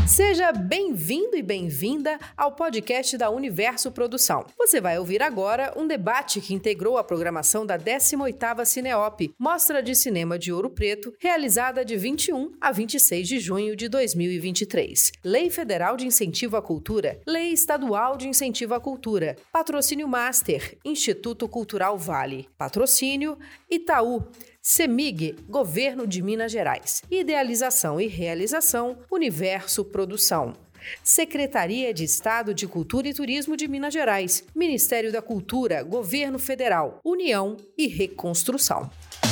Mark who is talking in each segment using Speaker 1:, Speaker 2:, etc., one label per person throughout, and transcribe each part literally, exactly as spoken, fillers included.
Speaker 1: Seja bem-vindo e bem-vinda ao podcast da Universo Produção. Você vai ouvir agora um debate que integrou a programação da décima oitava Cineop, Mostra de Cinema de Ouro Preto, realizada de vinte e um a vinte e seis de junho de dois mil e vinte e três. Lei Federal de Incentivo à Cultura, Lei Estadual de Incentivo à Cultura, Patrocínio Master, Instituto Cultural Vale, Patrocínio Itaú, CEMIG, Governo de Minas Gerais. Idealização e realização, Universo Produção. Secretaria de Estado de Cultura e Turismo de Minas Gerais. Ministério da Cultura, Governo Federal, União e Reconstrução.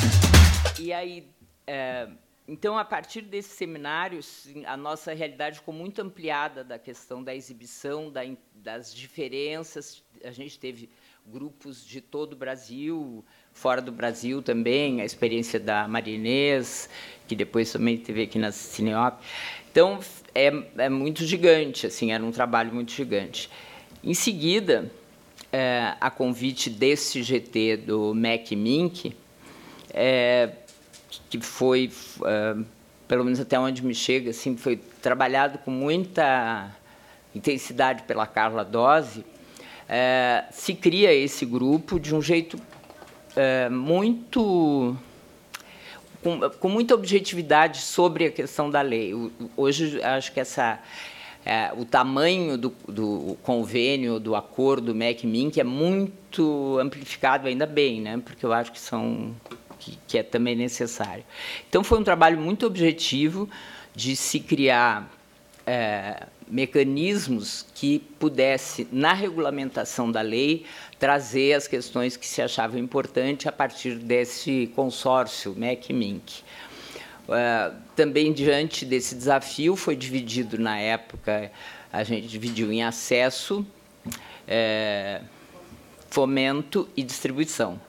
Speaker 2: E aí, é, então, a partir desses seminários, a nossa realidade ficou muito ampliada da questão da exibição, da, das diferenças. A gente teve grupos de todo o Brasil, fora do Brasil também, a experiência da Marinês, que depois também teve aqui na Cineop. Então, é, é muito gigante, assim, era um trabalho muito gigante. Em seguida, é, a convite desse G T do M E C Minc, é, que foi, é, pelo menos até onde me chega, assim, foi trabalhado com muita intensidade pela Carla Dose. É, se cria esse grupo de um jeito é, muito com, com muita objetividade sobre a questão da lei. O, hoje acho que essa é, o tamanho do, do convênio, do acordo M E C Minc é muito amplificado, ainda bem, né? Porque eu acho que são que, que é também necessário. Então foi um trabalho muito objetivo de se criar é, mecanismos que pudesse, na regulamentação da lei, trazer as questões que se achavam importantes a partir desse consórcio M E C Minc. Uh, também, diante desse desafio, foi dividido, na época, a gente dividiu em acesso, é, fomento e distribuição.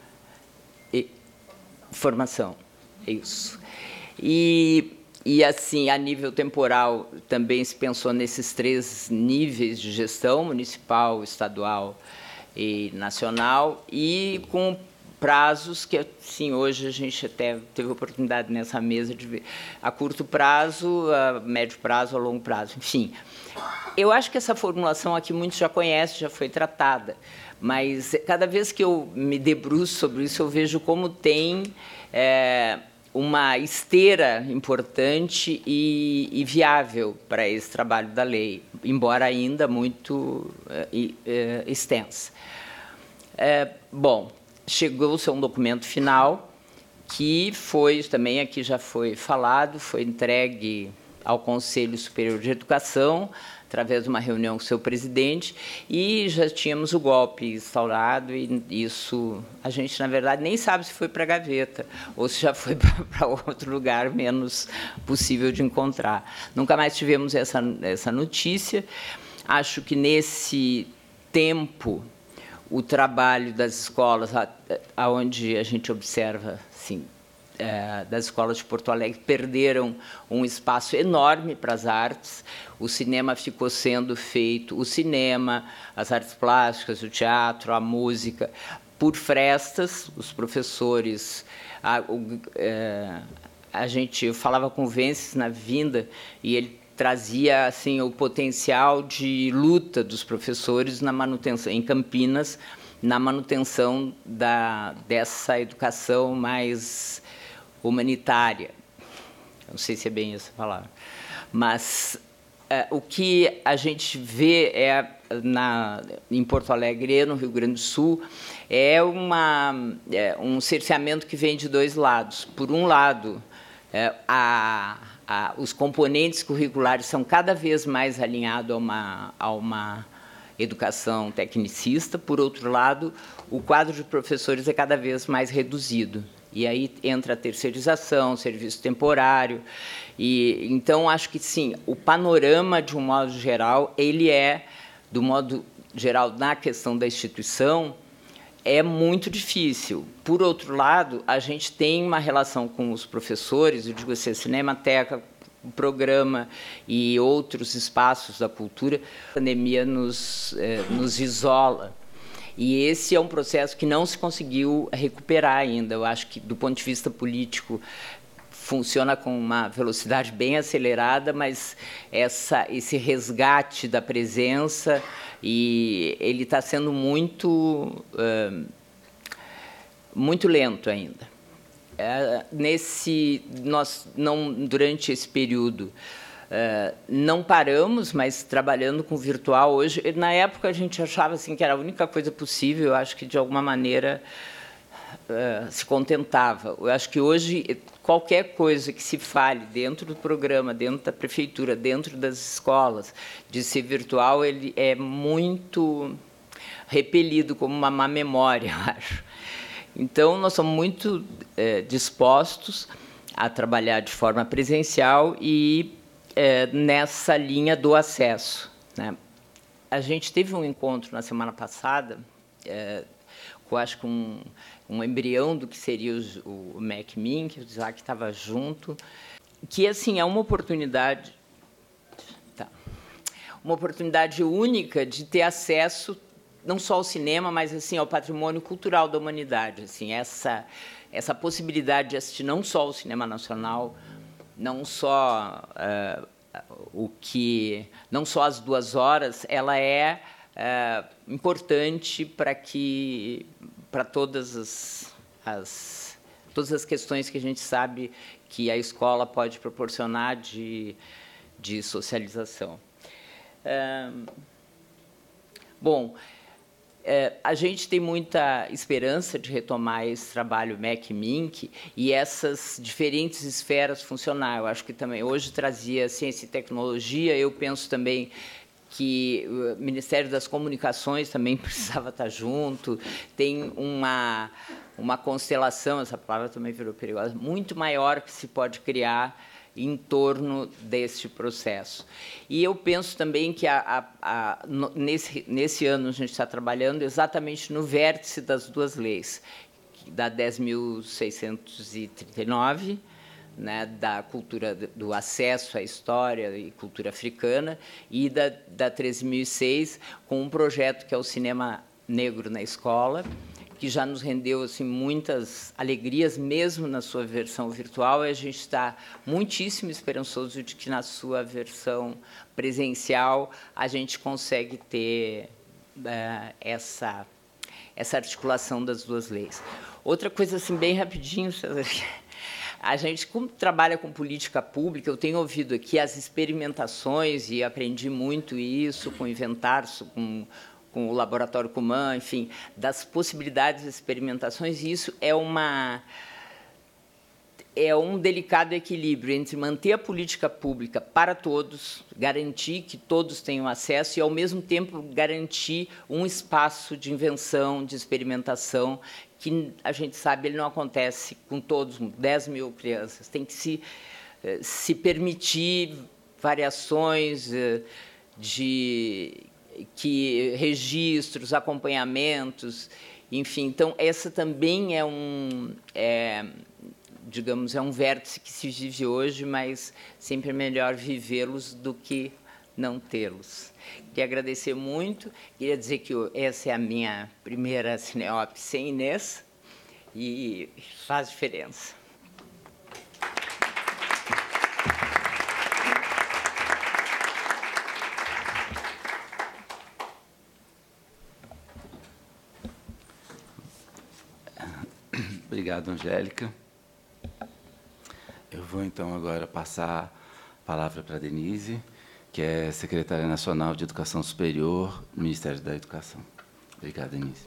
Speaker 2: E formação, isso. E... E, assim, a nível temporal, também se pensou nesses três níveis de gestão, municipal, estadual e nacional, e com prazos que, assim, hoje a gente até teve oportunidade nessa mesa de ver a curto prazo, a médio prazo, a longo prazo, enfim. Eu acho que essa formulação aqui muitos já conhecem, já foi tratada, mas cada vez que eu me debruço sobre isso, eu vejo como tem... É, uma esteira importante e, e viável para esse trabalho da lei, embora ainda muito uh, uh, extensa. É, bom, chegou-se a um documento final que foi, também aqui já foi falado, foi entregue ao Conselho Superior de Educação, através de uma reunião com o seu presidente, e já tínhamos o golpe instaurado, e isso a gente, na verdade, nem sabe se foi para a gaveta, ou se já foi para outro lugar menos possível de encontrar. Nunca mais tivemos essa, essa notícia. Acho que, nesse tempo, o trabalho das escolas, aonde a gente observa, assim, É, das escolas de Porto Alegre, perderam um espaço enorme para as artes. O cinema ficou sendo feito, o cinema, as artes plásticas, o teatro, a música, por frestas. Os professores... A, o, é, a gente, eu falava com o Vences na vinda, e ele trazia, assim, o potencial de luta dos professores na manutenção, em Campinas, na manutenção da, dessa educação mais humanitária. Não sei se é bem essa palavra. Mas é, o que a gente vê é, na, em Porto Alegre e no Rio Grande do Sul, é, uma, é um cerceamento que vem de dois lados. Por um lado, é, a, a, os componentes curriculares são cada vez mais alinhados a uma, a uma educação tecnicista. Por outro lado, o quadro de professores é cada vez mais reduzido. E aí entra a terceirização, serviço temporário. E, então, acho que, sim, o panorama, de um modo geral, ele é, do modo geral, na questão da instituição, é muito difícil. Por outro lado, a gente tem uma relação com os professores, eu digo assim, a Cinemateca, o programa e outros espaços da cultura, a pandemia nos, eh, nos isola. E esse é um processo que não se conseguiu recuperar ainda. Eu acho que, do ponto de vista político, funciona com uma velocidade bem acelerada, mas essa, esse resgate da presença, e ele está sendo muito, uh, muito lento ainda. Uh, nesse, nós não, durante esse período, uh, não paramos, mas trabalhando com virtual hoje. Na época a gente achava assim que era a única coisa possível. Eu acho que de alguma maneira uh, se contentava. Eu acho que hoje qualquer coisa que se fale dentro do programa, dentro da prefeitura, dentro das escolas, de ser virtual, ele é muito repelido como uma má memória, eu acho. Então, nós somos muito é, dispostos a trabalhar de forma presencial e é, nessa linha do acesso, né? A gente teve um encontro na semana passada, é, com, acho que um, um embrião do que seria o, o MEC-Min, que o Isaac estava junto, que, assim, é uma oportunidade, tá, uma oportunidade única de ter acesso não só ao cinema, mas assim ao patrimônio cultural da humanidade, assim, essa essa possibilidade de assistir não só o cinema nacional, não só uh, o que, não só as duas horas, ela é uh, importante para que para todas as, as todas as questões que a gente sabe que a escola pode proporcionar de de socialização. Uh, bom. É, a gente tem muita esperança de retomar esse trabalho MEC-Min e essas diferentes esferas funcionar. Eu acho que também hoje trazia ciência e tecnologia. Eu penso também que o Ministério das Comunicações também precisava estar junto. Tem uma, uma constelação, essa palavra também virou perigosa, muito maior que se pode criar em torno deste processo. E eu penso também que a, a, a, nesse, nesse ano a gente está trabalhando exatamente no vértice das duas leis, da dez mil seiscentos e trinta e nove, né, da cultura do acesso à história e cultura africana, e da, da treze mil e seis, com um projeto que é o Cinema Negro na Escola, que já nos rendeu assim, muitas alegrias, mesmo na sua versão virtual, e a gente está muitíssimo esperançoso de que, na sua versão presencial, a gente consegue ter uh, essa, essa articulação das duas leis. Outra coisa, assim, bem rapidinho, a gente, como trabalha com política pública, eu tenho ouvido aqui as experimentações, e aprendi muito isso com o Inventarso, com com o Laboratório Cuman, enfim, das possibilidades de experimentações, e isso é, uma, é um delicado equilíbrio entre manter a política pública para todos, garantir que todos tenham acesso e, ao mesmo tempo, garantir um espaço de invenção, de experimentação, que a gente sabe ele não acontece com todos, dez mil crianças. Tem que se, se permitir variações de que registros, acompanhamentos, enfim. Então, essa também é um, é, digamos, é um vértice que se vive hoje, mas sempre é melhor vivê-los do que não tê-los. Queria agradecer muito, queria dizer que essa é a minha primeira Cineop sem Inês, e faz diferença.
Speaker 3: Obrigado, Angélica. Eu vou, então, agora passar a palavra para a Denise, que é secretária nacional de Educação Superior do Ministério da Educação. Obrigado, Denise.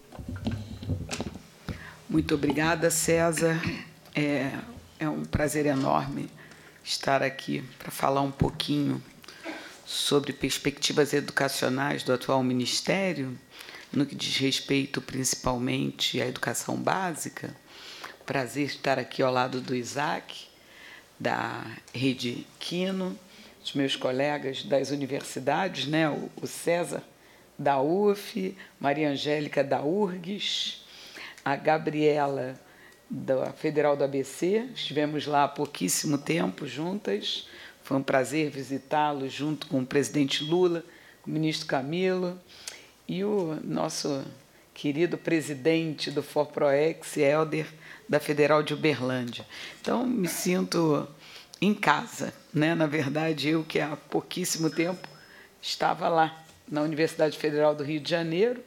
Speaker 4: Muito obrigada, César. É, é um prazer enorme estar aqui para falar um pouquinho sobre perspectivas educacionais do atual Ministério, no que diz respeito, principalmente, à educação básica. Prazer estar aqui ao lado do Isaac, da Rede Quino, os meus colegas das universidades, né? o César, da U F, Maria Angélica, da U R G S, a Gabriela, da Federal do A B C. Estivemos lá há pouquíssimo tempo juntas. Foi um prazer visitá-los junto com o presidente Lula, com o ministro Camilo, e o nosso querido presidente do FORPROEX, Helder, da Federal de Uberlândia. Então, me sinto em casa, né? Na verdade, eu que há pouquíssimo tempo estava lá na Universidade Federal do Rio de Janeiro,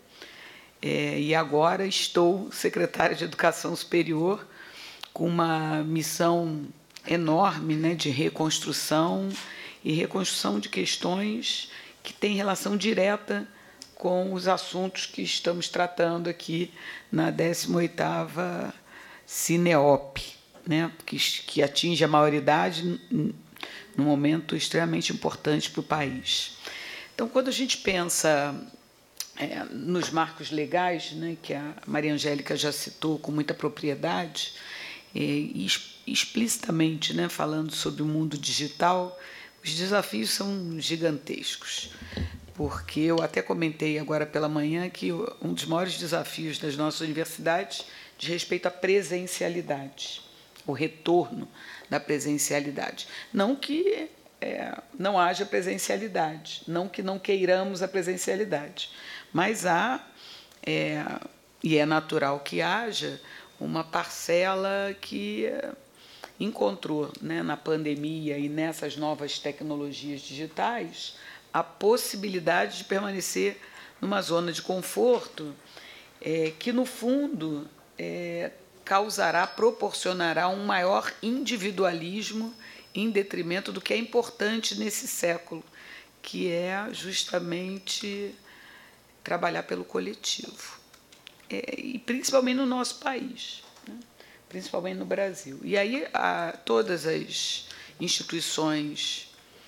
Speaker 4: é, e agora estou secretária de Educação Superior com uma missão enorme, né, de reconstrução e reconstrução de questões que têm relação direta com os assuntos que estamos tratando aqui na décima oitava Cineop, né, que, que atinge a maioridade num momento extremamente importante para o país. Então, quando a gente pensa é, nos marcos legais, né, que a Maria Angélica já citou com muita propriedade, é, e explicitamente, né, falando sobre o mundo digital, os desafios são gigantescos, porque eu até comentei agora pela manhã que um dos maiores desafios das nossas universidades diz respeito à presencialidade, o retorno da presencialidade. Não que é, não haja presencialidade, não que não queiramos a presencialidade, mas há, é, e é natural que haja, uma parcela que encontrou, né, na pandemia e nessas novas tecnologias digitais a possibilidade de permanecer numa zona de conforto é, que, no fundo, é, causará, proporcionará um maior individualismo em detrimento do que é importante nesse século, que é justamente trabalhar pelo coletivo, é, e principalmente no nosso país, né? Principalmente no Brasil. E aí a, todas as instituições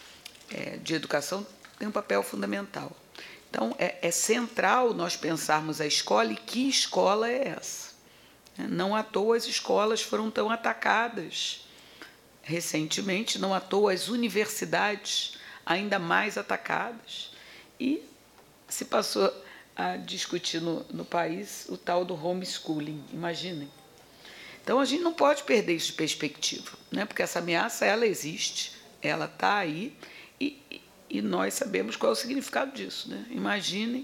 Speaker 4: é, de educação têm um papel fundamental. Então, é, é central nós pensarmos a escola e que escola é essa. Não à toa as escolas foram tão atacadas recentemente, não à toa as universidades ainda mais atacadas, e se passou a discutir no, no país o tal do homeschooling, imaginem. Então, a gente não pode perder isso de perspectiva, né? Porque essa ameaça, ela existe, ela está aí, e, e nós sabemos qual é o significado disso, né? Imaginem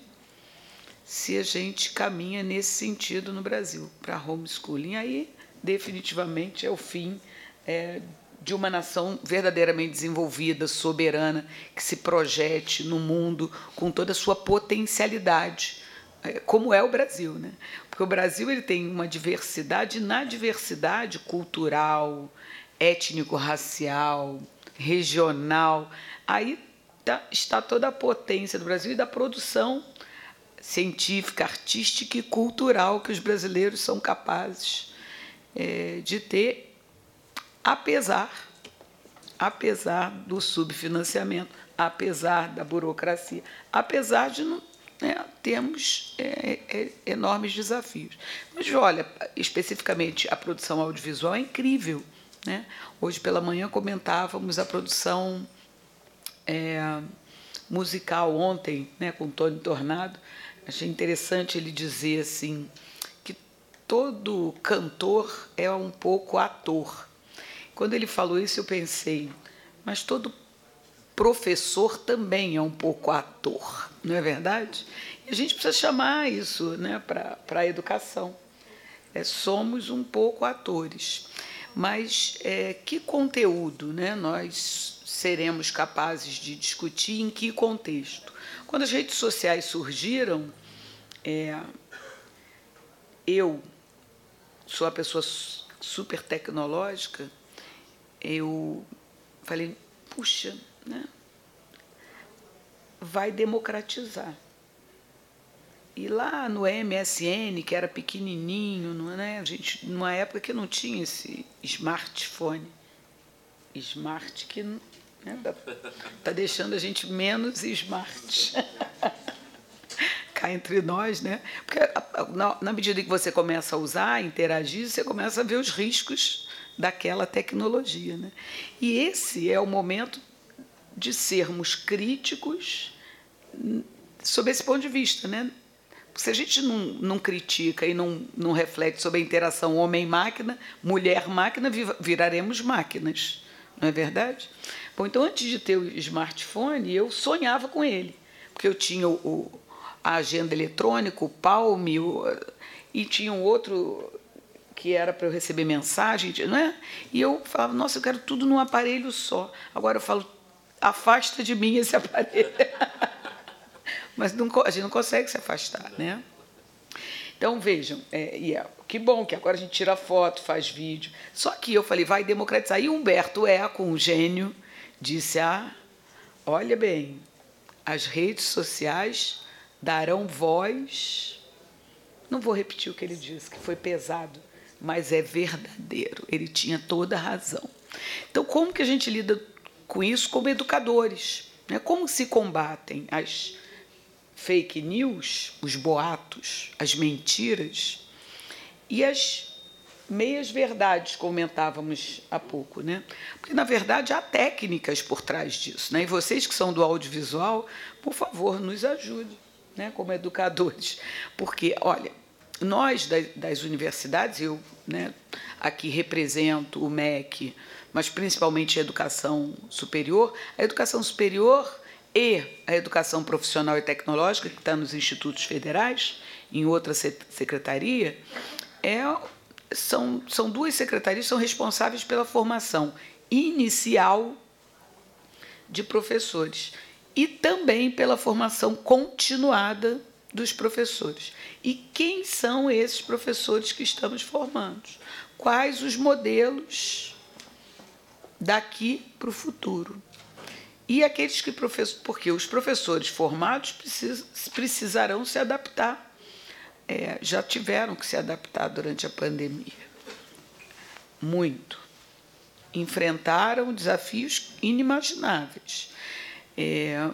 Speaker 4: se a gente caminha nesse sentido no Brasil, para homeschooling. Aí, definitivamente, é o fim é, de uma nação verdadeiramente desenvolvida, soberana, que se projete no mundo com toda a sua potencialidade, como é o Brasil, né? Porque o Brasil ele tem uma diversidade, e na diversidade cultural, étnico-racial, regional, aí tá, está toda a potência do Brasil e da produção científica, artística e cultural que os brasileiros são capazes é, de ter, apesar, apesar do subfinanciamento, apesar da burocracia, apesar de não, né, termos é, é, enormes desafios. Mas, olha, especificamente a produção audiovisual é incrível, né? Hoje pela manhã comentávamos a produção é, musical ontem, né, com Tony Tornado. Achei interessante ele dizer assim, que todo cantor é um pouco ator. Quando ele falou isso, eu pensei, mas todo professor também é um pouco ator, não é verdade? E a gente precisa chamar isso, né, para a educação. É, somos um pouco atores. Mas é, que conteúdo, né, nós seremos capazes de discutir, em que contexto? Quando as redes sociais surgiram, é, eu sou uma pessoa super tecnológica, eu falei, puxa, né, vai democratizar. E lá no M S N, que era pequenininho, não, né, a gente, numa época que não tinha esse smartphone, smart que está, né, deixando a gente menos smart. Cá entre nós, né? Porque na, na medida que você começa a usar, a interagir, você começa a ver os riscos daquela tecnologia, né? E esse é o momento de sermos críticos sob esse ponto de vista, né? Se a gente não, não critica e não, não reflete sobre a interação homem-máquina, mulher-máquina, viraremos máquinas, não é verdade? Bom, então, antes de ter o smartphone, eu sonhava com ele, porque eu tinha o, o, a agenda eletrônica, o Palm, o, e tinha um outro que era para eu receber mensagem, não é? E eu falava, nossa, eu quero tudo num aparelho só. Agora eu falo, afasta de mim esse aparelho. Mas não, a gente não consegue se afastar, né? Então, vejam, é, e é, que bom que agora a gente tira foto, faz vídeo. Só que eu falei, vai democratizar. E Humberto Eco, um gênio, disse, ah, olha bem, as redes sociais darão voz... Não vou repetir o que ele disse, que foi pesado, mas é verdadeiro. Ele tinha toda a razão. Então, como que a gente lida com isso como educadores? Né? Como se combatem as fake news, os boatos, as mentiras e as meias-verdades, comentávamos há pouco, né? Porque, na verdade, há técnicas por trás disso, né? E vocês que são do audiovisual, por favor, nos ajudem, né? Como educadores. Porque, olha, nós das, das universidades, eu, né, aqui represento o M E C, mas principalmente a educação superior, a educação superior e a educação profissional e tecnológica, que está nos institutos federais, em outra secretaria, é, são, são duas secretarias que são responsáveis pela formação inicial de professores e também pela formação continuada dos professores. E quem são esses professores que estamos formando? Quais os modelos daqui para o futuro? E aqueles que professores, porque os professores formados precis, precisarão se adaptar, é, já tiveram que se adaptar durante a pandemia, muito. Enfrentaram desafios inimagináveis, é,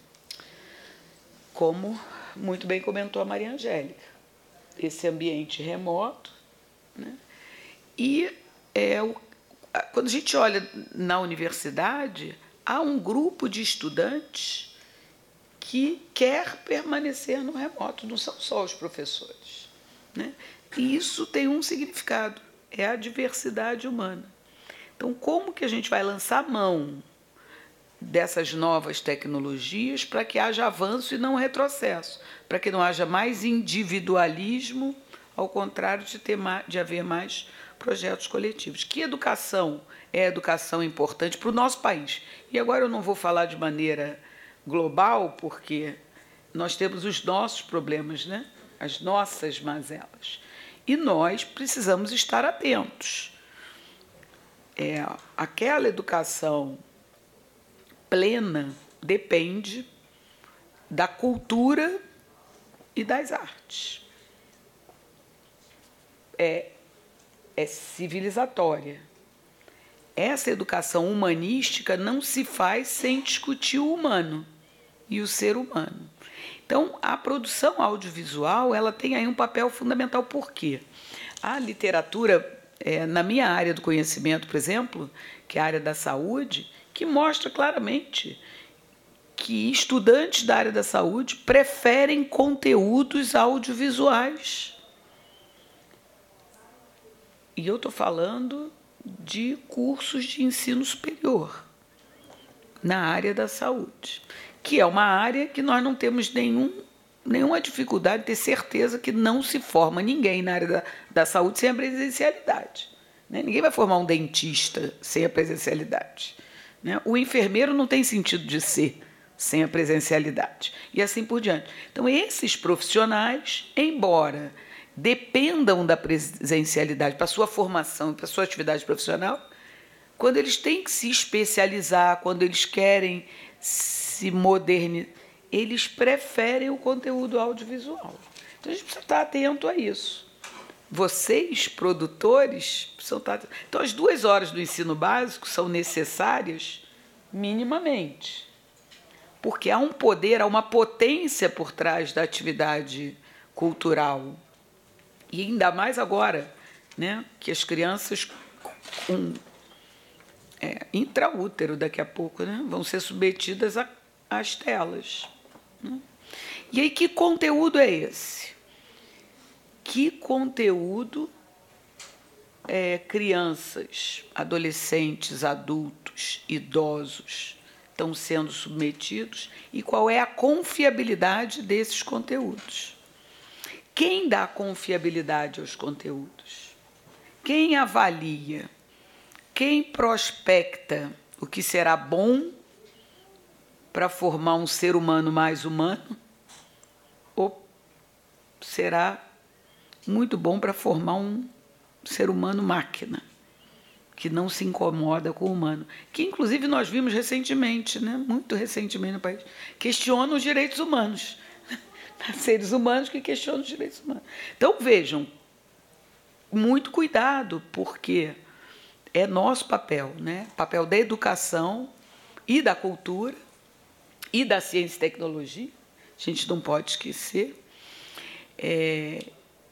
Speaker 4: como muito bem comentou a Maria Angélica, esse ambiente remoto, né? E é, o, quando a gente olha na universidade, há um grupo de estudantes que quer permanecer no remoto, não são só os professores, né? E isso tem um significado, é a diversidade humana. Então, como que a gente vai lançar mão dessas novas tecnologias para que haja avanço e não retrocesso, para que não haja mais individualismo, ao contrário de, ter mais, de haver mais projetos coletivos? Que educação é educação importante para o nosso país? E agora eu não vou falar de maneira global, porque nós temos os nossos problemas, né? As nossas mazelas. E nós precisamos estar atentos. É, aquela educação plena depende da cultura e das artes. É, é civilizatória. Essa educação humanística não se faz sem discutir o humano e o ser humano. Então, a produção audiovisual ela tem aí um papel fundamental. Por quê? A literatura, é, na minha área do conhecimento, por exemplo, que é a área da saúde, que mostra claramente que estudantes da área da saúde preferem conteúdos audiovisuais. E eu estou falando de cursos de ensino superior na área da saúde, que é uma área que nós não temos nenhum, nenhuma dificuldade de ter certeza que não se forma ninguém na área da, da saúde sem a presencialidade, né? Ninguém vai formar um dentista sem a presencialidade, né? O enfermeiro não tem sentido de ser sem a presencialidade, e assim por diante. Então, esses profissionais, embora dependam da presencialidade para a sua formação e para a sua atividade profissional, quando eles têm que se especializar, quando eles querem se modernizar, eles preferem o conteúdo audiovisual. Então, a gente precisa estar atento a isso. Vocês, produtores, precisam estar atentos. Então, as duas horas do ensino básico são necessárias minimamente, porque há um poder, há uma potência por trás da atividade cultural. E ainda mais agora, né, que as crianças com é, intraútero, daqui a pouco, né, vão ser submetidas a, às telas, né? E aí, que conteúdo é esse? Que conteúdo é, crianças, adolescentes, adultos, idosos estão sendo submetidos e qual é a confiabilidade desses conteúdos? Quem dá confiabilidade aos conteúdos? quem avalia, quem prospecta o que será bom para formar um ser humano mais humano, ou será muito bom para formar um ser humano máquina, que não se incomoda com o humano, que inclusive nós vimos recentemente, né, muito recentemente no país, questiona os direitos humanos, seres humanos que questionam os direitos humanos. Então, vejam, muito cuidado, porque é nosso papel, né, papel da educação e da cultura e da ciência e tecnologia, a gente não pode esquecer. É,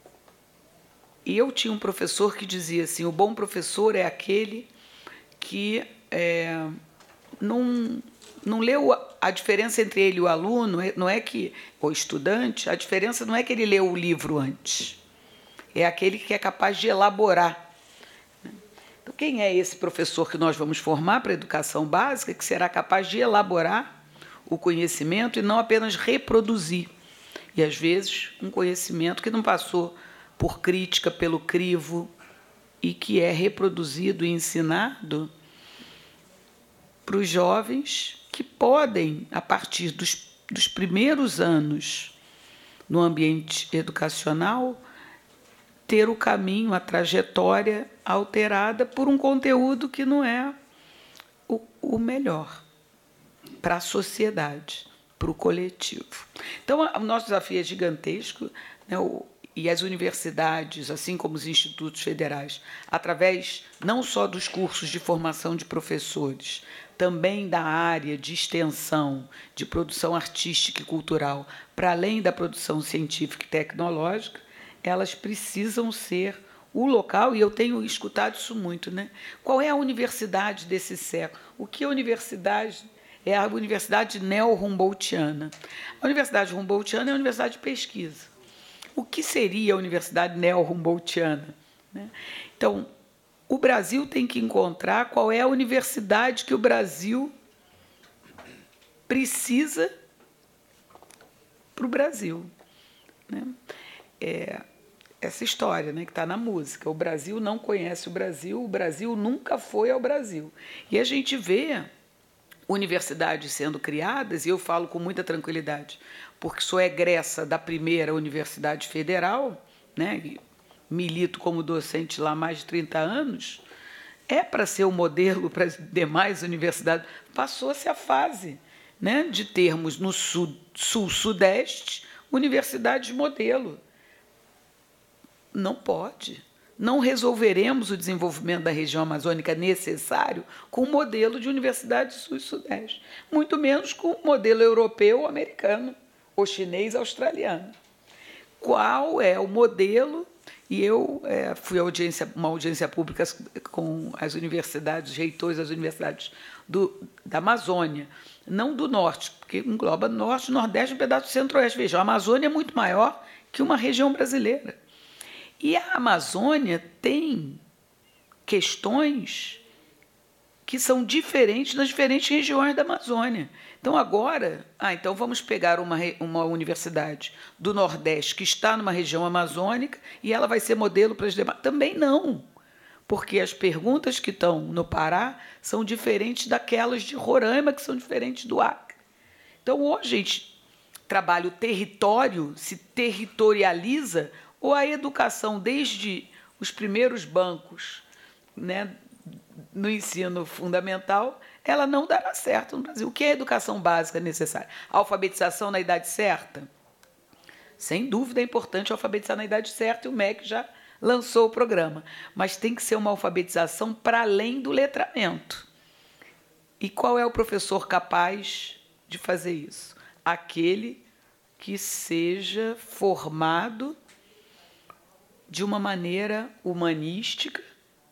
Speaker 4: e eu tinha um professor que dizia assim, o bom professor é aquele que é, não, não leu a, a diferença entre ele e o aluno, não é que, o estudante, a diferença não é que ele leu o livro antes, é aquele que é capaz de elaborar. Então, quem é esse professor que nós vamos formar para a educação básica, que será capaz de elaborar o conhecimento e não apenas reproduzir? E, às vezes, um conhecimento que não passou por crítica, pelo crivo, e que é reproduzido e ensinado para os jovens que podem, a partir dos, dos primeiros anos no ambiente educacional, ter o caminho, a trajetória alterada por um conteúdo que não é o, o melhor para a sociedade, para o coletivo. Então, o nosso desafio é gigantesco, né? o, e as universidades, assim como os institutos federais, através não só dos cursos de formação de professores, também da área de extensão, de produção artística e cultural, para além da produção científica e tecnológica, elas precisam ser o local, e eu tenho escutado isso muito, né? Qual é a universidade desse século? O que a universidade é a universidade neo-humboldtiana? A universidade humboldtiana é a universidade de pesquisa. O que seria a universidade neo-humboldtiana? Então, o Brasil tem que encontrar qual é a universidade que o Brasil precisa para o Brasil. É essa história, né, que está na música. O Brasil não conhece o Brasil, o Brasil nunca foi ao Brasil. E a gente vê universidades sendo criadas, e eu falo com muita tranquilidade, porque sou egressa da primeira Universidade Federal, né, e milito como docente lá há mais de trinta anos, é para ser o modelo para as demais universidades. Passou-se a fase, né, de termos no sul, sul-sudeste universidades modelo. Não pode. Não resolveremos o desenvolvimento da região amazônica necessário com o modelo de universidade sul e sudeste, muito menos com o modelo europeu ou americano, ou chinês australiano. Qual é o modelo? E eu é, fui a audiência, uma audiência pública com as universidades, os reitores das universidades do, da Amazônia, não do norte, porque engloba norte, nordeste e um pedaço do centro-oeste. Veja, a Amazônia é muito maior que uma região brasileira. E a Amazônia tem questões que são diferentes nas diferentes regiões da Amazônia. Então, agora, ah, então vamos pegar uma, uma universidade do Nordeste que está numa região amazônica e ela vai ser modelo para as demais. Também não, porque as perguntas que estão no Pará são diferentes daquelas de Roraima, que são diferentes do Acre. Então, ou a gente trabalha o território, se territorializa, ou a educação, desde os primeiros bancos, né, no ensino fundamental, ela não dará certo no Brasil. O que é a educação básica necessária? A alfabetização na idade certa? Sem dúvida é importante alfabetizar na idade certa, e o M E C já lançou o programa. Mas tem que ser uma alfabetização para além do letramento. E qual é o professor capaz de fazer isso? Aquele que seja formado de uma maneira humanística,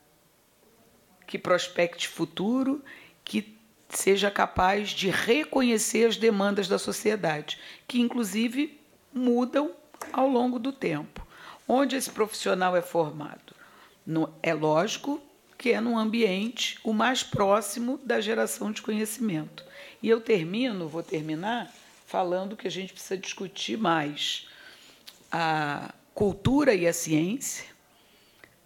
Speaker 4: que prospecte futuro, que seja capaz de reconhecer as demandas da sociedade, que, inclusive, mudam ao longo do tempo. Onde esse profissional é formado? No, é lógico que é num ambiente o mais próximo da geração de conhecimento. E eu termino, vou terminar, falando que a gente precisa discutir mais a cultura e a ciência,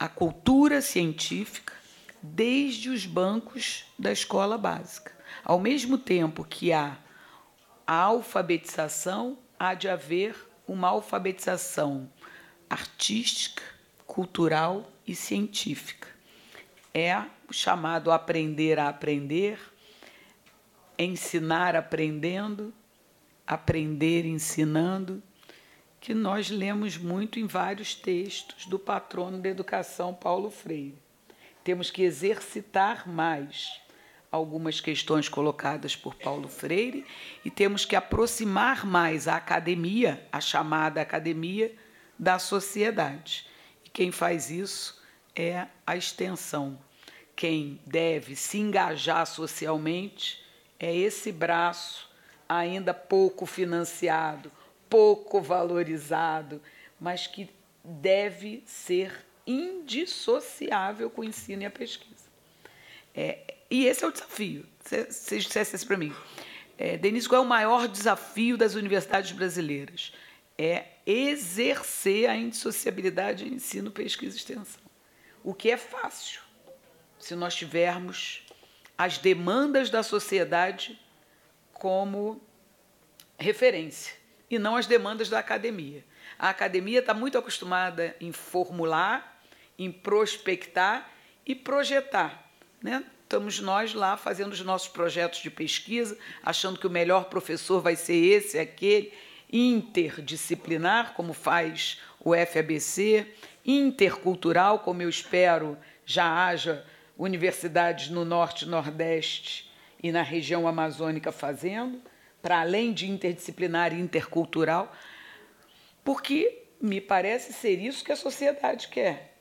Speaker 4: a cultura científica desde os bancos da escola básica. Ao mesmo tempo que há a alfabetização, há de haver uma alfabetização artística, cultural e científica. É o chamado aprender a aprender, ensinar aprendendo, aprender ensinando, que nós lemos muito em vários textos do patrono da educação, Paulo Freire. Temos que exercitar mais algumas questões colocadas por Paulo Freire e temos que aproximar mais a academia, a chamada academia, da sociedade. E quem faz isso é a extensão. Quem deve se engajar socialmente é esse braço ainda pouco financiado, pouco valorizado, mas que deve ser indissociável com o ensino e a pesquisa. É, e esse é o desafio. Se vocês dissessem isso para mim. É, Denise, qual é o maior desafio das universidades brasileiras? É exercer a indissociabilidade de ensino, pesquisa e extensão. O que é fácil, se nós tivermos as demandas da sociedade como referência, e não as demandas da academia. A academia está muito acostumada em formular, em prospectar e projetar, né? Estamos nós lá fazendo os nossos projetos de pesquisa, achando que o melhor professor vai ser esse, aquele, interdisciplinar, como faz o F A B C, intercultural, como eu espero já haja universidades no Norte e Nordeste e na região amazônica fazendo, para além de interdisciplinar e intercultural, porque me parece ser isso que a sociedade quer.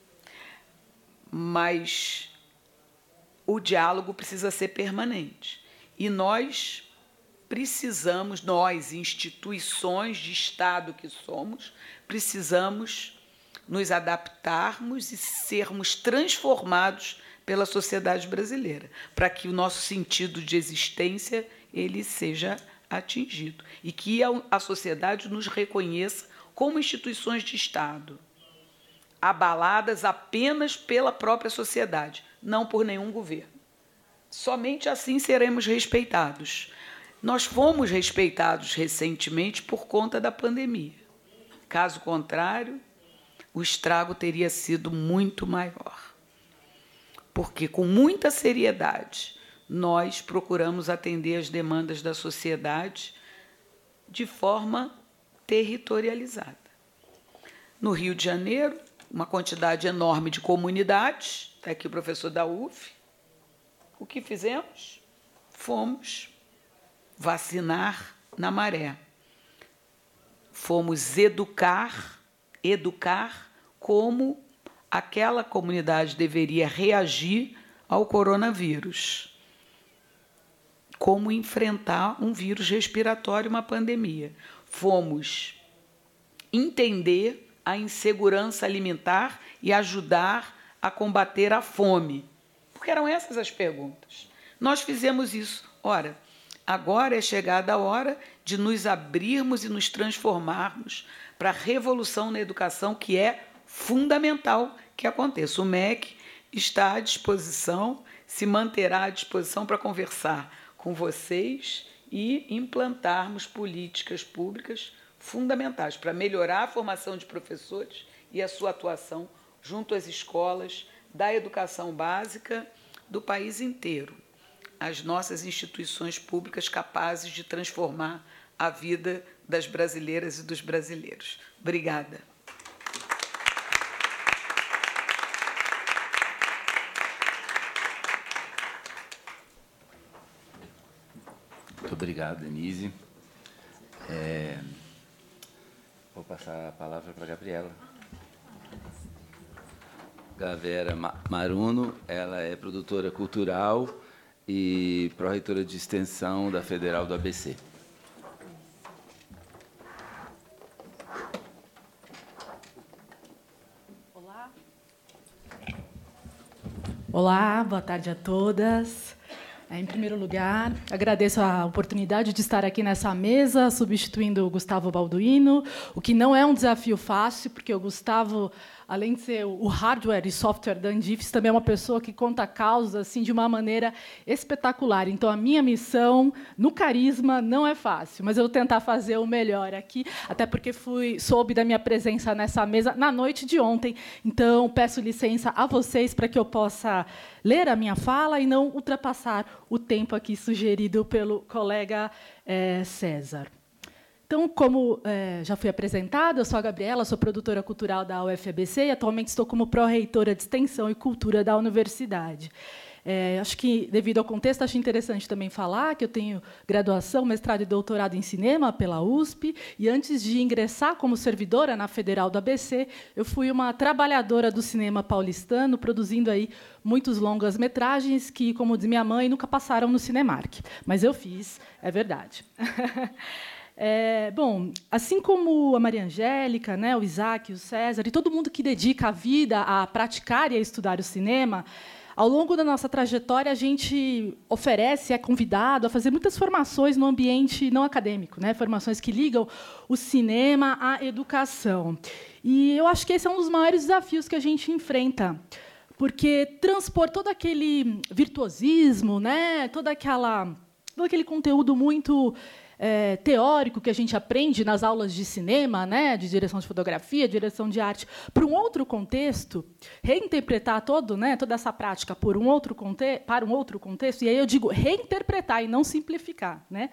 Speaker 4: Mas o diálogo precisa ser permanente. E nós precisamos, nós, instituições de Estado que somos, precisamos nos adaptarmos e sermos transformados pela sociedade brasileira, para que o nosso sentido de existência ele seja atingido e que a sociedade nos reconheça como instituições de Estado, abaladas apenas pela própria sociedade, não por nenhum governo. Somente assim seremos respeitados. Nós fomos respeitados recentemente por conta da pandemia. Caso contrário, o estrago teria sido muito maior. Porque, com muita seriedade, nós procuramos atender as demandas da sociedade de forma territorializada. No Rio de Janeiro, uma quantidade enorme de comunidades, está aqui o professor da U F, o que fizemos? Fomos vacinar na maré. Fomos educar, educar como aquela comunidade deveria reagir ao coronavírus. Como enfrentar um vírus respiratório, uma pandemia. Fomos entender a insegurança alimentar e ajudar a combater a fome. Porque eram essas as perguntas. Nós fizemos isso. Ora, agora é chegada a hora de nos abrirmos e nos transformarmos para a revolução na educação, que é fundamental que aconteça. O M E C está à disposição, se manterá à disposição para conversar com vocês e implantarmos políticas públicas fundamentais para melhorar a formação de professores e a sua atuação junto às escolas da educação básica do país inteiro. As nossas instituições públicas capazes de transformar a vida das brasileiras e dos brasileiros. Obrigada.
Speaker 3: Muito obrigado, Denise. É, vou passar a palavra para a Gabriela. Gavera Maruno, ela é produtora cultural e pró-reitora de extensão da Federal do A B C.
Speaker 5: Olá. Olá, boa tarde a todas. Em primeiro lugar, agradeço a oportunidade de estar aqui nessa mesa, substituindo o Gustavo Balduino, o que não é um desafio fácil, porque o Gustavo além de ser o hardware e software da Andifes, também é uma pessoa que conta causa assim, de uma maneira espetacular. Então, a minha missão no Carisma não é fácil, mas eu vou tentar fazer o melhor aqui, até porque fui, soube da minha presença nessa mesa na noite de ontem. Então, peço licença a vocês para que eu possa ler a minha fala e não ultrapassar o tempo aqui sugerido pelo colega é, César. Então, como é, já fui apresentada, eu sou a Gabriela, sou produtora cultural da U F A B C e atualmente estou como pró-reitora de Extensão e Cultura da universidade. É, acho que, devido ao contexto, acho interessante também falar que eu tenho graduação, mestrado e doutorado em cinema pela U S P, e antes de ingressar como servidora na Federal do A B C, eu fui uma trabalhadora do cinema paulistano, produzindo aí muitos longas-metragens que, como diz minha mãe, nunca passaram no Cinemark. Mas eu fiz, é verdade. É, bom, assim como a Maria Angélica, né, o Isaac, o César e todo mundo que dedica a vida a praticar e a estudar o cinema, ao longo da nossa trajetória, a gente oferece, é convidado a fazer muitas formações no ambiente não acadêmico, né? Formações que ligam o cinema à educação. E eu acho que esse é um dos maiores desafios que a gente enfrenta, porque transpor todo aquele virtuosismo, né? Toda aquela, todo aquele conteúdo muito É, teórico que a gente aprende nas aulas de cinema, né, de direção de fotografia, direção de arte, para um outro contexto, reinterpretar todo, né, toda essa prática por um outro conte para um outro contexto, e aí eu digo reinterpretar e não simplificar, né,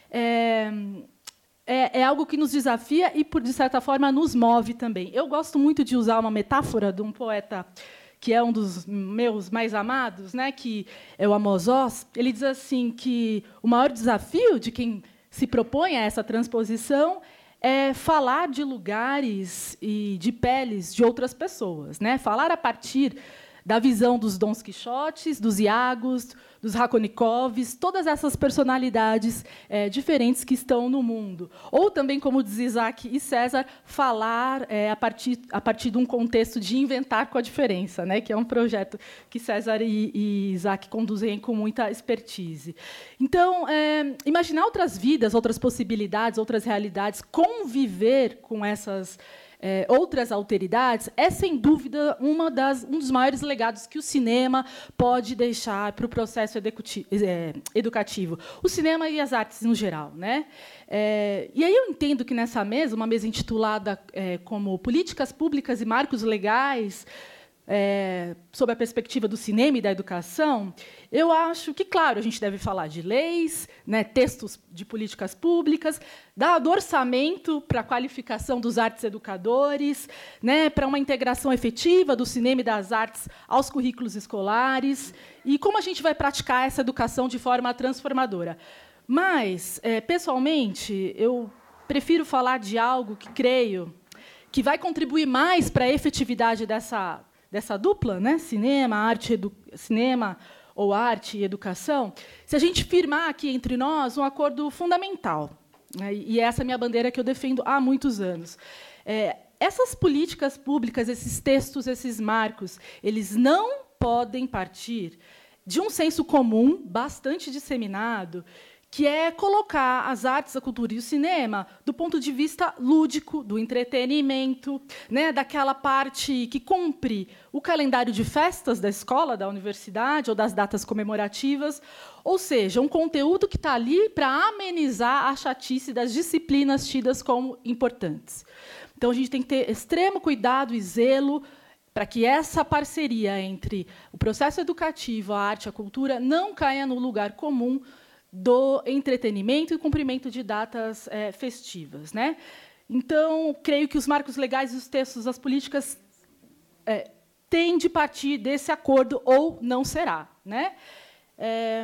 Speaker 5: é, é, é algo que nos desafia e, por de certa forma, nos move também. Eu gosto muito de usar uma metáfora de um poeta que é um dos meus mais amados, né, que é o Amos Oz. Ele diz assim que o maior desafio de quem se propõe a essa transposição é falar de lugares e de peles de outras pessoas, né? Falar a partir da visão dos Dons Quixotes, dos Iagos, dos Rakhonikovs, todas essas personalidades é, diferentes que estão no mundo. Ou também, como diz Isaac e César, falar é, a, partir, a partir de um contexto de inventar com a diferença, né, que é um projeto que César e, e Isaac conduzem com muita expertise. Então, é, imaginar outras vidas, outras possibilidades, outras realidades, conviver com essas É, outras alteridades, é, sem dúvida, uma das, um dos maiores legados que o cinema pode deixar para o processo é, educativo. O cinema e as artes, no geral. Né? É, e aí eu entendo que, nessa mesa, uma mesa intitulada é, como Políticas Públicas e Marcos Legais, É, sob a perspectiva do cinema e da educação, eu acho que, claro, a gente deve falar de leis, né, textos de políticas públicas, do orçamento para a qualificação dos artes educadores, né, para uma integração efetiva do cinema e das artes aos currículos escolares, e como a gente vai praticar essa educação de forma transformadora. Mas, é, pessoalmente, eu prefiro falar de algo que creio que vai contribuir mais para a efetividade dessa dessa dupla, né, cinema, arte, edu... cinema ou arte e educação, se a gente firmar aqui entre nós um acordo fundamental, né, e essa é a minha bandeira que eu defendo há muitos anos. É, essas políticas públicas, esses textos, esses marcos, eles não podem partir de um senso comum bastante disseminado, que é colocar as artes, a cultura e o cinema do ponto de vista lúdico, do entretenimento, né, daquela parte que cumpre o calendário de festas da escola, da universidade, ou das datas comemorativas, ou seja, um conteúdo que está ali para amenizar a chatice das disciplinas tidas como importantes. Então, a gente tem que ter extremo cuidado e zelo para que essa parceria entre o processo educativo, a arte e a cultura não caia no lugar comum do entretenimento e cumprimento de datas é, festivas. Né? Então, creio que os marcos legais e os textos das políticas é, têm de partir desse acordo, ou não será. Né? É,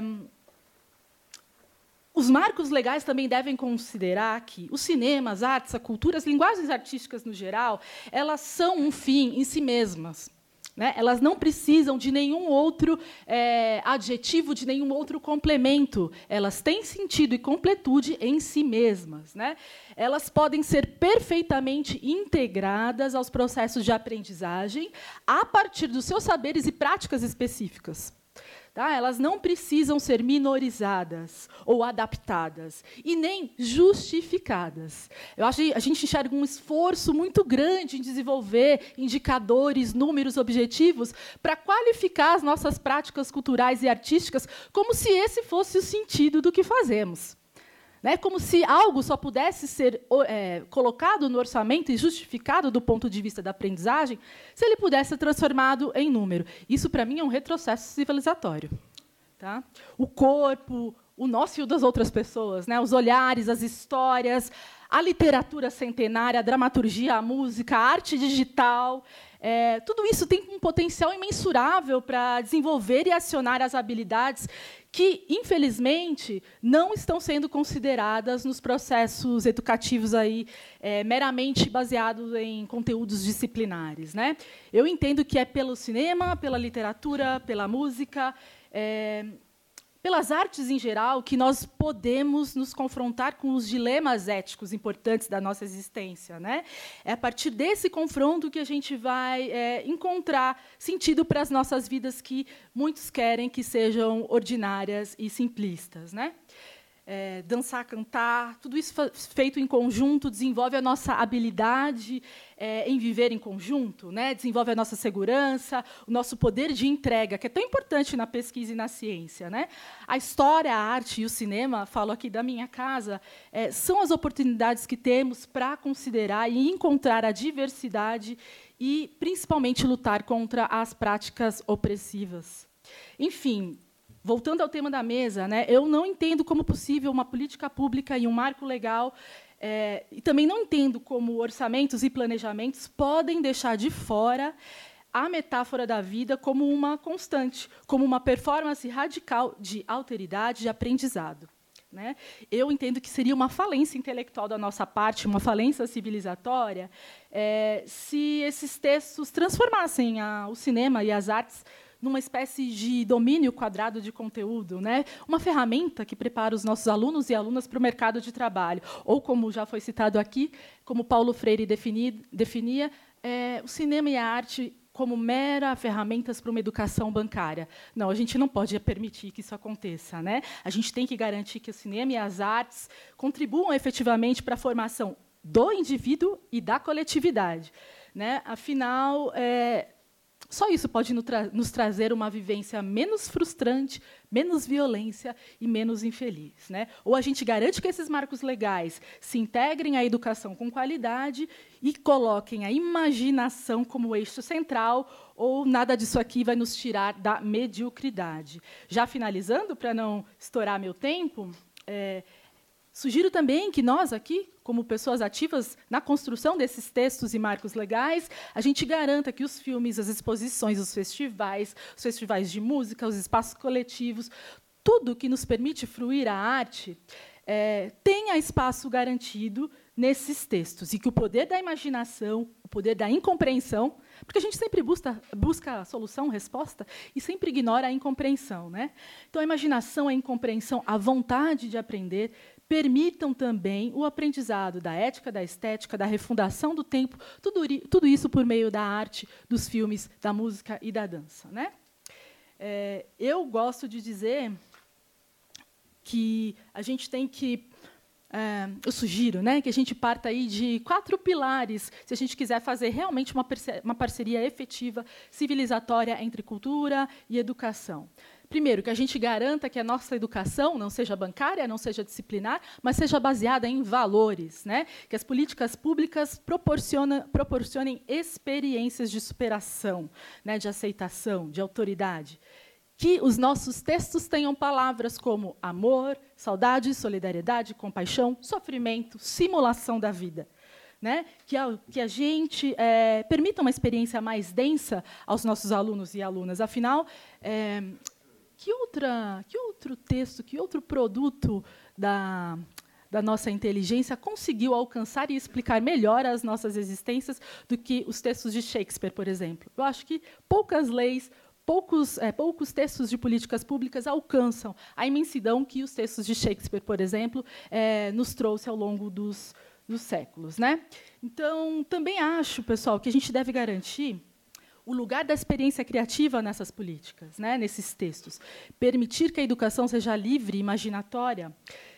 Speaker 5: os marcos legais também devem considerar que os cinemas, as artes, a cultura, as linguagens artísticas, no geral, elas são um fim em si mesmas. Né? Elas não precisam de nenhum outro é, adjetivo, de nenhum outro complemento. Elas têm sentido e completude em si mesmas. Né? Elas podem ser perfeitamente integradas aos processos de aprendizagem a partir dos seus saberes e práticas específicas. Tá? Elas não precisam ser minorizadas ou adaptadas, e nem justificadas. Eu acho que a gente enxerga um esforço muito grande em desenvolver indicadores, números objetivos para qualificar as nossas práticas culturais e artísticas como se esse fosse o sentido do que fazemos. Né? Como se algo só pudesse ser é, colocado no orçamento e justificado do ponto de vista da aprendizagem se ele pudesse ser transformado em número. Isso, para mim, é um retrocesso civilizatório. Tá? O corpo, o nosso e o das outras pessoas, né? Os olhares, as histórias, a literatura centenária, a dramaturgia, a música, a arte digital, é, tudo isso tem um potencial imensurável para desenvolver e acionar as habilidades que, infelizmente, não estão sendo consideradas nos processos educativos aí, é, meramente baseados em conteúdos disciplinares. Né? Eu entendo que é pelo cinema, pela literatura, pela música, é, pelas artes em geral, que nós podemos nos confrontar com os dilemas éticos importantes da nossa existência. Né? É a partir desse confronto que a gente vai é, encontrar sentido para as nossas vidas que muitos querem que sejam ordinárias e simplistas. Né? É, dançar, cantar, tudo isso feito em conjunto desenvolve a nossa habilidade é, em viver em conjunto, né? Desenvolve a nossa segurança, o nosso poder de entrega, que é tão importante na pesquisa e na ciência. Né? A história, a arte e o cinema, falo aqui da minha casa, é, são as oportunidades que temos para considerar e encontrar a diversidade e, principalmente, lutar contra as práticas opressivas. Enfim, voltando ao tema da mesa, né, eu não entendo como possível uma política pública e um marco legal, é, e também não entendo como orçamentos e planejamentos podem deixar de fora a metáfora da vida como uma constante, como uma performance radical de alteridade e aprendizado. Né? Eu entendo que seria uma falência intelectual da nossa parte, uma falência civilizatória, é, se esses textos transformassem a, o cinema e as artes numa espécie de domínio quadrado de conteúdo, né? Uma ferramenta que prepara os nossos alunos e alunas para o mercado de trabalho. Ou, como já foi citado aqui, como Paulo Freire defini, definia, é, o cinema e a arte como mera ferramentas para uma educação bancária. Não, a gente não pode permitir que isso aconteça. Né? A gente tem que garantir que o cinema e as artes contribuam efetivamente para a formação do indivíduo e da coletividade. Né? Afinal, é, só isso pode nos trazer uma vivência menos frustrante, menos violência e menos infeliz. Né? Ou a gente garante que esses marcos legais se integrem à educação com qualidade e coloquem a imaginação como eixo central, ou nada disso aqui vai nos tirar da mediocridade. Já finalizando, para não estourar meu tempo, é, sugiro também que nós, aqui, como pessoas ativas na construção desses textos e marcos legais, a gente garanta que os filmes, as exposições, os festivais, os festivais de música, os espaços coletivos, tudo que nos permite fruir a arte, é, tenha espaço garantido nesses textos, e que o poder da imaginação, o poder da incompreensão, porque a gente sempre busca, busca a solução, resposta, e sempre ignora a incompreensão. Né? Então, a imaginação, a incompreensão, a vontade de aprender, permitam também o aprendizado da ética, da estética, da refundação do tempo, tudo, tudo isso por meio da arte, dos filmes, da música e da dança. Né? É, eu gosto de dizer que a gente tem que... É, eu sugiro, né, que a gente parta aí de quatro pilares, se a gente quiser fazer realmente uma, uma parceria efetiva, civilizatória entre cultura e educação. Primeiro, que a gente garanta que a nossa educação não seja bancária, não seja disciplinar, mas seja baseada em valores. Né? Que as políticas públicas proporcionem experiências de superação, né, de aceitação, de autoridade. Que os nossos textos tenham palavras como amor, saudade, solidariedade, compaixão, sofrimento, simulação da vida. Né? Que, a, que a gente é, permita uma experiência mais densa aos nossos alunos e alunas. Afinal, é, que, outra, que outro texto, que outro produto da, da nossa inteligência conseguiu alcançar e explicar melhor as nossas existências do que os textos de Shakespeare, por exemplo? Eu acho que poucas leis, Poucos, é, poucos textos de políticas públicas alcançam a imensidão que os textos de Shakespeare, por exemplo, é, nos trouxe ao longo dos, dos séculos. Né? Então, também acho, pessoal, que a gente deve garantir o lugar da experiência criativa nessas políticas, né, nesses textos. Permitir que a educação seja livre, imaginatória,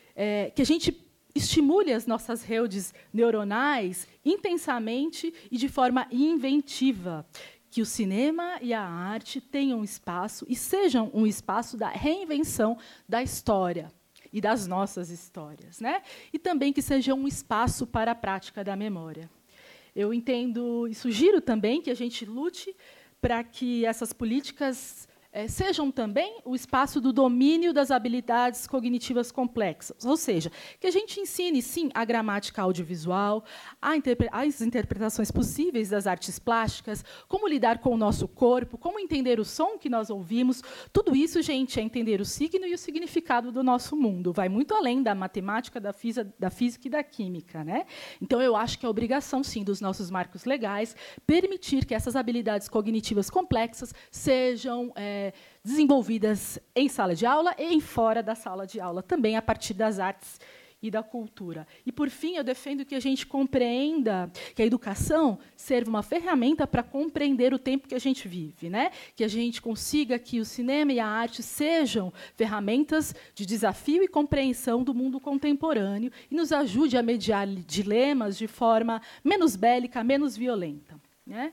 Speaker 5: é, que a gente estimule as nossas redes neuronais intensamente e de forma inventiva, que o cinema e a arte tenham espaço e sejam um espaço da reinvenção da história e das nossas histórias, né? E também que sejam um espaço para a prática da memória. Eu entendo e sugiro também que a gente lute para que essas políticas É, sejam também o espaço do domínio das habilidades cognitivas complexas, ou seja, que a gente ensine, sim, a gramática audiovisual, a interpre as interpretações possíveis das artes plásticas, como lidar com o nosso corpo, como entender o som que nós ouvimos. Tudo isso, gente, é entender o signo e o significado do nosso mundo. Vai muito além da matemática, da, fisa, da física e da química, né? Então, eu acho que é obrigação, sim, dos nossos marcos legais permitir que essas habilidades cognitivas complexas sejam é, desenvolvidas em sala de aula e em fora da sala de aula, também a partir das artes e da cultura. E, por fim, eu defendo que a gente compreenda que a educação serve uma ferramenta para compreender o tempo que a gente vive, né? Que a gente consiga que o cinema e a arte sejam ferramentas de desafio e compreensão do mundo contemporâneo e nos ajude a mediar dilemas de forma menos bélica, menos violenta, né?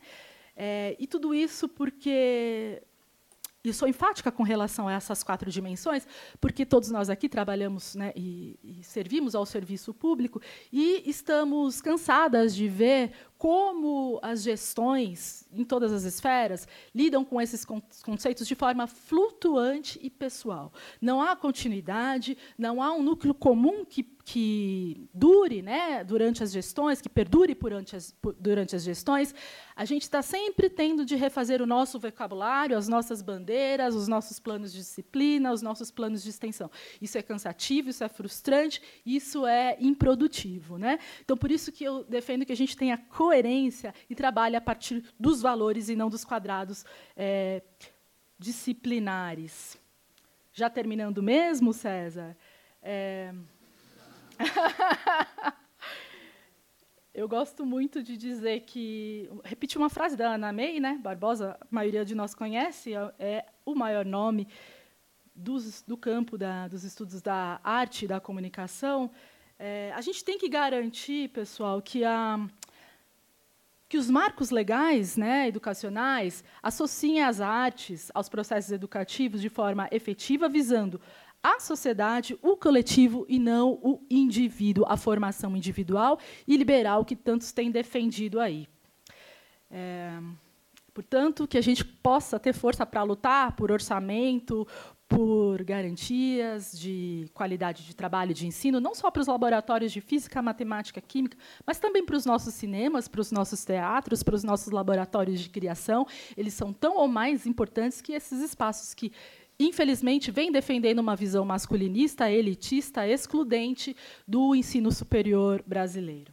Speaker 5: É, e tudo isso porque... E sou enfática com relação a essas quatro dimensões, porque todos nós aqui trabalhamos, né, e, e servimos ao serviço público e estamos cansadas de ver como as gestões, em todas as esferas, lidam com esses conceitos de forma flutuante e pessoal. Não há continuidade, não há um núcleo comum que, que dure, né, durante as gestões, que perdure durante as, durante as gestões. A gente está sempre tendo de refazer o nosso vocabulário, as nossas bandeiras, os nossos planos de disciplina, os nossos planos de extensão. Isso é cansativo, isso é frustrante, isso é improdutivo, né? Então, por isso que eu defendo que a gente tenha coerência e trabalhe a partir dos valores e não dos quadrados é, disciplinares. Já terminando mesmo, César? É... Eu gosto muito de dizer que... Repetir uma frase da Ana May, né? Barbosa, a maioria de nós conhece, é o maior nome dos, do campo da, dos estudos da arte e da comunicação. É, a gente tem que garantir, pessoal, que, a, que os marcos legais, né, educacionais associem as artes aos processos educativos de forma efetiva, visando a sociedade, o coletivo e não o indivíduo, a formação individual e liberal que tantos têm defendido aí. É, portanto, que a gente possa ter força para lutar por orçamento, por garantias de qualidade de trabalho e de ensino, não só para os laboratórios de física, matemática, química, mas também para os nossos cinemas, para os nossos teatros, para os nossos laboratórios de criação. Eles são tão ou mais importantes que esses espaços que, infelizmente, vem defendendo uma visão masculinista, elitista, excludente do ensino superior brasileiro.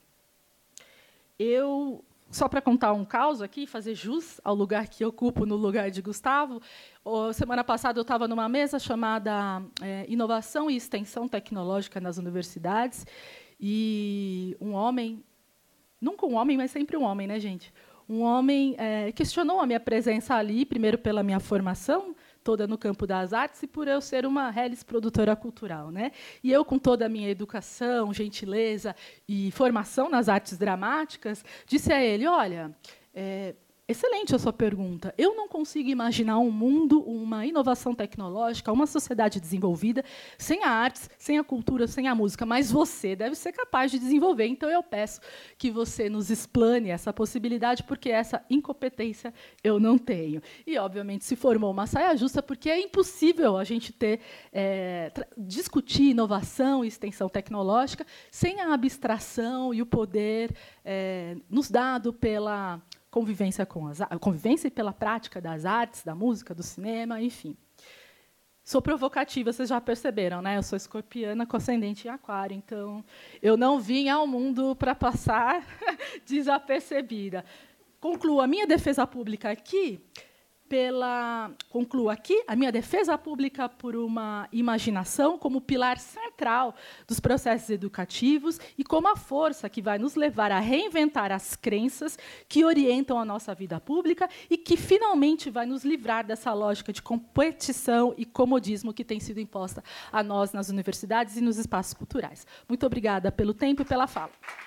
Speaker 5: Eu, só para contar um caos aqui, fazer jus ao lugar que ocupo no lugar de Gustavo, semana passada eu estava numa mesa chamada é, Inovação e Extensão Tecnológica nas Universidades, e um homem, nunca um homem, mas sempre um homem, né, gente? Um homem é, questionou a minha presença ali, primeiro pela minha formação, toda no campo das artes, e por eu ser uma reles produtora cultural, né? E eu, com toda a minha educação, gentileza e formação nas artes dramáticas, disse a ele, olha, é, excelente a sua pergunta. Eu não consigo imaginar um mundo, uma inovação tecnológica, uma sociedade desenvolvida sem a arte, sem a cultura, sem a música, mas você deve ser capaz de desenvolver. Então, eu peço que você nos explane essa possibilidade, porque essa incompetência eu não tenho. E, obviamente, se formou uma saia justa, porque é impossível a gente ter, é, discutir inovação e extensão tecnológica sem a abstração e o poder é, nos dado pela convivência com as convivência e pela prática das artes, da música, do cinema, enfim. Sou provocativa, vocês já perceberam, né? Eu sou escorpiana com ascendente em aquário, então eu não vim ao mundo para passar desapercebida. Concluo a minha defesa pública aqui pela, concluo aqui, a minha defesa pública por uma imaginação como pilar central dos processos educativos e como a força que vai nos levar a reinventar as crenças que orientam a nossa vida pública e que, finalmente, vai nos livrar dessa lógica de competição e comodismo que tem sido imposta a nós nas universidades e nos espaços culturais. Muito obrigada pelo tempo e pela fala.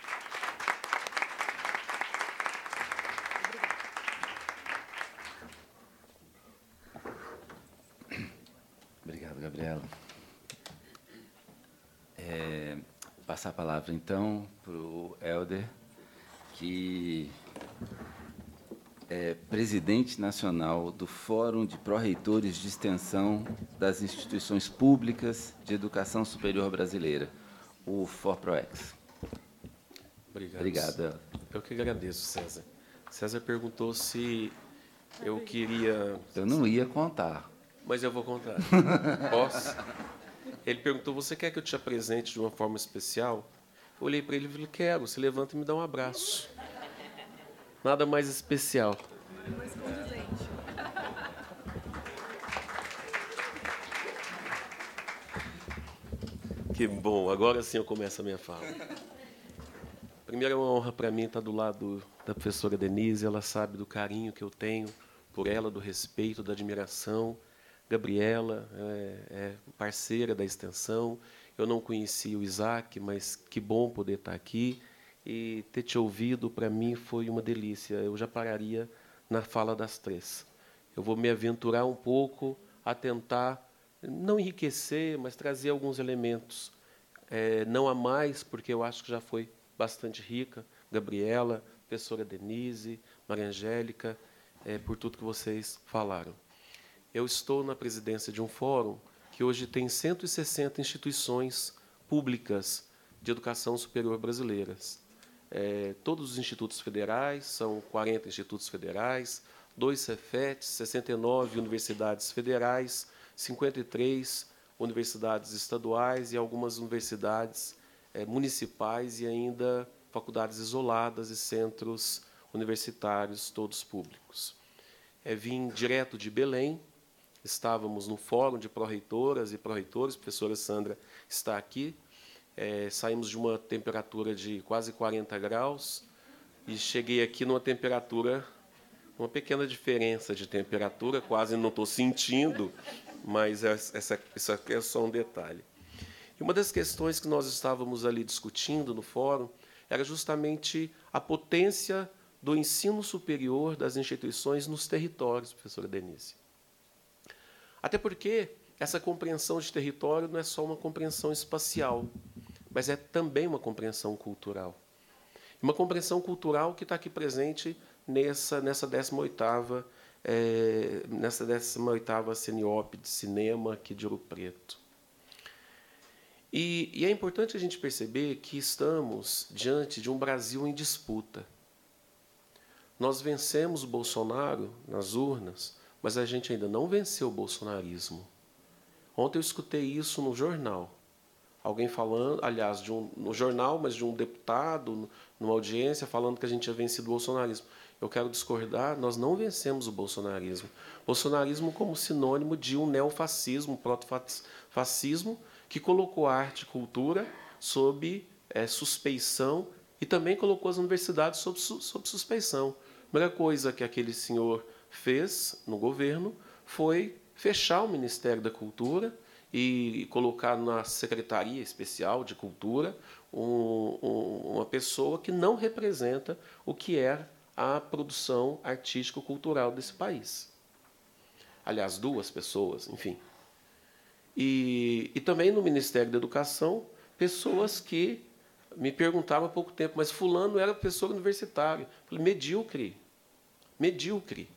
Speaker 3: Obrigado, Gabriela. É, passar a palavra, então, para o Helder, que é presidente nacional do Fórum de Pró-Reitores de Extensão das Instituições Públicas de Educação Superior Brasileira, o FORPROEX.
Speaker 6: Obrigado.
Speaker 3: Obrigado, Helder.
Speaker 6: Eu que agradeço, César. César perguntou se eu queria...
Speaker 3: Eu não ia contar.
Speaker 6: Mas eu vou contar. Posso? Ele perguntou, você quer que eu te apresente de uma forma especial? Eu olhei para ele e falei, quero. Você levanta e me dá um abraço. Nada mais especial. Que bom. Agora sim eu começo a minha fala. Primeiro, é uma honra para mim estar do lado da professora Denise. Ela sabe do carinho que eu tenho por ela, do respeito, da admiração. Gabriela é, é parceira da extensão. Eu não conhecia o Isaac, mas que bom poder estar aqui. E ter te ouvido, para mim, foi uma delícia. Eu já pararia na fala das três. Eu vou me aventurar um pouco a tentar, não enriquecer, mas trazer alguns elementos. É, não a mais, porque eu acho que já foi bastante rica. Gabriela, professora Denise, Maria Angélica, é, por tudo que vocês falaram. Eu estou na presidência de um fórum que hoje tem cento e sessenta instituições públicas de educação superior brasileiras. É, todos os institutos federais, são quarenta institutos federais, dois Cefetes, sessenta e nove universidades federais, cinquenta e três universidades estaduais e algumas universidades é, municipais e ainda faculdades isoladas e centros universitários, todos públicos. É, vim direto de Belém. Estávamos no fórum de pró-reitoras e pró-reitores, a professora Sandra está aqui. É, saímos de uma temperatura de quase quarenta graus e cheguei aqui numa temperatura, uma pequena diferença de temperatura, quase não estou sentindo, mas essa, isso aqui é só um detalhe. E uma das questões que nós estávamos ali discutindo no fórum era justamente a potência do ensino superior das instituições nos territórios, professora Denise. Até porque essa compreensão de território não é só uma compreensão espacial, mas é também uma compreensão cultural. Uma compreensão cultural que está aqui presente nessa, nessa décima oitava, é, nessa décima oitava CENIOP de cinema aqui de Ouro Preto. E, e é importante a gente perceber que estamos diante de um Brasil em disputa. Nós vencemos o Bolsonaro nas urnas, mas a gente ainda não venceu o bolsonarismo. Ontem eu escutei isso no jornal. Alguém falando, aliás, de um, no jornal, mas de um deputado, numa audiência, falando que a gente tinha vencido o bolsonarismo. Eu quero discordar, nós não vencemos o bolsonarismo. Bolsonarismo como sinônimo de um neofascismo, um protofascismo, que colocou arte e cultura sob é, suspeição e também colocou as universidades sob, sob suspeição. A primeira coisa que aquele senhor fez no governo foi fechar o Ministério da Cultura e colocar na Secretaria Especial de Cultura um, um, uma pessoa que não representa o que é a produção artístico-cultural desse país. Aliás, duas pessoas, enfim. E, e também no Ministério da Educação, pessoas que me perguntaram há pouco tempo, mas fulano era professor universitário. Eu falei, medíocre. Medíocre.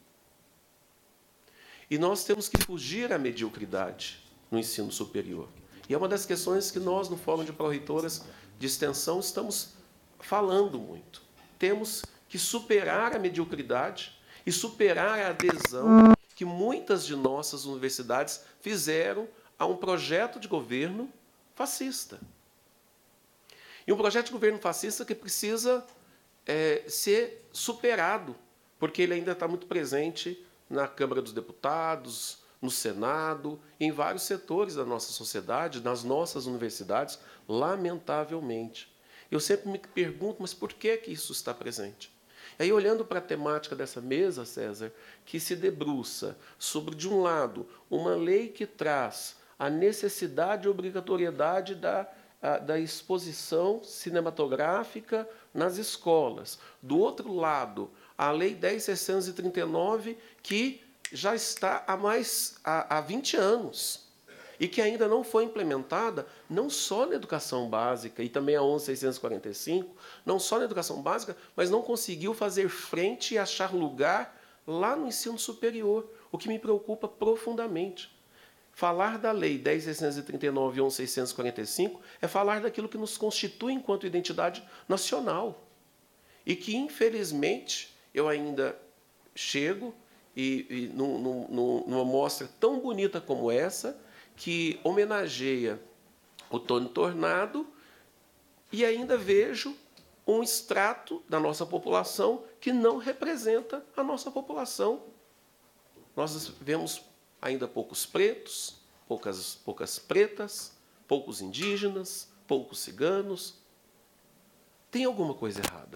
Speaker 6: E nós temos que fugir à mediocridade no ensino superior. E é uma das questões que nós, no Fórum de Pró-Reitoras de Extensão, estamos falando muito. Temos que superar a mediocridade e superar a adesão que muitas de nossas universidades fizeram a um projeto de governo fascista. E um projeto de governo fascista que precisa é, ser superado, porque ele ainda está muito presente na Câmara dos Deputados, no Senado, em vários setores da nossa sociedade, nas nossas universidades, lamentavelmente. Eu sempre me pergunto, mas por que que isso está presente? E aí, olhando para a temática dessa mesa, César, que se debruça sobre, de um lado, uma lei que traz a necessidade e obrigatoriedade da, a, da exposição cinematográfica nas escolas. Do outro lado, a Lei dez mil seiscentos e trinta e nove, que já está há, mais, há, há vinte anos e que ainda não foi implementada, não só na educação básica, e também a onze mil seiscentos e quarenta e cinco, não só na educação básica, mas não conseguiu fazer frente e achar lugar lá no ensino superior, o que me preocupa profundamente. Falar da Lei dez mil seiscentos e trinta e nove e onze mil seiscentos e quarenta e cinco é falar daquilo que nos constitui enquanto identidade nacional. E que, infelizmente, eu ainda chego e, e num, num, numa mostra tão bonita como essa, que homenageia o Tony Tornado, e ainda vejo um extrato da nossa população que não representa a nossa população. Nós vemos ainda poucos pretos, poucas, poucas pretas, poucos indígenas, poucos ciganos. Tem alguma coisa errada.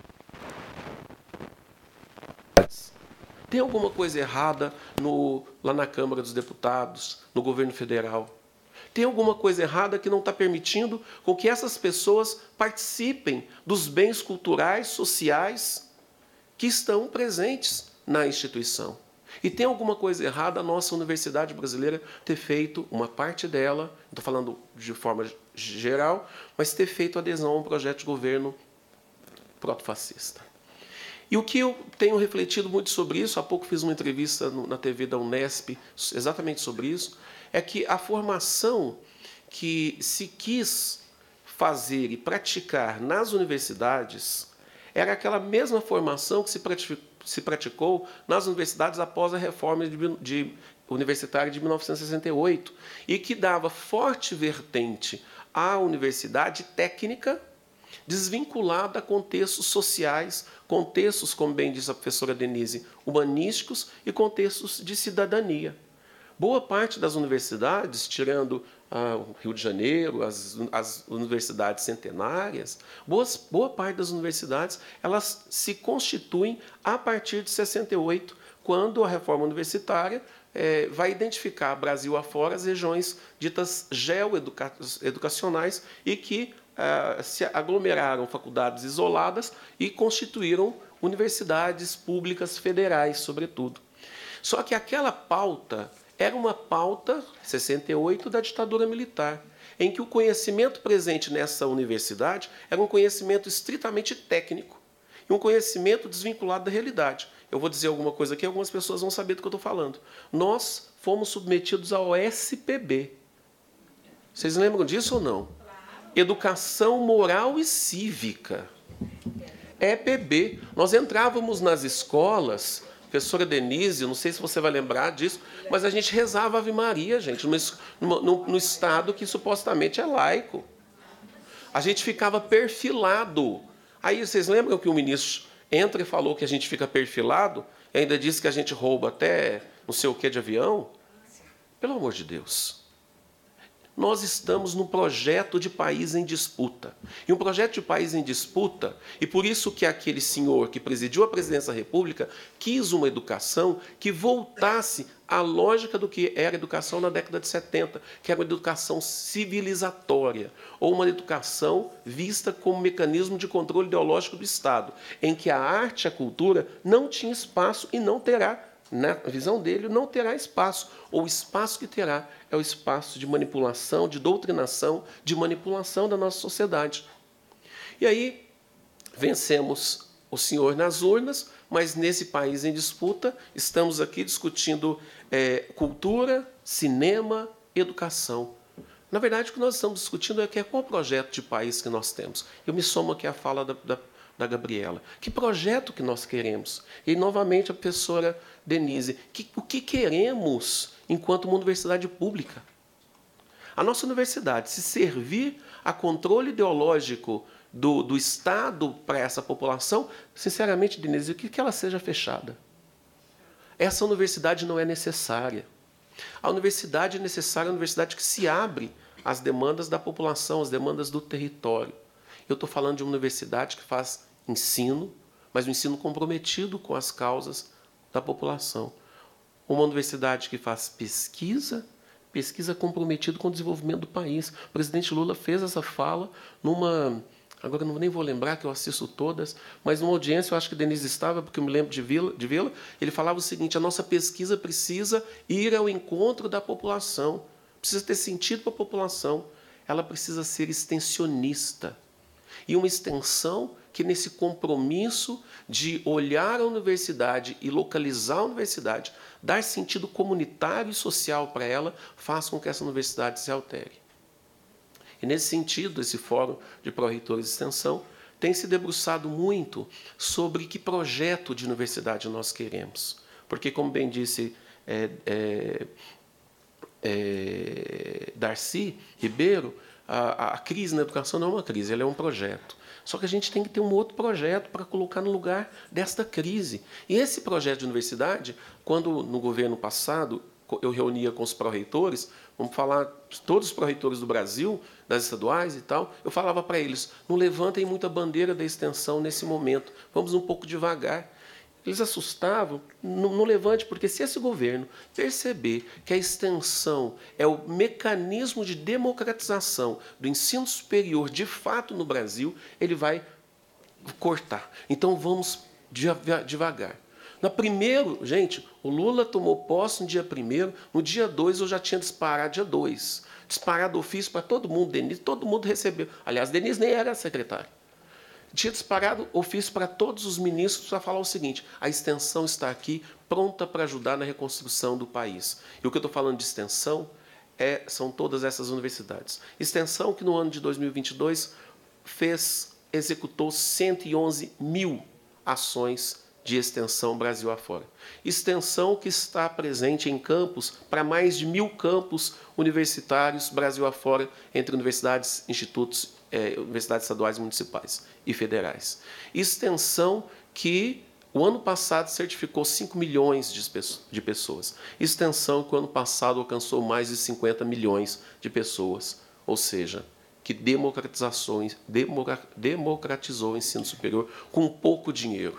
Speaker 6: Tem alguma coisa errada no, lá na Câmara dos Deputados, no governo federal. Tem alguma coisa errada que não está permitindo com que essas pessoas participem dos bens culturais, sociais que estão presentes na instituição. E tem alguma coisa errada a nossa universidade brasileira ter feito, uma parte dela, estou falando de forma geral, mas ter feito adesão a um projeto de governo protofascista. E o que eu tenho refletido muito sobre isso, há pouco fiz uma entrevista na T V da Unesp exatamente sobre isso, é que a formação que se quis fazer e praticar nas universidades era aquela mesma formação que se praticou, se praticou nas universidades após a reforma de, de, universitária de mil novecentos e sessenta e oito, e que dava forte vertente à universidade técnica, desvinculada a contextos sociais, contextos, como bem disse a professora Denise, humanísticos e contextos de cidadania. Boa parte das universidades, tirando ah, o Rio de Janeiro, as, as universidades centenárias, boas, boa parte das universidades elas se constituem a partir de sessenta e oito, quando a reforma universitária eh, vai identificar Brasil afora as regiões ditas geoeducacionais e que Uh, se aglomeraram faculdades isoladas e constituíram universidades públicas federais, sobretudo. Só que aquela pauta era uma pauta, sessenta e oito, da ditadura militar, em que o conhecimento presente nessa universidade era um conhecimento estritamente técnico e um conhecimento desvinculado da realidade. Eu vou dizer alguma coisa aqui, algumas pessoas vão saber do que eu estou falando. Nós fomos submetidos ao S P B. Vocês lembram disso ou não? Educação Moral e Cívica. E P B. Nós entrávamos nas escolas, professora Denise, não sei se você vai lembrar disso, mas a gente rezava Ave Maria, gente, no, no, no estado que supostamente é laico. A gente ficava perfilado. Aí vocês lembram que o ministro entra e falou que a gente fica perfilado, e ainda disse que a gente rouba até não sei o que de avião? Pelo amor de Deus. Nós estamos num projeto de país em disputa. E um projeto de país em disputa, e por isso que aquele senhor que presidiu a presidência da República quis uma educação que voltasse à lógica do que era a educação na década de setenta, que era uma educação civilizatória, ou uma educação vista como mecanismo de controle ideológico do Estado, em que a arte e a cultura não tinham espaço e não terá. Na visão dele, não terá espaço, ou o espaço que terá é o espaço de manipulação, de doutrinação, de manipulação da nossa sociedade. E aí, vencemos o senhor nas urnas, mas nesse país em disputa, estamos aqui discutindo é, cultura, cinema, educação. Na verdade, o que nós estamos discutindo é, que é qual o projeto de país que nós temos. Eu me somo aqui à fala da, da da Gabriela. Que projeto que nós queremos? E, novamente, a professora Denise. Que, o que queremos enquanto uma universidade pública? A nossa universidade, se servir a controle ideológico do, do Estado para essa população, sinceramente, Denise, eu quero que ela seja fechada. essa universidade não é necessária. A universidade é necessária, a universidade que se abre às demandas da população, às demandas do território. Eu estou falando de uma universidade que faz ensino, mas um ensino comprometido com as causas da população. Uma universidade que faz pesquisa, pesquisa comprometida com o desenvolvimento do país. O presidente Lula fez essa fala numa... Agora eu não nem vou lembrar, que eu assisto todas, mas numa audiência, eu acho que Denise estava, porque eu me lembro de vê-la, de vê-la, ele falava o seguinte: a nossa pesquisa precisa ir ao encontro da população, precisa ter sentido para a população, ela precisa ser extensionista. E uma extensão que, nesse compromisso de olhar a universidade e localizar a universidade, dar sentido comunitário e social para ela, faça com que essa universidade se altere. E, nesse sentido, esse Fórum de Pró-Reitores de Extensão tem se debruçado muito sobre que projeto de universidade nós queremos. Porque, como bem disse é, é, é, Darcy Ribeiro, a, a crise na educação não é uma crise, ela é um projeto. Só que a gente tem que ter um outro projeto para colocar no lugar desta crise. E esse projeto de universidade, quando no governo passado eu reunia com os pró-reitores, vamos falar de todos os pró-reitores do Brasil, das estaduais e tal, eu falava para eles: não levantem muita bandeira da extensão nesse momento, vamos um pouco devagar. Eles assustavam: não, não levante, porque se esse governo perceber que a extensão é o mecanismo de democratização do ensino superior de fato no Brasil, ele vai cortar. Então vamos devagar. No primeiro, gente, o Lula tomou posse no dia primeiro, no dia dois eu já tinha disparado, dia dois, disparado ofício para todo mundo, Denise, todo mundo recebeu. Aliás, Denise nem era secretária. Tinha disparado ofício para todos os ministros para falar o seguinte: a extensão está aqui, pronta para ajudar na reconstrução do país. E o que eu estou falando de extensão é, são todas essas universidades. Extensão que no ano de dois mil e vinte e dois fez, executou cento e onze mil ações de extensão Brasil afora. Extensão que está presente em campos, para mais de mil campos universitários Brasil afora, entre universidades, institutos, eh, universidades estaduais, municipais e federais. Extensão que o ano passado certificou cinco milhões de pessoas. Extensão que o ano passado alcançou mais de cinquenta milhões de pessoas. Ou seja, que democratizou, democratizou o ensino superior com pouco dinheiro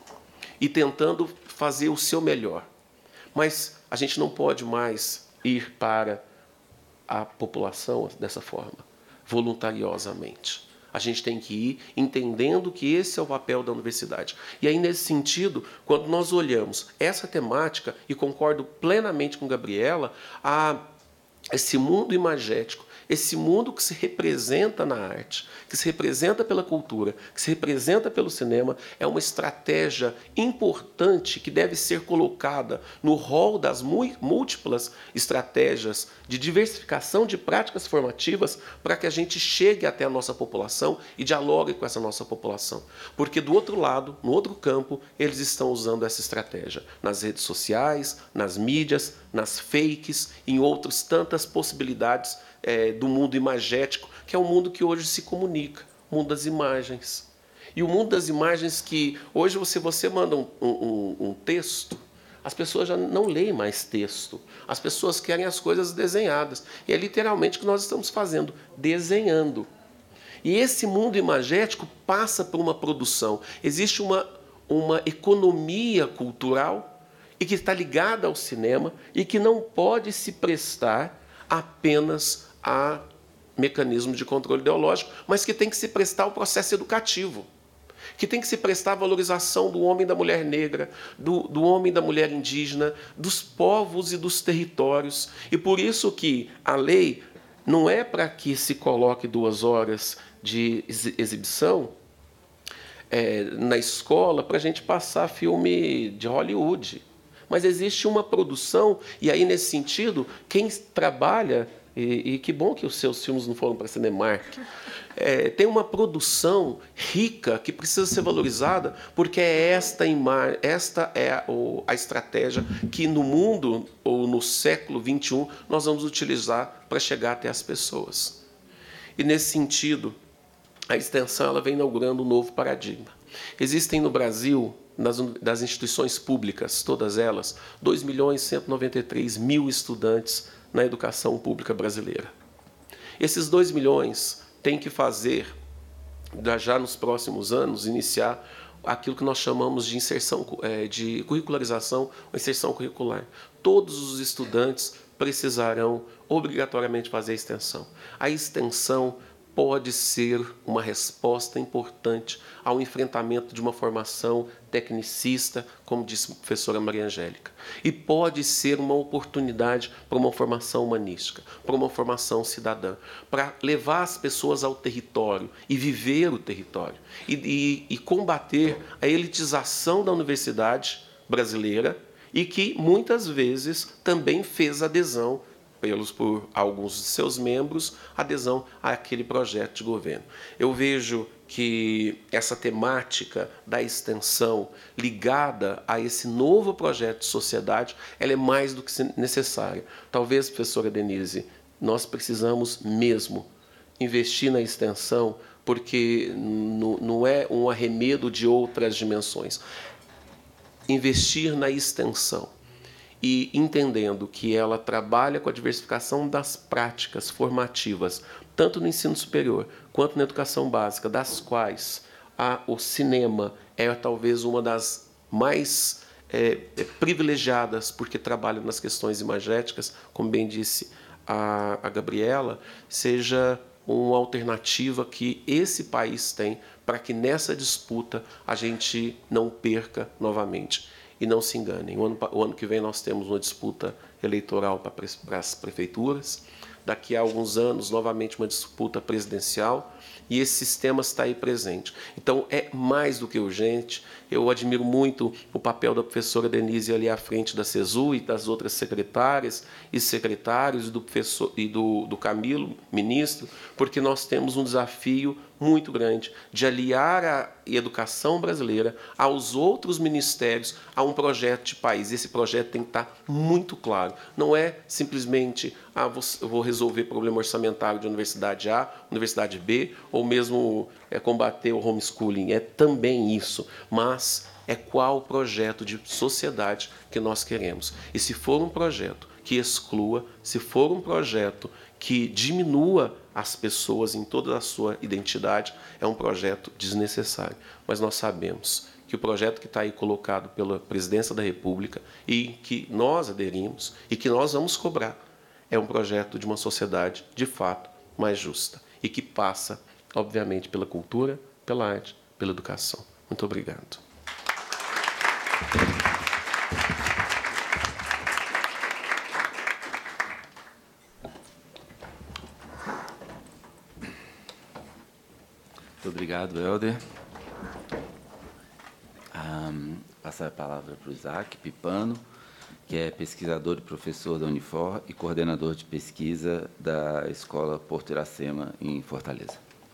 Speaker 6: e tentando fazer o seu melhor. Mas a gente não pode mais ir para a população dessa forma, voluntariosamente. A gente tem que ir entendendo que esse é o papel da universidade. E aí, nesse sentido, quando nós olhamos essa temática, e concordo plenamente com Gabriela, a esse mundo imagético, esse mundo que se representa na arte, que se representa pela cultura, que se representa pelo cinema, é uma estratégia importante que deve ser colocada no rol das múltiplas estratégias de diversificação de práticas formativas para que a gente chegue até a nossa população e dialogue com essa nossa população. Porque do outro lado, no outro campo, eles estão usando essa estratégia nas redes sociais, nas mídias, nas fakes, em outras tantas possibilidades É, do mundo imagético, que é o mundo que hoje se comunica, o mundo das imagens. E o mundo das imagens que hoje você, você manda um, um, um texto, as pessoas já não leem mais texto, as pessoas querem as coisas desenhadas. E é literalmente o que nós estamos fazendo, desenhando. E esse mundo imagético passa por uma produção. Existe uma, uma economia cultural e que está ligada ao cinema e que não pode se prestar apenas a mecanismo de controle ideológico, mas que tem que se prestar ao processo educativo, que tem que se prestar à valorização do homem e da mulher negra, do, do homem e da mulher indígena, dos povos e dos territórios. E por isso que a lei não é para que se coloque duas horas de exibição é, na escola para a gente passar filme de Hollywood. Mas existe uma produção, e aí, nesse sentido, quem trabalha, e, e que bom que os seus filmes não foram para a Cinemark, é, tem uma produção rica que precisa ser valorizada, porque é esta, ima esta é a, a estratégia que no mundo, ou no século vinte e um, nós vamos utilizar para chegar até as pessoas. E, nesse sentido, a extensão ela vem inaugurando um novo paradigma. Existem no Brasil, nas, das instituições públicas, todas elas, dois milhões cento e noventa e três mil estudantes na educação pública brasileira. Esses dois milhões têm que fazer, já nos próximos anos, iniciar aquilo que nós chamamos de inserção, de curricularização ou inserção curricular. Todos os estudantes precisarão obrigatoriamente fazer a extensão. A extensão pode ser uma resposta importante ao enfrentamento de uma formação tecnicista, como disse a professora Maria Angélica. E pode ser uma oportunidade para uma formação humanística, para uma formação cidadã, para levar as pessoas ao território e viver o território, e, e, e combater a elitização da universidade brasileira, e que muitas vezes também fez adesão pelos por alguns de seus membros, adesão àquele projeto de governo. Eu vejo que essa temática da extensão ligada a esse novo projeto de sociedade, ela é mais do que necessária. Talvez, professora Denise, nós precisamos mesmo investir na extensão, porque não é um arremedo de outras dimensões. Investir na extensão e entendendo que ela trabalha com a diversificação das práticas formativas, tanto no ensino superior quanto na educação básica, das quais a, o cinema é talvez uma das mais é, privilegiadas, porque trabalha nas questões imagéticas, como bem disse a, a Gabriela, seja uma alternativa que esse país tem para que nessa disputa a gente não perca novamente. E não se enganem, o ano, o ano que vem nós temos uma disputa eleitoral para, para as prefeituras, daqui a alguns anos, novamente, uma disputa presidencial, e esse sistema está aí presente. Então, é mais do que urgente. Eu admiro muito o papel da professora Denise ali à frente da CESU e das outras secretárias e secretários, e do, professor, e do, do Camilo, ministro, porque nós temos um desafio muito grande de aliar a educação brasileira aos outros ministérios a um projeto de país. Esse projeto tem que estar muito claro. Não é simplesmente ah, vou, eu vou resolver problema orçamentário de universidade A, universidade B, ou mesmo é, combater o homeschooling. É também isso, mas é qual projeto de sociedade que nós queremos. E se for um projeto que exclua, se for um projeto que diminua as pessoas em toda a sua identidade, é um projeto desnecessário. Mas nós sabemos que o projeto que está aí colocado pela Presidência da República e que nós aderimos e que nós vamos cobrar, é um projeto de uma sociedade, de fato, mais justa e que passa, obviamente, pela cultura, pela arte, pela educação. Muito obrigado.
Speaker 3: Muito obrigado, Helder. Um, passar a palavra para o Isaac Pipano, que é pesquisador e professor da Unifor e coordenador de pesquisa da Escola Porto Iracema, em Fortaleza.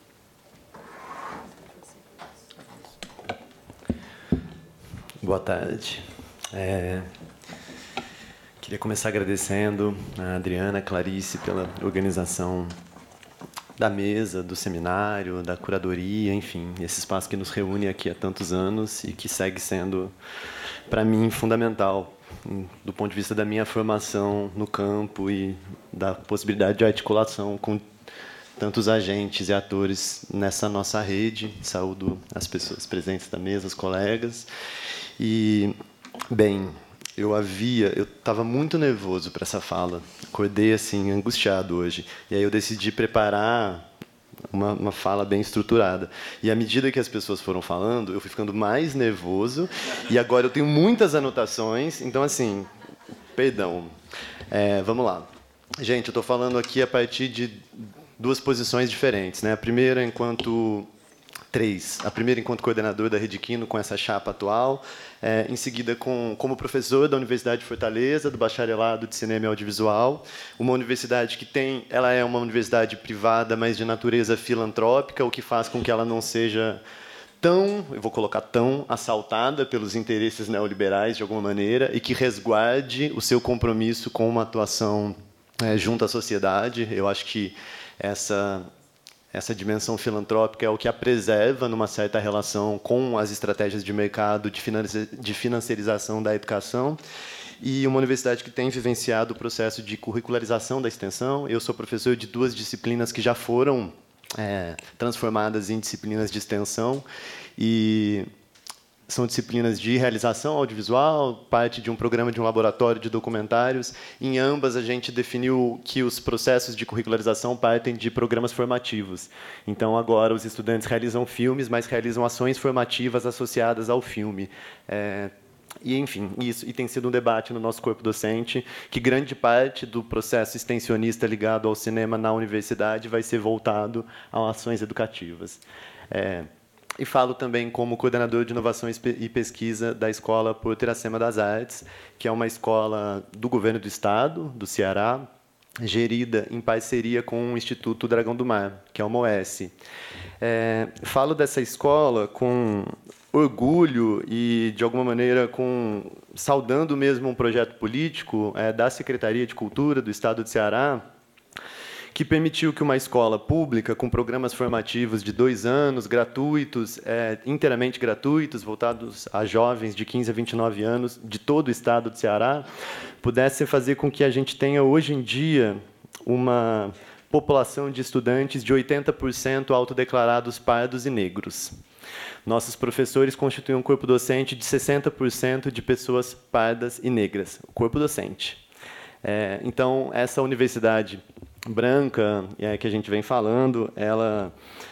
Speaker 7: Boa tarde. É, queria começar agradecendo a Adriana, a Clarice, pela organização da mesa, do seminário, da curadoria, enfim, esse espaço que nos reúne aqui há tantos anos e que segue sendo, para mim, fundamental do ponto de vista da minha formação no campo e da possibilidade de articulação com tantos agentes e atores nessa nossa rede. Saúdo as pessoas presentes da mesa, os colegas. E, bem, eu havia, eu estava muito nervoso para essa fala, acordei assim, angustiado hoje, e aí eu decidi preparar uma, uma fala bem estruturada. E à medida que as pessoas foram falando, eu fui ficando mais nervoso, e agora eu tenho muitas anotações, então, assim, perdão. É, vamos lá. Gente, eu estou falando aqui a partir de duas posições diferentes, né? A primeira, enquanto... Três. A primeira, enquanto coordenador da Rede Quino, com essa chapa atual. É, em seguida, com, como professor da Universidade de Fortaleza, do Bacharelado de Cinema e Audiovisual. Uma universidade que tem... Ela é uma universidade privada, mas de natureza filantrópica, o que faz com que ela não seja tão, eu vou colocar tão, assaltada pelos interesses neoliberais, de alguma maneira, e que resguarde o seu compromisso com uma atuação é, junto à sociedade. Eu acho que essa... essa dimensão filantrópica é o que a preserva numa certa relação com as estratégias de mercado de financiarização da educação, e uma universidade que tem vivenciado o processo de curricularização da extensão. Eu sou professor de duas disciplinas que já foram é, transformadas em disciplinas de extensão, e são disciplinas de realização audiovisual, parte de um programa de um laboratório de documentários. Em ambas, a gente definiu que os processos de curricularização partem de programas formativos. Então, agora, os estudantes realizam filmes, mas realizam ações formativas associadas ao filme. É, E, enfim, isso e tem sido um debate no nosso corpo docente, que grande parte do processo extensionista ligado ao cinema na universidade vai ser voltado a ações educativas. É, e falo também como coordenador de inovação e pesquisa da Escola Porto Iracema das Artes, que é uma escola do governo do estado, do Ceará, gerida em parceria com o Instituto Dragão do Mar, que é uma O S. É, falo dessa escola com orgulho e, de alguma maneira, com saudando mesmo um projeto político é, da Secretaria de Cultura do Estado do Ceará, que permitiu que uma escola pública, com programas formativos de dois anos, gratuitos, é, inteiramente gratuitos, voltados a jovens de quinze a vinte e nove anos, de todo o Estado do Ceará, pudesse fazer com que a gente tenha, hoje em dia, uma população de estudantes de oitenta por cento autodeclarados pardos e negros. Nossos professores constituem um corpo docente de sessenta por cento de pessoas pardas e negras, o corpo docente. É, então, essa universidade branca é, que a gente vem falando, ela,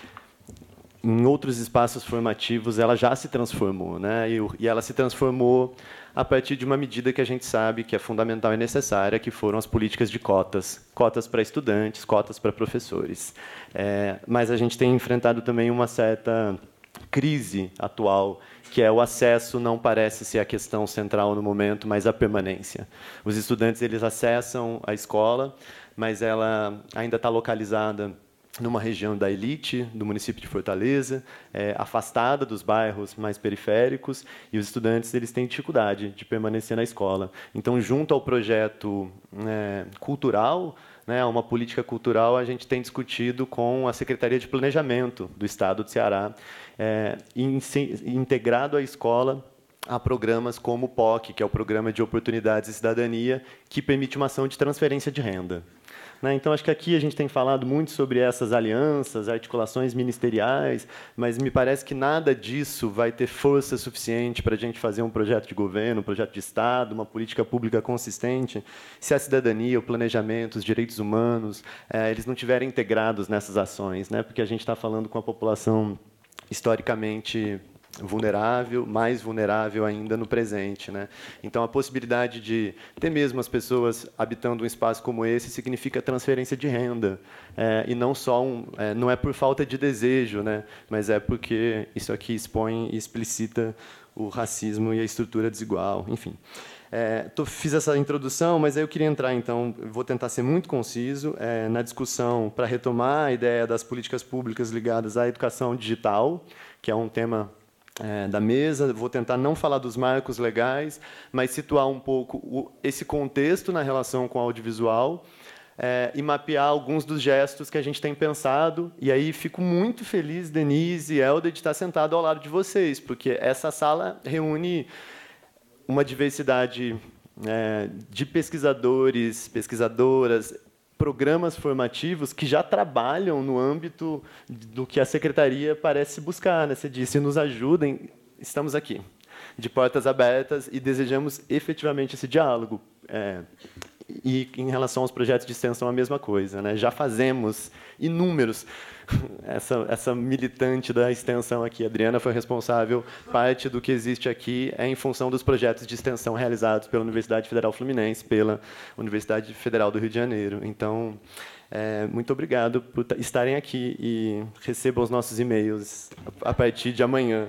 Speaker 7: em outros espaços formativos, ela já se transformou, né? E, e ela se transformou a partir de uma medida que a gente sabe que é fundamental e necessária, que foram as políticas de cotas, cotas para estudantes, cotas para professores. É, mas a gente tem enfrentado também uma certa crise atual, que é o acesso não parece ser a questão central no momento, mas a permanência. Os estudantes eles acessam a escola, mas ela ainda está localizada numa região da elite do município de Fortaleza, é, afastada dos bairros mais periféricos, e os estudantes eles têm dificuldade de permanecer na escola. Então, junto ao projeto é, cultural, né, uma política cultural, a gente tem discutido com a Secretaria de Planejamento do Estado do Ceará, é, integrado à escola a programas como o P O C, que é o Programa de Oportunidades e Cidadania, que permite uma ação de transferência de renda. Então, acho que aqui a gente tem falado muito sobre essas alianças, articulações ministeriais, mas me parece que nada disso vai ter força suficiente para a gente fazer um projeto de governo, um projeto de Estado, uma política pública consistente, se a cidadania, o planejamento, os direitos humanos, é, eles não estiverem integrados nessas ações, né? Porque a gente está falando com a população historicamente vulnerável, mais vulnerável ainda no presente, né? Então, a possibilidade de ter mesmo as pessoas habitando um espaço como esse significa transferência de renda, é, e não só um, é, não é por falta de desejo, né? Mas é porque isso aqui expõe e explicita o racismo e a estrutura desigual, enfim. É, tô, fiz essa introdução, mas aí eu queria entrar, então, vou tentar ser muito conciso é, na discussão para retomar a ideia das políticas públicas ligadas à educação digital, que é um tema É, da mesa. Vou tentar não falar dos marcos legais, mas situar um pouco o, esse contexto na relação com o audiovisual é, e mapear alguns dos gestos que a gente tem pensado. E aí fico muito feliz, Denise e Helder, de estar sentado ao lado de vocês, porque essa sala reúne uma diversidade é, de pesquisadores, pesquisadoras, programas formativos que já trabalham no âmbito do que a Secretaria parece buscar, né? Você disse, nos ajudem, estamos aqui, de portas abertas, e desejamos efetivamente esse diálogo. É, e, em relação aos projetos de extensão, a mesma coisa, né? Já fazemos inúmeros. Essa, essa militante da extensão aqui, Adriana, foi responsável, parte do que existe aqui é em função dos projetos de extensão realizados pela Universidade Federal Fluminense, pela Universidade Federal do Rio de Janeiro. Então, é, muito obrigado por estarem aqui e recebam os nossos e-mails a partir de amanhã.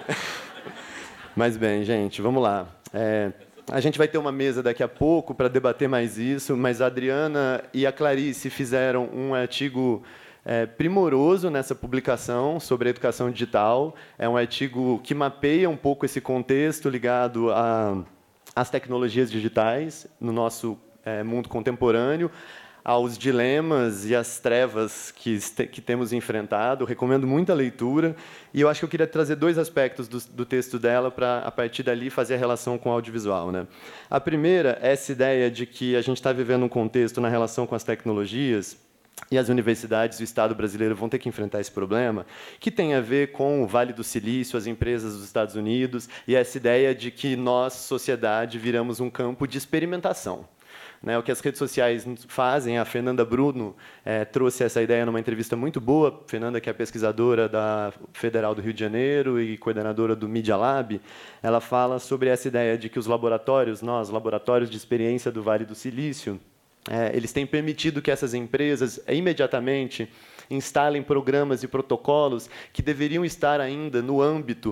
Speaker 7: Mas, bem, gente, vamos lá. É, a gente vai ter uma mesa daqui a pouco para debater mais isso, mas a Adriana e a Clarice fizeram um artigo É, primoroso nessa publicação sobre a educação digital. É um artigo que mapeia um pouco esse contexto ligado às tecnologias digitais no nosso é, mundo contemporâneo, aos dilemas e às trevas que, que temos enfrentado. Recomendo muita leitura. E eu acho que eu queria trazer dois aspectos do, do texto dela para, a partir dali, fazer a relação com o audiovisual, né? A primeira é essa ideia de que a gente está vivendo um contexto na relação com as tecnologias, e as universidades e o Estado brasileiro vão ter que enfrentar esse problema, que tem a ver com o Vale do Silício, as empresas dos Estados Unidos, e essa ideia de que nós, sociedade, viramos um campo de experimentação. Né, o que as redes sociais fazem, a Fernanda Bruno é, trouxe essa ideia numa entrevista muito boa, Fernanda, que é pesquisadora da Federal do Rio de Janeiro e coordenadora do Media Lab, ela fala sobre essa ideia de que os laboratórios, nós, laboratórios de experiência do Vale do Silício, é, eles têm permitido que essas empresas imediatamente instalem programas e protocolos que deveriam estar ainda no âmbito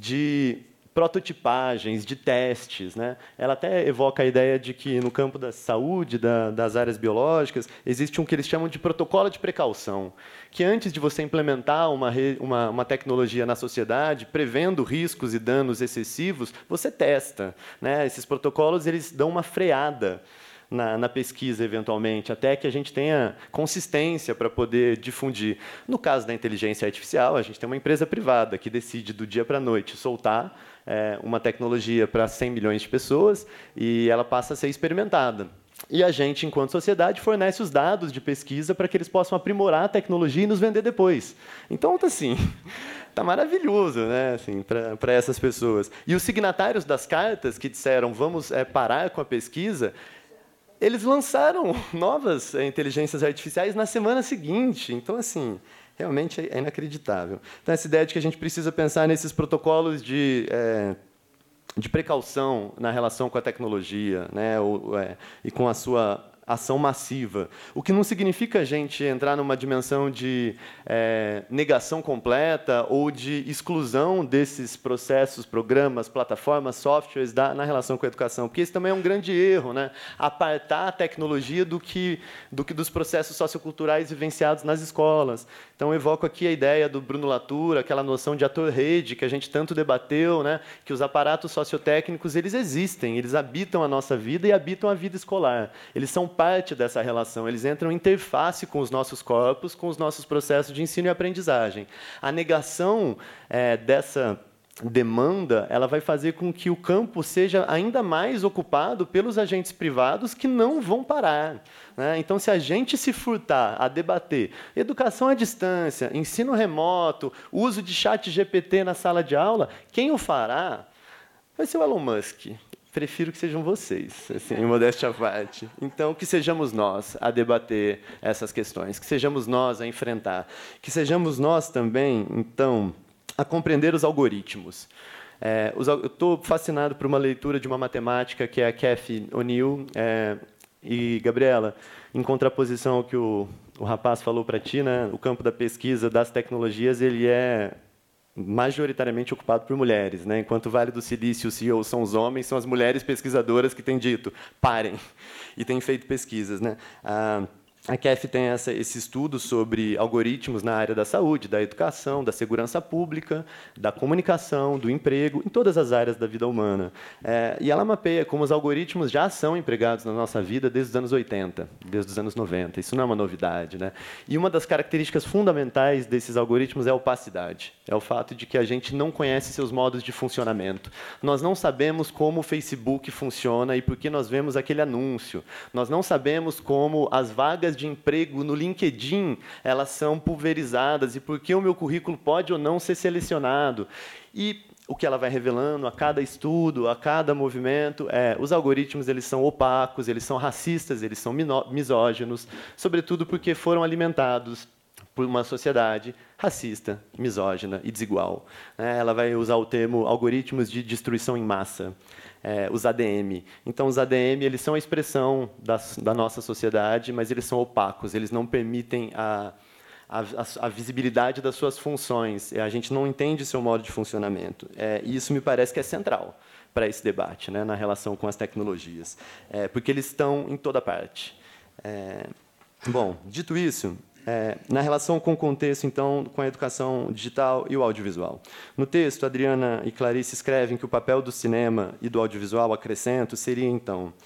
Speaker 7: de prototipagens, de testes, né? Ela até evoca a ideia de que, no campo da saúde, da, das áreas biológicas, existe um que eles chamam de protocolo de precaução, que antes de você implementar uma, re, uma, uma tecnologia na sociedade, prevendo riscos e danos excessivos, você testa, né? Esses protocolos eles dão uma freada Na, na pesquisa, eventualmente, até que a gente tenha consistência para poder difundir. No caso da inteligência artificial, a gente tem uma empresa privada que decide, do dia para a noite, soltar é, uma tecnologia para cem milhões de pessoas e ela passa a ser experimentada. E a gente, enquanto sociedade, fornece os dados de pesquisa para que eles possam aprimorar a tecnologia e nos vender depois. Então, tá assim... Está maravilhoso, né, assim, para essas pessoas. E os signatários das cartas que disseram vamos é, parar com a pesquisa, eles lançaram novas inteligências artificiais na semana seguinte. Então, assim, realmente é inacreditável. Então, essa ideia de que a gente precisa pensar nesses protocolos de, é, de precaução na relação com a tecnologia, né, ou, é, e com a sua ação massiva. O que não significa a gente entrar numa dimensão de é, negação completa ou de exclusão desses processos, programas, plataformas, softwares da, na relação com a educação, porque esse também é um grande erro, né? Apartar a tecnologia do que, do que dos processos socioculturais vivenciados nas escolas. Então, eu evoco aqui a ideia do Bruno Latour, aquela noção de ator-rede que a gente tanto debateu, né? Que os aparatos sociotécnicos eles existem, eles habitam a nossa vida e habitam a vida escolar. Eles são parte dessa relação, eles entram em interface com os nossos corpos, com os nossos processos de ensino e aprendizagem. A negação é, dessa demanda, ela vai fazer com que o campo seja ainda mais ocupado pelos agentes privados que não vão parar, né? Então, se a gente se furtar a debater educação à distância, ensino remoto, uso de chat G P T na sala de aula, quem o fará vai ser o Elon Musk. Prefiro que sejam vocês, assim, em modéstia à parte. Então, que sejamos nós a debater essas questões, que sejamos nós a enfrentar, que sejamos nós também, então, a compreender os algoritmos. É, os, eu estou fascinado por uma leitura de uma matemática que é a Cathy O'Neill. É, e, Gabriela, em contraposição ao que o, o rapaz falou para ti, né, o campo da pesquisa das tecnologias ele é majoritariamente ocupado por mulheres, né? Enquanto o Vale do Silício, os C E Os são os homens, são as mulheres pesquisadoras que têm dito, parem, e têm feito pesquisas, né? Ah, a Cathy tem essa, esse estudo sobre algoritmos na área da saúde, da educação, da segurança pública, da comunicação, do emprego, em todas as áreas da vida humana. É, e ela mapeia como os algoritmos já são empregados na nossa vida desde os anos oitenta, desde os anos noventa. Isso não é uma novidade, né? E uma das características fundamentais desses algoritmos é a opacidade. É o fato de que a gente não conhece seus modos de funcionamento. Nós não sabemos como o Facebook funciona e por que nós vemos aquele anúncio. Nós não sabemos como as vagas de emprego no LinkedIn elas são pulverizadas e por que o meu currículo pode ou não ser selecionado. E o que ela vai revelando a cada estudo, a cada movimento, é os algoritmos eles são opacos, eles são racistas, eles são misóginos, sobretudo porque foram alimentados por uma sociedade racista, misógina e desigual. Ela vai usar o termo algoritmos de destruição em massa, é, os A D M. Então, os A D M eles são a expressão da, da nossa sociedade, mas eles são opacos, eles não permitem a, a, a visibilidade das suas funções. A gente não entende seu modo de funcionamento. É, e isso me parece que é central para esse debate, né, na relação com as tecnologias, é, porque eles estão em toda parte. É, bom, dito isso, É, na relação com o contexto, então, com a educação digital e o audiovisual. No texto, Adriana e Clarice escrevem que o papel do cinema e do audiovisual, acrescento, seria, então,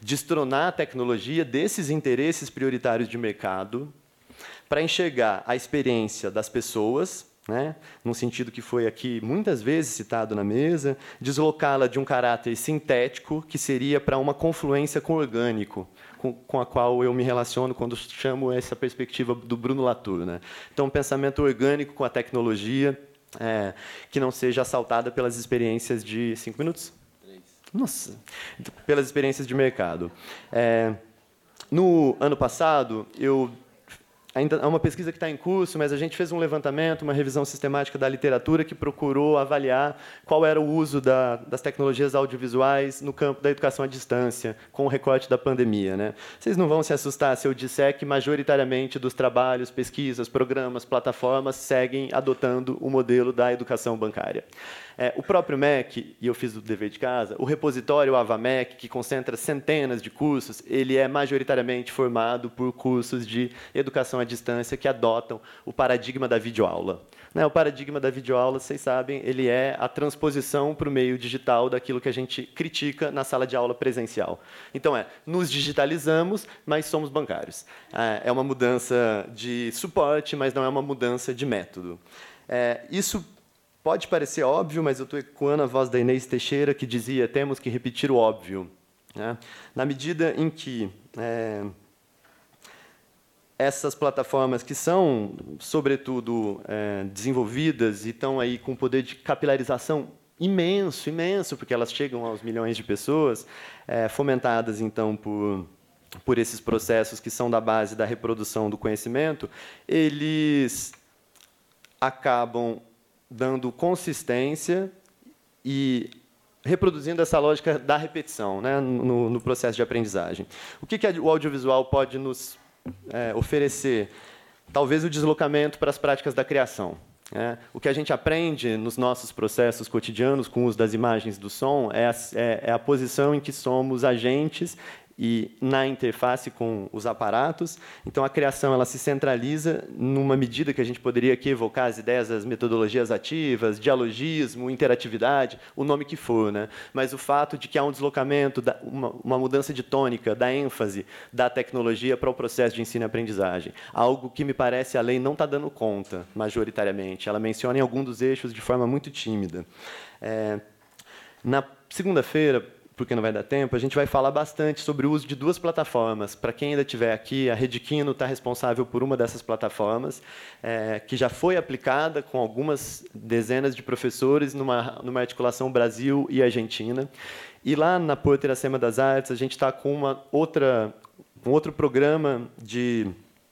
Speaker 7: destronar a tecnologia desses interesses prioritários de mercado para enxergar a experiência das pessoas, né, num sentido que foi aqui muitas vezes citado na mesa, deslocá-la de um caráter sintético, que seria para uma confluência com o orgânico, com, com a qual eu me relaciono quando chamo essa perspectiva do Bruno Latour, né? Então, um pensamento orgânico com a tecnologia, é, que não seja assaltada pelas experiências de... Cinco minutos? Três. Nossa! Pelas experiências de mercado. É, no ano passado, eu... Ainda é uma pesquisa que está em curso, mas a gente fez um levantamento, uma revisão sistemática da literatura que procurou avaliar qual era o uso da, das tecnologias audiovisuais no campo da educação à distância, com o recorte da pandemia, né? Vocês não vão se assustar se eu disser que, majoritariamente, dos trabalhos, pesquisas, programas, plataformas, seguem adotando o modelo da educação bancária. É, o próprio M E C, e eu fiz o dever de casa, o repositório AvaMec, que concentra centenas de cursos, ele é majoritariamente formado por cursos de educação à distância que adotam o paradigma da videoaula. Né, o paradigma da videoaula, vocês sabem, ele é a transposição para o meio digital daquilo que a gente critica na sala de aula presencial. Então, é, nos digitalizamos, mas somos bancários. É uma mudança de suporte, mas não é uma mudança de método. É, isso pode parecer óbvio, mas eu estou ecoando a voz da Inês Teixeira, que dizia temos que repetir o óbvio. Né? Na medida em que é, essas plataformas que são, sobretudo, é, desenvolvidas e estão aí com poder de capilarização imenso, imenso, porque elas chegam aos milhões de pessoas, é, fomentadas, então, por, por esses processos que são da base da reprodução do conhecimento, eles acabam dando consistência e reproduzindo essa lógica da repetição, né, no, no processo de aprendizagem. O que, que o audiovisual pode nos é, oferecer? Talvez o deslocamento para as práticas da criação. Né? O que a gente aprende nos nossos processos cotidianos com o uso das imagens do som é a, é, é a posição em que somos agentes e na interface com os aparatos. Então, a criação ela se centraliza numa medida que a gente poderia aqui evocar as ideias das metodologias ativas, dialogismo, interatividade, o nome que for, né? Mas o fato de que há um deslocamento, uma, uma mudança de tônica, da ênfase da tecnologia para o processo de ensino e aprendizagem. Algo que, me parece, a lei não está dando conta, majoritariamente. Ela menciona em algum dos eixos de forma muito tímida. É, na segunda-feira, porque não vai dar tempo, a gente vai falar bastante sobre o uso de duas plataformas. Para quem ainda estiver aqui, a Redkino está responsável por uma dessas plataformas, é, que já foi aplicada com algumas dezenas de professores numa, numa articulação Brasil e Argentina. E lá na Porto Iracema das Artes, a gente está com uma outra, um outro programa de...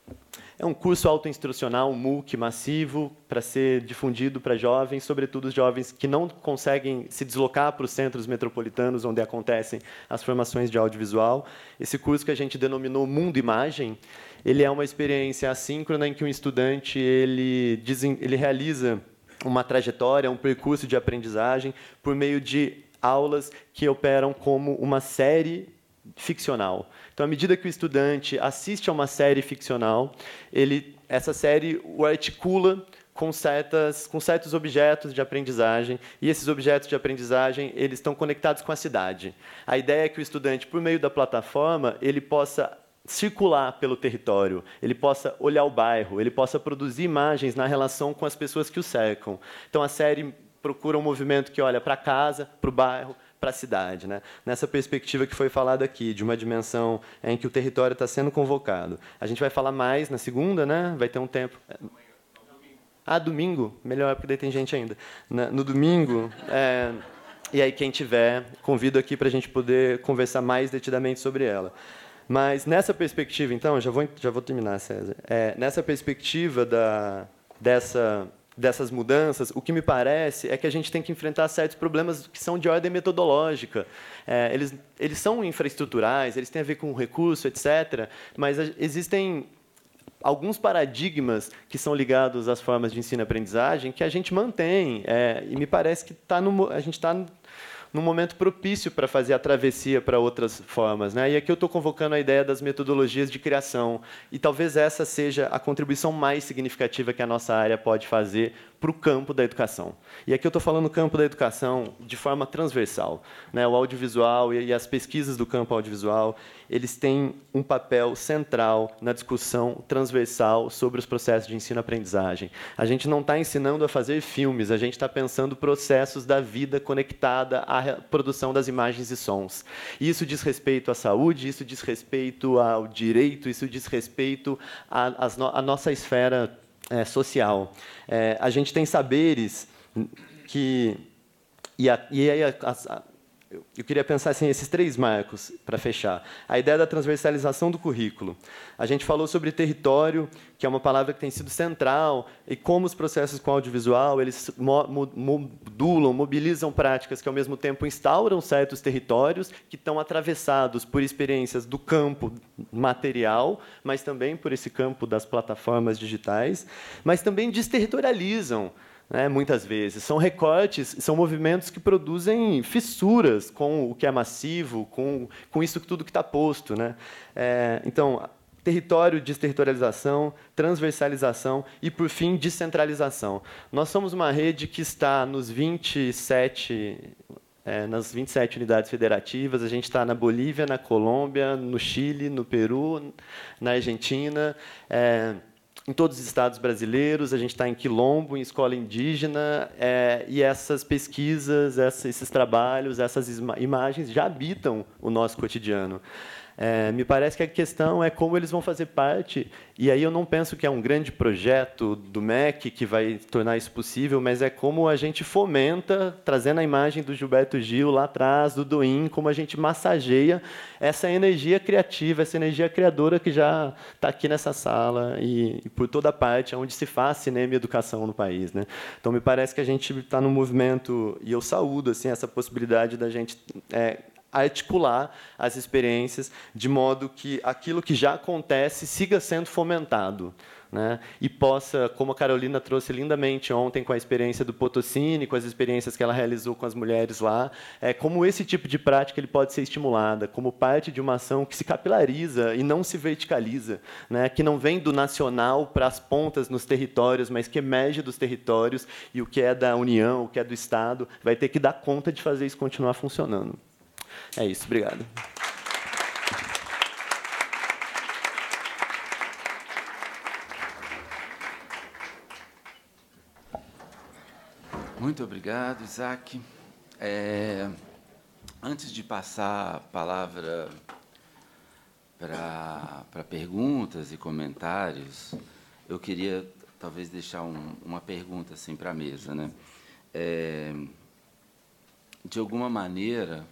Speaker 7: É um curso autoinstrucional, um MOOC massivo, para ser difundido para jovens, sobretudo os jovens que não conseguem se deslocar para os centros metropolitanos onde acontecem as formações de audiovisual. Esse curso que a gente denominou Mundo Imagem, ele é uma experiência assíncrona em que um estudante ele, ele realiza uma trajetória, um percurso de aprendizagem por meio de aulas que operam como uma série ficcional. Então, à medida que o estudante assiste a uma série ficcional, ele, essa série o articula com, certas, com certos objetos de aprendizagem, e esses objetos de aprendizagem eles estão conectados com a cidade. A ideia é que o estudante, por meio da plataforma, ele possa circular pelo território, ele possa olhar o bairro, ele possa produzir imagens na relação com as pessoas que o cercam. Então, a série procura um movimento que olha para casa, para o bairro, para a cidade, né? Nessa perspectiva que foi falada aqui, de uma dimensão em que o território está sendo convocado. A gente vai falar mais na segunda, né? Vai ter um tempo... Ah, domingo? Melhor, porque daí tem gente ainda. No domingo, é... e aí quem tiver, convido aqui para a gente poder conversar mais detidamente sobre ela. Mas nessa perspectiva, então, já vou, já vou terminar, César. É, nessa perspectiva da, dessa... dessas mudanças, o que me parece é que a gente tem que enfrentar certos problemas que são de ordem metodológica. É, eles, eles são infraestruturais, eles têm a ver com recurso, etcétera, mas existem alguns paradigmas que são ligados às formas de ensino e aprendizagem que a gente mantém, é, e me parece que tá no, a gente está num momento propício para fazer a travessia para outras formas, né? E aqui eu estou convocando a ideia das metodologias de criação, e talvez essa seja a contribuição mais significativa que a nossa área pode fazer para o campo da educação. E aqui eu estou falando campo da educação de forma transversal, né? O audiovisual e as pesquisas do campo audiovisual, eles têm um papel central na discussão transversal sobre os processos de ensino-aprendizagem. A gente não está ensinando a fazer filmes, a gente está pensando processos da vida conectada à produção das imagens e sons. Isso diz respeito à saúde, isso diz respeito ao direito, isso diz respeito à, à nossa esfera é, social. É, a gente tem saberes que... E, a, e aí, a, a, eu queria pensar assim, esses três marcos, para fechar. A ideia da transversalização do currículo. A gente falou sobre território, que é uma palavra que tem sido central, e como os processos com audiovisual eles modulam, mobilizam práticas que, ao mesmo tempo, instauram certos territórios que estão atravessados por experiências do campo material, mas também por esse campo das plataformas digitais, mas também desterritorializam, né, muitas vezes. São recortes, são movimentos que produzem fissuras com o que é massivo, com, com isso tudo que está posto, né? É, então, território, desterritorialização, transversalização e, por fim, descentralização. Nós somos uma rede que está nos vinte e sete... É, nas vinte e sete unidades federativas, a gente está na Bolívia, na Colômbia, no Chile, no Peru, na Argentina, é, em todos os estados brasileiros, a gente está em quilombo, em escola indígena, é, e essas pesquisas, essa, esses trabalhos, essas imagens já habitam o nosso cotidiano. É, me parece que a questão é como eles vão fazer parte, e aí eu não penso que é um grande projeto do M E C que vai tornar isso possível, mas é como a gente fomenta, trazendo a imagem do Gilberto Gil lá atrás, do Douyin, como a gente massageia essa energia criativa, essa energia criadora que já está aqui nessa sala e, e por toda parte, onde se faz cinema e educação no país, né? Então, me parece que a gente está num movimento, e eu saúdo assim, essa possibilidade da gente... É, articular as experiências de modo que aquilo que já acontece siga sendo fomentado, né? E possa, como a Carolina trouxe lindamente ontem com a experiência do Potosini, com as experiências que ela realizou com as mulheres lá, é, como esse tipo de prática ele pode ser estimulada, como parte de uma ação que se capilariza e não se verticaliza, né? Que não vem do nacional para as pontas nos territórios, mas que emerge dos territórios, e o que é da União, o que é do Estado, vai ter que dar conta de fazer isso continuar funcionando. É isso, obrigado.
Speaker 3: Muito obrigado, Isaac. É, antes de passar a palavra para para perguntas e comentários, eu queria talvez deixar um, uma pergunta assim para a mesa, né? É, de alguma maneira,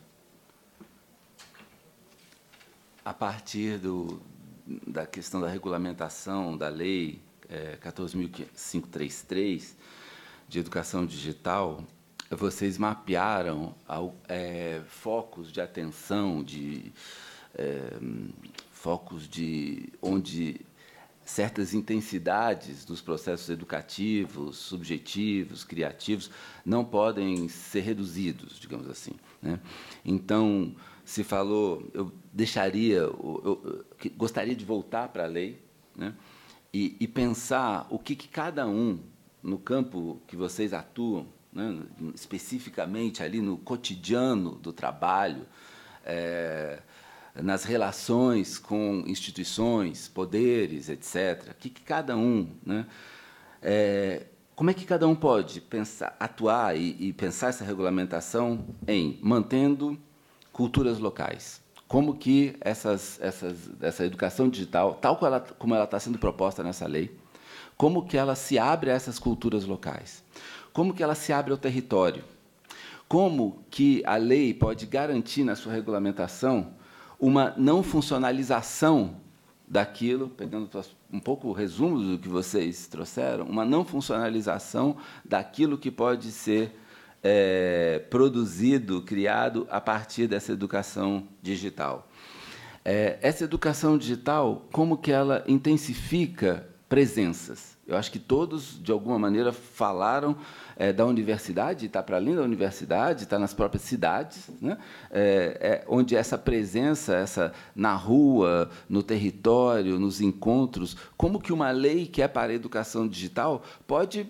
Speaker 3: a partir do, da questão da regulamentação da Lei é, quatorze mil quinhentos e trinta e três, de educação digital, vocês mapearam é, focos de atenção, de, é, focos de onde certas intensidades dos processos educativos, subjetivos, criativos, não podem ser reduzidos, digamos assim, né? Então, se falou, eu deixaria, eu, eu, eu gostaria de voltar para a lei, né, e, e pensar o que, que cada um, no campo que vocês atuam, né, especificamente ali no cotidiano do trabalho, é, nas relações com instituições, poderes, etcétera, o que, que cada um, né, é, como é que cada um pode pensar, atuar e, e pensar essa regulamentação em mantendo culturas locais. Como que essas, essas, essa educação digital, tal como ela, como ela está sendo proposta nessa lei, como que ela se abre a essas culturas locais? Como que ela se abre ao território? Como que a lei pode garantir, na sua regulamentação, uma não funcionalização daquilo, pegando um pouco o resumo do que vocês trouxeram, uma não funcionalização daquilo que pode ser É, produzido, criado a partir dessa educação digital. É, essa educação digital, como que ela intensifica presenças? Eu acho que todos, de alguma maneira, falaram é, da universidade, está para além da universidade, está nas próprias cidades, né? é, é, onde essa presença, essa na rua, no território, nos encontros, como que uma lei que é para a educação digital pode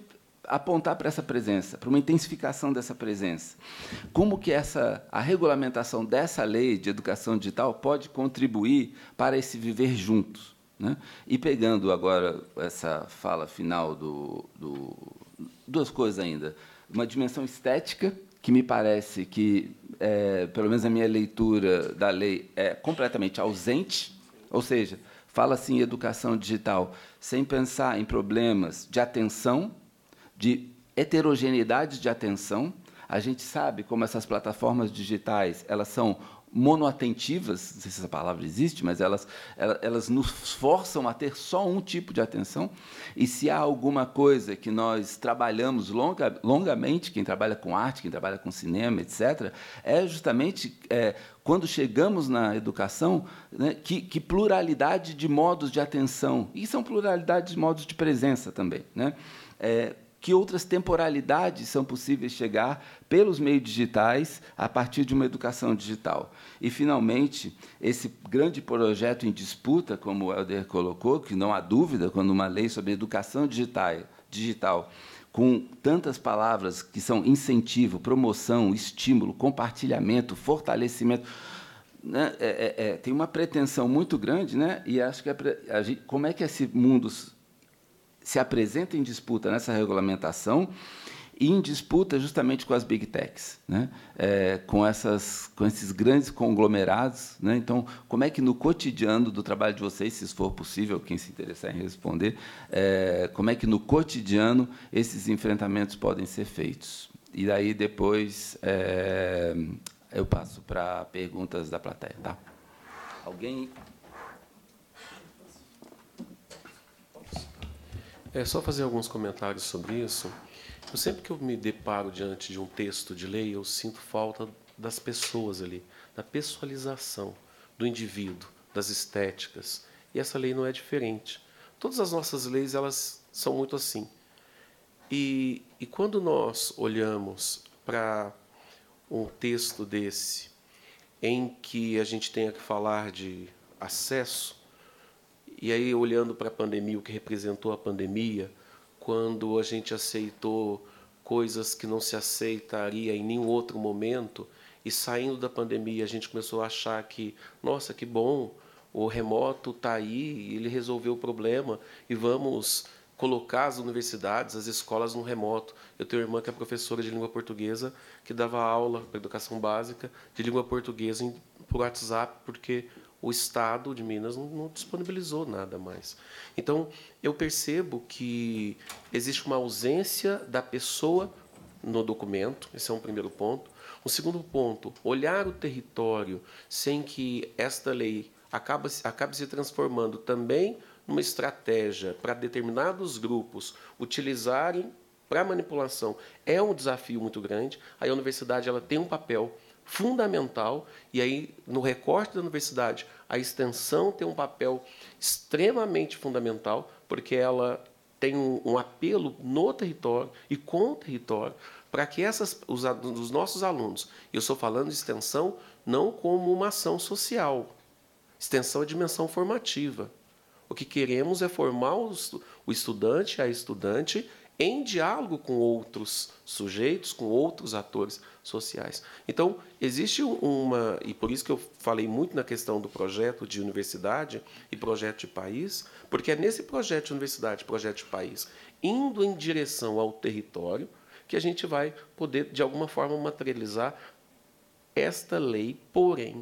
Speaker 3: apontar para essa presença, para uma intensificação dessa presença. Como que essa, a regulamentação dessa lei de educação digital pode contribuir para esse viver juntos, né? E pegando agora essa fala final do, do duas coisas ainda, uma dimensão estética que me parece que, é, pelo menos a minha leitura da lei é completamente ausente, ou seja, fala-se em educação digital sem pensar em problemas de atenção, de heterogeneidade de atenção. A gente sabe como essas plataformas digitais elas são monoatentivas, não sei se essa palavra existe, mas elas, elas nos forçam a ter só um tipo de atenção. E se há alguma coisa que nós trabalhamos longa, longamente, quem trabalha com arte, quem trabalha com cinema, etcétera, é justamente é, quando chegamos na educação, né, que, que pluralidade de modos de atenção, e são pluralidade de modos de presença também, né? É, que outras temporalidades são possíveis chegar pelos meios digitais a partir de uma educação digital. E, finalmente, esse grande projeto em disputa, como o Helder colocou, que não há dúvida, quando uma lei sobre educação digital, digital com tantas palavras que são incentivo, promoção, estímulo, compartilhamento, fortalecimento, né, é, é, tem uma pretensão muito grande, né, e acho que a, a gente, como é que esse mundo se apresenta em disputa nessa regulamentação e em disputa justamente com as big techs, né? É, com, essas, com esses grandes conglomerados, né? Então, como é que no cotidiano do trabalho de vocês, se isso for possível, quem se interessar em responder, é, como é que no cotidiano esses enfrentamentos podem ser feitos? E daí depois é, eu passo para perguntas da plateia, tá? Alguém?
Speaker 6: É só fazer alguns comentários sobre isso. Eu, sempre que eu me deparo diante de um texto de lei, eu sinto falta das pessoas ali, da pessoalização do indivíduo, das estéticas. E essa lei não é diferente. Todas as nossas leis elas são muito assim. E, e quando nós olhamos para um texto desse, em que a gente tenha que falar de acesso, e aí, olhando para a pandemia, o que representou a pandemia, quando a gente aceitou coisas que não se aceitaria em nenhum outro momento, e saindo da pandemia, a gente começou a achar que, nossa, que bom, o remoto está aí, ele resolveu o problema, e vamos colocar as universidades, as escolas no remoto. Eu tenho uma irmã que é professora de língua portuguesa, que dava aula para educação básica de língua portuguesa por WhatsApp, porque o Estado de Minas não, não disponibilizou nada mais. Então, eu percebo que existe uma ausência da pessoa no documento, esse é um primeiro ponto. Um segundo ponto, olhar o território sem que esta lei acabe, acabe se transformando também numa estratégia para determinados grupos utilizarem para manipulação é um desafio muito grande. Aí a universidade ela tem um papel fundamental, e aí, no recorte da universidade, a extensão tem um papel extremamente fundamental, porque ela tem um, um apelo no território e com o território, para que essas, os, os nossos alunos, e eu estou falando de extensão não como uma ação social, extensão é dimensão formativa. O que queremos é formar os, o estudante, a estudante, em diálogo com outros sujeitos, com outros atores sociais. Então, existe uma... E por isso que eu falei muito na questão do projeto de universidade e projeto de país, porque é nesse projeto de universidade, projeto de país, indo em direção ao território, que a gente vai poder, de alguma forma, materializar esta lei. Porém,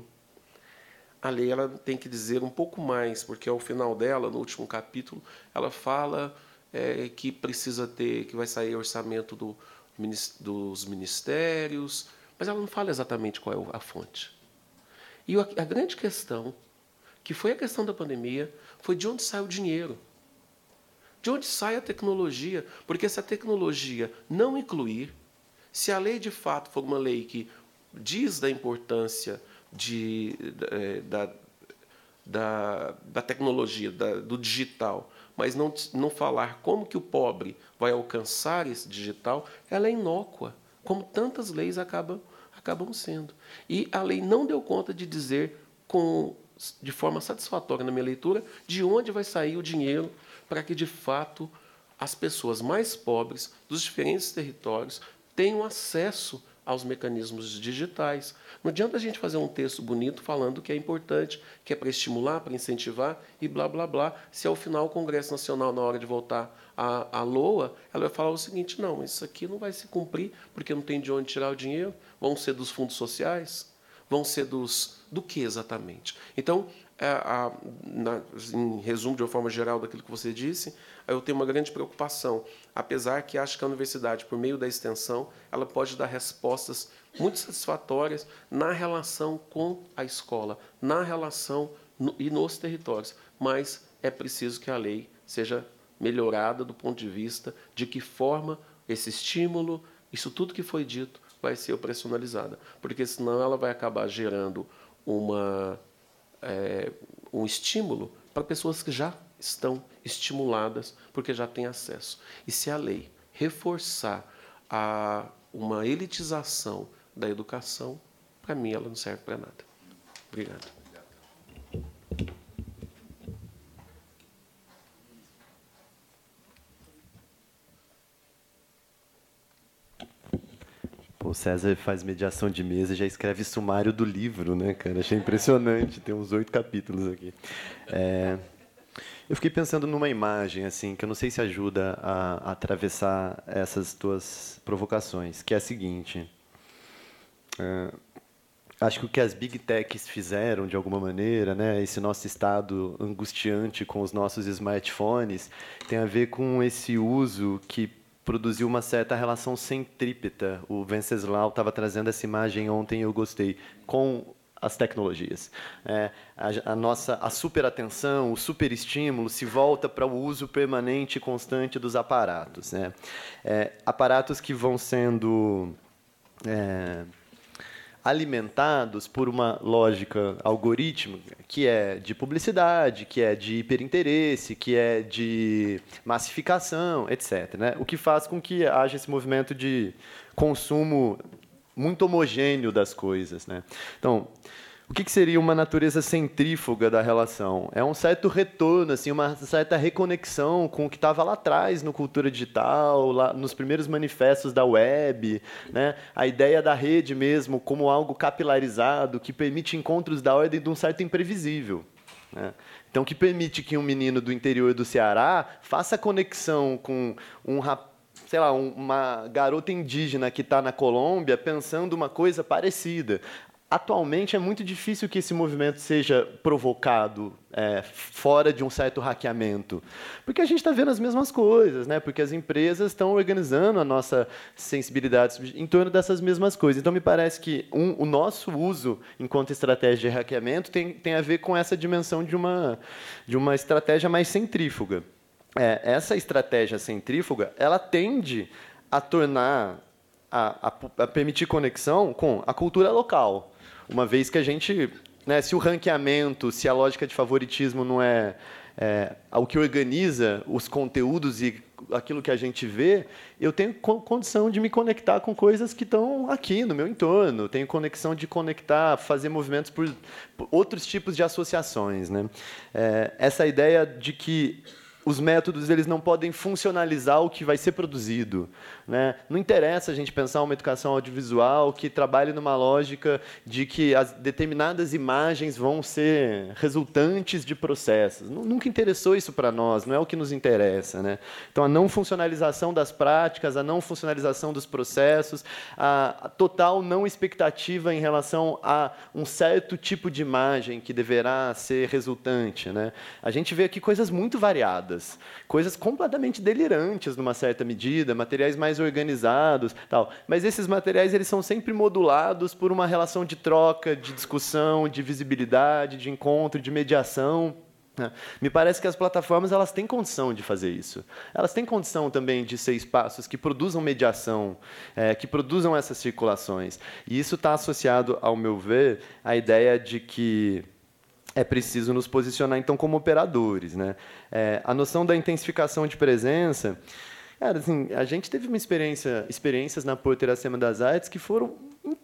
Speaker 6: a lei ela tem que dizer um pouco mais, porque ao final dela, no último capítulo, ela fala... É, que precisa ter, que vai sair orçamento do, dos ministérios, mas ela não fala exatamente qual é a fonte. E a, a grande questão, que foi a questão da pandemia, foi de onde sai o dinheiro. De onde sai a tecnologia? Porque se a tecnologia não incluir, se a lei de fato for uma lei que diz da importância de, da, da, da tecnologia, da, do digital, mas não, não falar como que o pobre vai alcançar esse digital, ela é inócua, como tantas leis acabam, acabam sendo. E a lei não deu conta de dizer, com, de forma satisfatória na minha leitura, de onde vai sair o dinheiro para que, de fato, as pessoas mais pobres dos diferentes territórios tenham acesso aos mecanismos digitais. Não adianta a gente fazer um texto bonito falando que é importante, que é para estimular, para incentivar e blá, blá, blá, se ao final o Congresso Nacional, na hora de voltar à, à LOA, ela vai falar o seguinte: não, isso aqui não vai se cumprir porque não tem de onde tirar o dinheiro, vão ser dos fundos sociais, vão ser dos... do que exatamente? Então, a, a, na, em resumo, de uma forma geral, daquilo que você disse, eu tenho uma grande preocupação, apesar que acho que a universidade, por meio da extensão, ela pode dar respostas muito satisfatórias na relação com a escola, na relação no, e nos territórios, mas é preciso que a lei seja melhorada do ponto de vista de que forma esse estímulo, isso tudo que foi dito, vai ser operacionalizada, porque senão ela vai acabar gerando uma, é, um estímulo para pessoas que já estão estimuladas, porque já têm acesso. E se a lei reforçar a, uma elitização da educação, para mim ela não serve para nada. Obrigado.
Speaker 7: O César faz mediação de mesa e já escreve sumário do livro, né, cara? Achei impressionante, tem uns oito capítulos aqui. É, eu fiquei pensando numa imagem, assim, que eu não sei se ajuda a, a atravessar essas tuas provocações, que é a seguinte. É, acho que o que as Big Techs fizeram, de alguma maneira, né, esse nosso estado angustiante com os nossos smartphones, tem a ver com esse uso que produziu uma certa relação centrípeta. O Venceslau estava trazendo essa imagem ontem e eu gostei, com as tecnologias. É, a, a nossa a superatenção, o superestímulo se volta para o uso permanente e constante dos aparatos. Né? É, aparatos que vão sendo... É, alimentados por uma lógica algorítmica que é de publicidade, que é de hiperinteresse, que é de massificação, etcétera. Né? O que faz com que haja esse movimento de consumo muito homogêneo das coisas. Né? Então, o que seria uma natureza centrífuga da relação? É um certo retorno, assim, uma certa reconexão com o que estava lá atrás no Cultura Digital, lá nos primeiros manifestos da web, né? A ideia da rede mesmo como algo capilarizado que permite encontros da ordem de um certo imprevisível. Né? Então, que permite que um menino do interior do Ceará faça conexão com um rapaz, sei lá, uma garota indígena que está na Colômbia pensando uma coisa parecida. Atualmente, é muito difícil que esse movimento seja provocado é, fora de um certo hackeamento, porque a gente está vendo as mesmas coisas, né? Porque as empresas estão organizando a nossa sensibilidade em torno dessas mesmas coisas. Então, me parece que um, o nosso uso, enquanto estratégia de hackeamento, tem, tem a ver com essa dimensão de uma, de uma estratégia mais centrífuga. É, essa estratégia centrífuga, ela tende a tornar, a, a, a permitir conexão com a cultura local. Uma vez que a gente, né, se o ranqueamento, se a lógica de favoritismo não é, é o que organiza os conteúdos e aquilo que a gente vê, eu tenho condição de me conectar com coisas que estão aqui no meu entorno, tenho conexão de conectar, fazer movimentos por, por outros tipos de associações. Né? É, essa ideia de que os métodos eles não podem funcionalizar o que vai ser produzido. Né? Não interessa a gente pensar uma educação audiovisual que trabalhe numa lógica de que as determinadas imagens vão ser resultantes de processos. Nunca interessou isso para nós, não é o que nos interessa. Né? Então, a não funcionalização das práticas, a não funcionalização dos processos, a total não expectativa em relação a um certo tipo de imagem que deverá ser resultante. Né? A gente vê aqui coisas muito variadas, coisas completamente delirantes, numa certa medida, materiais mais organizados, tal. Mas esses materiais eles são sempre modulados por uma relação de troca, de discussão, de visibilidade, de encontro, de mediação. Me parece que as plataformas elas têm condição de fazer isso. Elas têm condição também de ser espaços que produzam mediação, é, que produzam essas circulações. E isso está associado, ao meu ver, à ideia de que é preciso nos posicionar, então, como operadores. Né? É, a noção da intensificação de presença... Cara, assim, a gente teve uma experiência, experiências na Porto Iracema das Artes que foram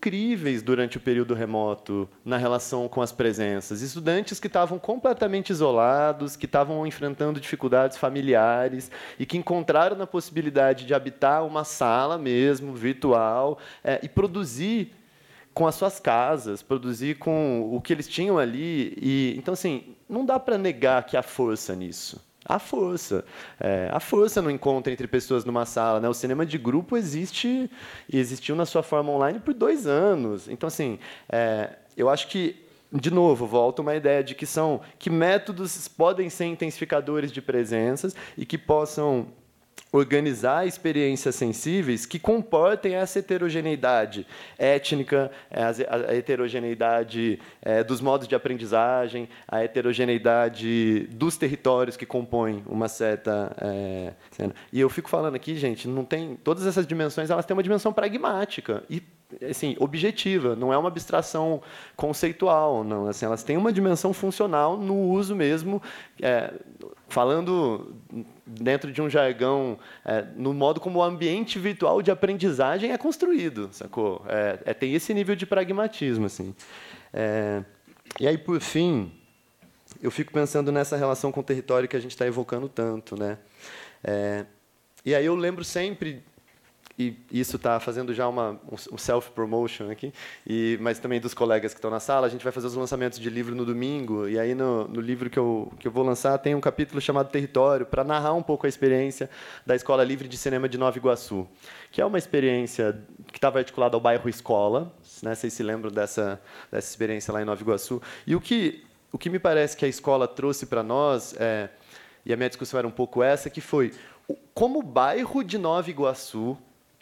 Speaker 7: incríveis durante o período remoto na relação com as presenças. Estudantes que estavam completamente isolados, que estavam enfrentando dificuldades familiares e que encontraram na possibilidade de habitar uma sala mesmo, virtual, é, e produzir com as suas casas, produzir com o que eles tinham ali. E, então, assim, não dá para negar que há força nisso. Há força. É, há força no encontro entre pessoas numa sala, né? O cinema de grupo existe e existiu na sua forma online por dois anos. Então, assim, é, eu acho que, de novo, volta uma ideia de que são que métodos podem ser intensificadores de presenças e que possam organizar experiências sensíveis que comportem essa heterogeneidade étnica, a heterogeneidade dos modos de aprendizagem, a heterogeneidade dos territórios que compõem uma certa é, cena. E eu fico falando aqui, gente, não tem todas essas dimensões, elas têm uma dimensão pragmática e assim, objetiva, não é uma abstração conceitual, não. Assim, elas têm uma dimensão funcional no uso mesmo, é, falando dentro de um jargão, é, no modo como o ambiente virtual de aprendizagem é construído, sacou? É, é, tem esse nível de pragmatismo, assim. É, e aí, por fim, eu fico pensando nessa relação com o território que a gente está evocando tanto, né? É, e aí eu lembro sempre, e isso está fazendo já uma, um self-promotion aqui, e, mas também dos colegas que estão na sala, a gente vai fazer os lançamentos de livro no domingo, e aí no, no livro que eu, que eu vou lançar tem um capítulo chamado Território, para narrar um pouco a experiência da Escola Livre de Cinema de Nova Iguaçu, que é uma experiência que estava articulada ao bairro Escola, né? Vocês se lembram dessa, dessa experiência lá em Nova Iguaçu, e o que, o que me parece que a escola trouxe para nós, é, e a minha discussão era um pouco essa, que foi como o bairro de Nova Iguaçu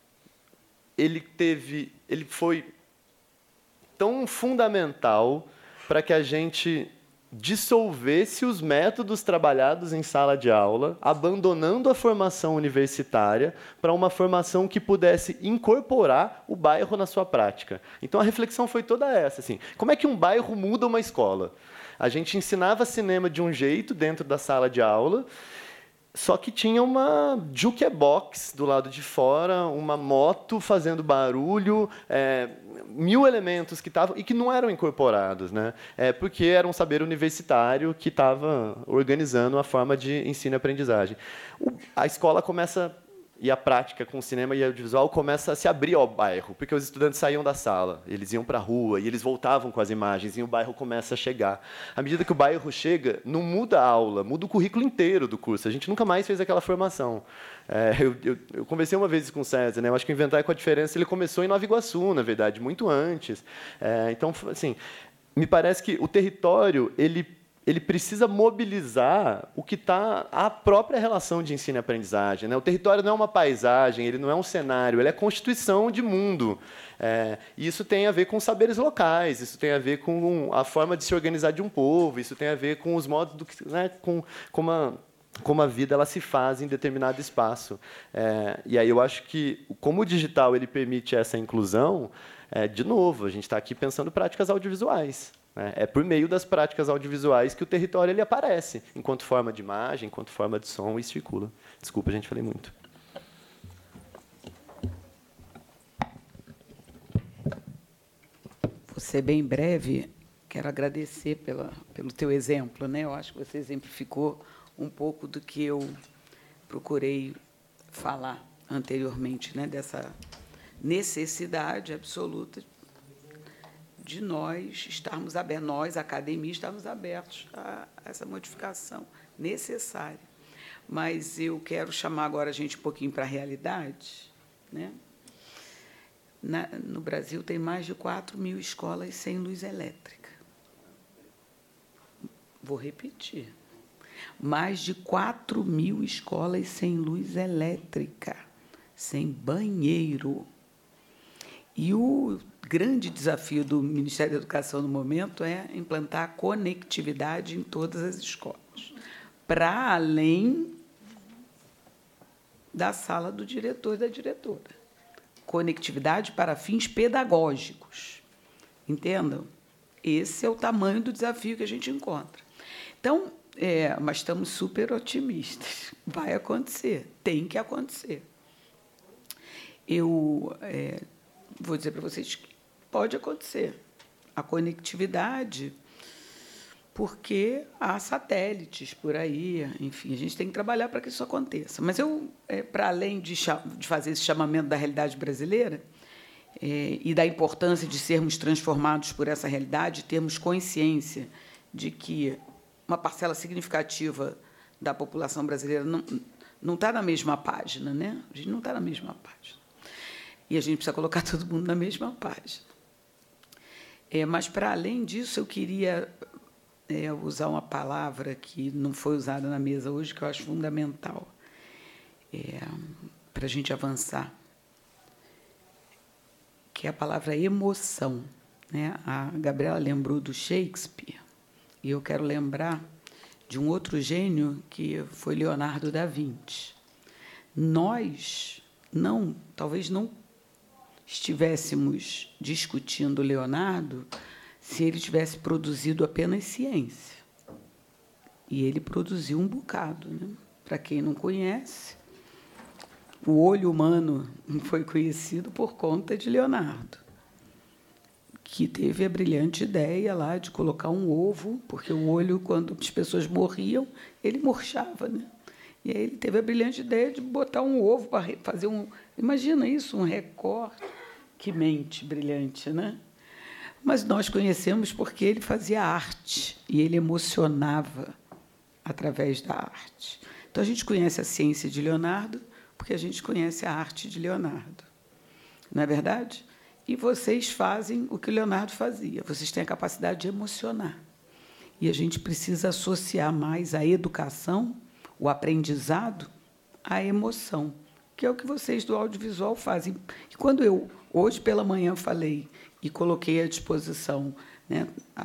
Speaker 7: ele teve, ele foi tão fundamental para que a gente dissolvesse os métodos trabalhados em sala de aula, abandonando a formação universitária para uma formação que pudesse incorporar o bairro na sua prática. Então a reflexão foi toda essa, assim, como é que um bairro muda uma escola? A gente ensinava cinema de um jeito dentro da sala de aula, só que tinha uma jukebox do lado de fora, uma moto fazendo barulho, é, mil elementos que estavam e que não eram incorporados, né? É, porque era um saber universitário que estava organizando a forma de ensino e aprendizagem. O, a escola começa, e a prática com cinema e audiovisual começa a se abrir ao bairro, porque os estudantes saíam da sala, eles iam para a rua, e eles voltavam com as imagens, e o bairro começa a chegar. À medida que o bairro chega, não muda a aula, muda o currículo inteiro do curso. A gente nunca mais fez aquela formação. É, eu, eu, eu conversei uma vez com o César, né? Eu acho que o Inventar com a Diferença ele começou em Nova Iguaçu, na verdade, muito antes. É, então, assim, me parece que o território ele ele precisa mobilizar o que está a própria relação de ensino e aprendizagem, né? O território não é uma paisagem, ele não é um cenário, ele é constituição de mundo. É, e isso tem a ver com saberes locais, isso tem a ver com a forma de se organizar de um povo, isso tem a ver com os modos, do, né, com como a, como a vida ela se faz em determinado espaço. É, e aí eu acho que, como o digital ele permite essa inclusão, é, de novo, a gente está aqui pensando práticas audiovisuais. É por meio das práticas audiovisuais que o território ele aparece, enquanto forma de imagem, enquanto forma de som, e circula. Desculpa, gente, falei muito.
Speaker 4: Vou ser bem breve. Quero agradecer pela, pelo teu exemplo, né? Eu acho que você exemplificou um pouco do que eu procurei falar anteriormente, né? Dessa necessidade absoluta de nós estarmos abertos, nós, a academia, estarmos abertos a essa modificação necessária. Mas eu quero chamar agora a gente um pouquinho para a realidade, né? Na, no Brasil tem mais de quatro mil escolas sem luz elétrica. Vou repetir. Mais de quatro mil escolas sem luz elétrica, sem banheiro. E o grande desafio do Ministério da Educação no momento é implantar a conectividade em todas as escolas, para além da sala do diretor e da diretora. Conectividade para fins pedagógicos. Entendam? Esse é o tamanho do desafio que a gente encontra. Então, é, mas estamos super otimistas. Vai acontecer, tem que acontecer. Eu... É, vou dizer para vocês que pode acontecer. A conectividade, porque há satélites por aí, enfim, a gente tem que trabalhar para que isso aconteça. Mas eu, é, para além de, de fazer esse chamamento da realidade brasileira, é, e da importância de sermos transformados por essa realidade, termos consciência de que uma parcela significativa da população brasileira não não está na mesma página, né? A gente não está na mesma página. E a gente precisa colocar todo mundo na mesma página. É, mas, para além disso, eu queria é, usar uma palavra que não foi usada na mesa hoje, que eu acho fundamental é, para a gente avançar, que é a palavra emoção, né? A Gabriela lembrou do Shakespeare, e eu quero lembrar de um outro gênio, que foi Leonardo da Vinci. Nós, não, talvez não estivéssemos discutindo Leonardo se ele tivesse produzido apenas ciência. E ele produziu um bocado, né? Para quem não conhece, o olho humano foi conhecido por conta de Leonardo, que teve a brilhante ideia lá de colocar um ovo, porque o olho, quando as pessoas morriam, ele murchava, né? E aí ele teve a brilhante ideia de botar um ovo para fazer um... Imagina isso, um recorte. Que mente brilhante, né? Mas nós conhecemos porque ele fazia arte, e ele emocionava através da arte. Então, a gente conhece a ciência de Leonardo porque a gente conhece a arte de Leonardo. Não é verdade? E vocês fazem o que o Leonardo fazia. Vocês têm a capacidade de emocionar. E a gente precisa associar mais a educação, o aprendizado, à emoção, que é o que vocês do audiovisual fazem. E quando eu, hoje pela manhã, falei e coloquei à disposição, né,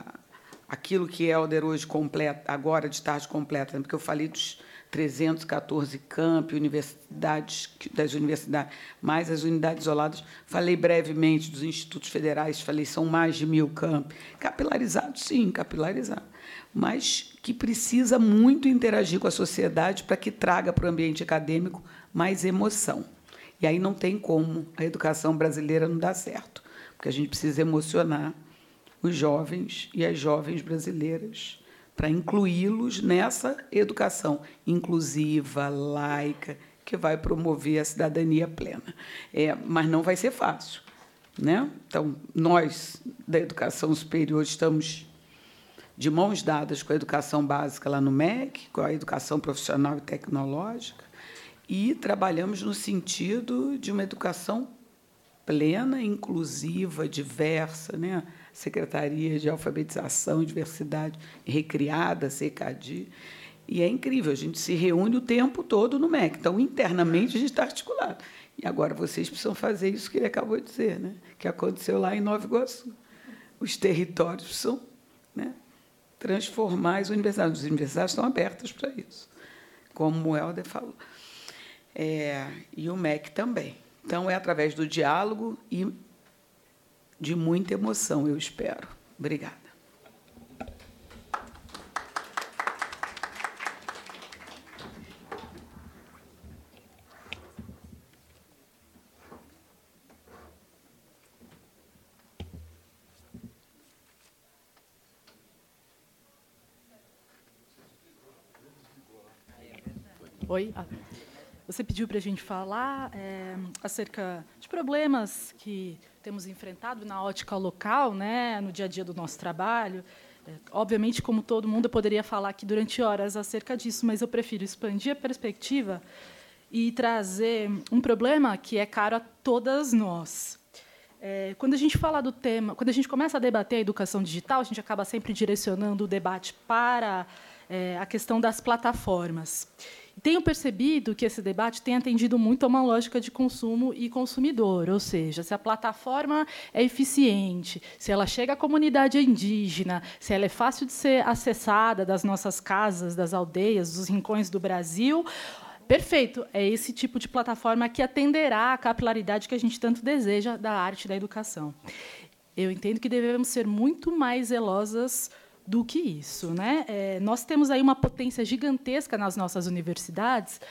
Speaker 4: aquilo que Helder hoje completa, agora de tarde completa, porque eu falei dos trezentos e catorze campi, universidades, das universidades, mais as unidades isoladas. Falei brevemente dos institutos federais, falei são mais de mil campi. Capilarizados, sim, capilarizados, mas que precisa muito interagir com a sociedade para que traga para o ambiente acadêmico mais emoção. E aí não tem como a educação brasileira não dar certo, porque a gente precisa emocionar os jovens e as jovens brasileiras para incluí-los nessa educação inclusiva, laica, que vai promover a cidadania plena. É, mas não vai ser fácil, né? Então, nós, da educação superior, estamos de mãos dadas com a educação básica lá no M E C, com a educação profissional e tecnológica, e trabalhamos no sentido de uma educação plena, inclusiva, diversa, né? Secretaria de Alfabetização e Diversidade recriada, SECADI, e é incrível, a gente se reúne o tempo todo no M E C. Então, internamente, a gente está articulado. E agora vocês precisam fazer isso que ele acabou de dizer, né? Que aconteceu lá em Nova Iguaçu. Os territórios precisam, né, transformar as universidades. As universidades estão abertas para isso, como o Helder falou. É, e o M E C também. Então, é através do diálogo e de muita emoção, eu espero. Obrigada.
Speaker 5: Oi. Você pediu para a gente falar é, acerca de problemas que temos enfrentado na ótica local, né, no dia a dia do nosso trabalho. É, obviamente, como todo mundo, eu poderia falar aqui durante horas acerca disso, mas eu prefiro expandir a perspectiva e trazer um problema que é caro a todas nós. É, quando a gente fala do tema, quando a gente começa a debater a educação digital, a gente acaba sempre direcionando o debate para é, a questão das plataformas. Tenho percebido que esse debate tem atendido muito a uma lógica de consumo e consumidor, ou seja, se a plataforma é eficiente, se ela chega à comunidade indígena, se ela é fácil de ser acessada das nossas casas, das aldeias, dos rincões do Brasil, perfeito, é esse tipo de plataforma que atenderá à capilaridade que a gente tanto deseja da arte e da educação. Eu entendo que devemos ser muito mais zelosas do que isso, né? É, nós temos aí uma potência gigantesca nas nossas universidades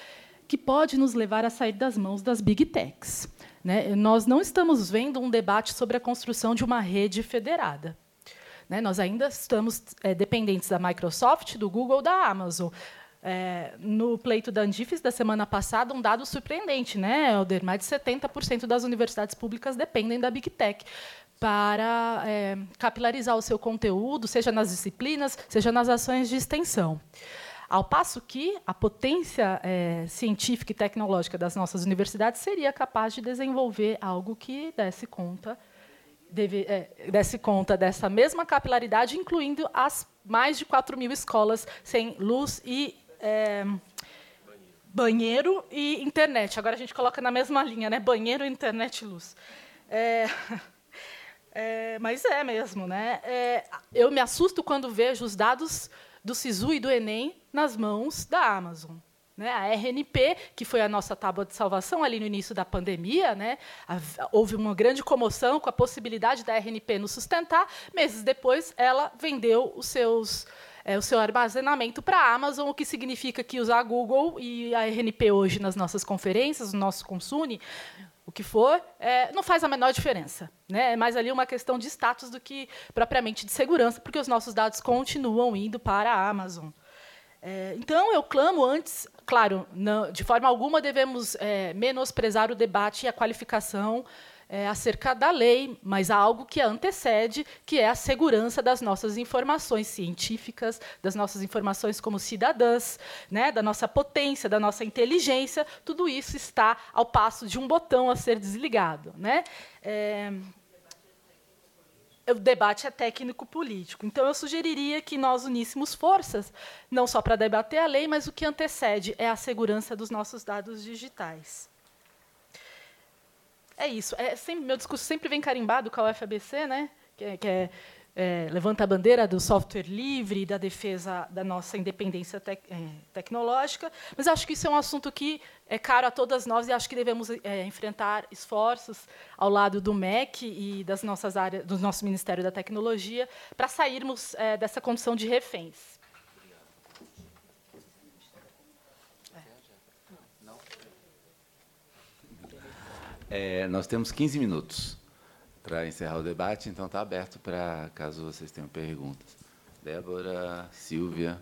Speaker 5: que pode nos levar a sair das mãos das Big Techs. Né? Nós não estamos vendo um debate sobre a construção de uma rede federada. Né? Nós ainda estamos é, dependentes da Microsoft, do Google, da Amazon. É, no pleito da Andifes da semana passada, um dado surpreendente, né, Helder? Mais de setenta por cento das universidades públicas dependem da Big Tech para é, capilarizar o seu conteúdo, seja nas disciplinas, seja nas ações de extensão. Ao passo que a potência é, científica e tecnológica das nossas universidades seria capaz de desenvolver algo que desse conta, deve, é, desse conta dessa mesma capilaridade, incluindo as mais de quatro mil escolas sem luz e é, banheiro e internet. Agora a gente coloca na mesma linha, né? Banheiro, internet e luz. É, é, mas é mesmo, né? É, eu me assusto quando vejo os dados do SISU e do Enem nas mãos da Amazon. Né? A R N P, que foi a nossa tábua de salvação ali no início da pandemia, né? Houve uma grande comoção com a possibilidade da R N P nos sustentar. Meses depois, ela vendeu os seus, é, o seu armazenamento para a Amazon, o que significa que usar a Google e a R N P hoje nas nossas conferências, no nosso Consune, o que for, é, não faz a menor diferença. Né? É mais ali uma questão de status do que propriamente de segurança, porque os nossos dados continuam indo para a Amazon. É, então, eu clamo antes, claro, não, de forma alguma devemos é, menosprezar o debate e a qualificação é, acerca da lei, mas há algo que a antecede, que é a segurança das nossas informações científicas, das nossas informações como cidadãs, né, da nossa potência, da nossa inteligência. Tudo isso está ao passo de um botão a ser desligado. Né? É, o debate é técnico-político. Então, eu sugeriria que nós uníssemos forças, não só para debater a lei, mas o que antecede é a segurança dos nossos dados digitais. É isso. É sempre, meu discurso sempre vem carimbado com a U F A B C, né? que, é, que é, é, levanta a bandeira do software livre, da defesa da nossa independência tec, é, tecnológica, mas acho que isso é um assunto que é caro a todas nós e acho que devemos é, enfrentar esforços ao lado do M E C e das nossas áreas, do nosso Ministério da Tecnologia, para sairmos é, dessa condição de reféns.
Speaker 3: É, nós temos quinze minutos para encerrar o debate, então está aberto para caso vocês tenham perguntas. Débora, Silvia.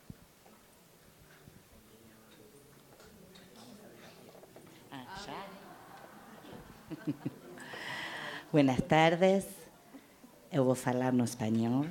Speaker 8: Buenas tardes, eu vou falar no espanhol.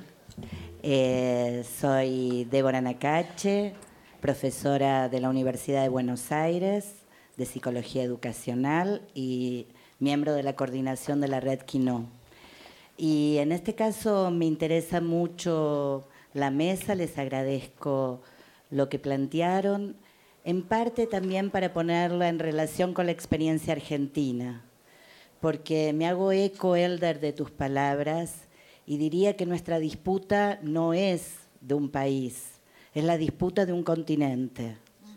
Speaker 8: Eh, soy Débora Nacache, profesora de la Universidad de Buenos Aires, de Psicología Educacional y miembro de la coordinación de la red Quino. Y en este caso me interesa mucho la mesa, les agradezco lo que plantearon, en parte también para ponerla en relación con la experiencia argentina, porque me hago eco, Helder, de tus palabras y diría que nuestra disputa no es de un país, es la disputa de un continente.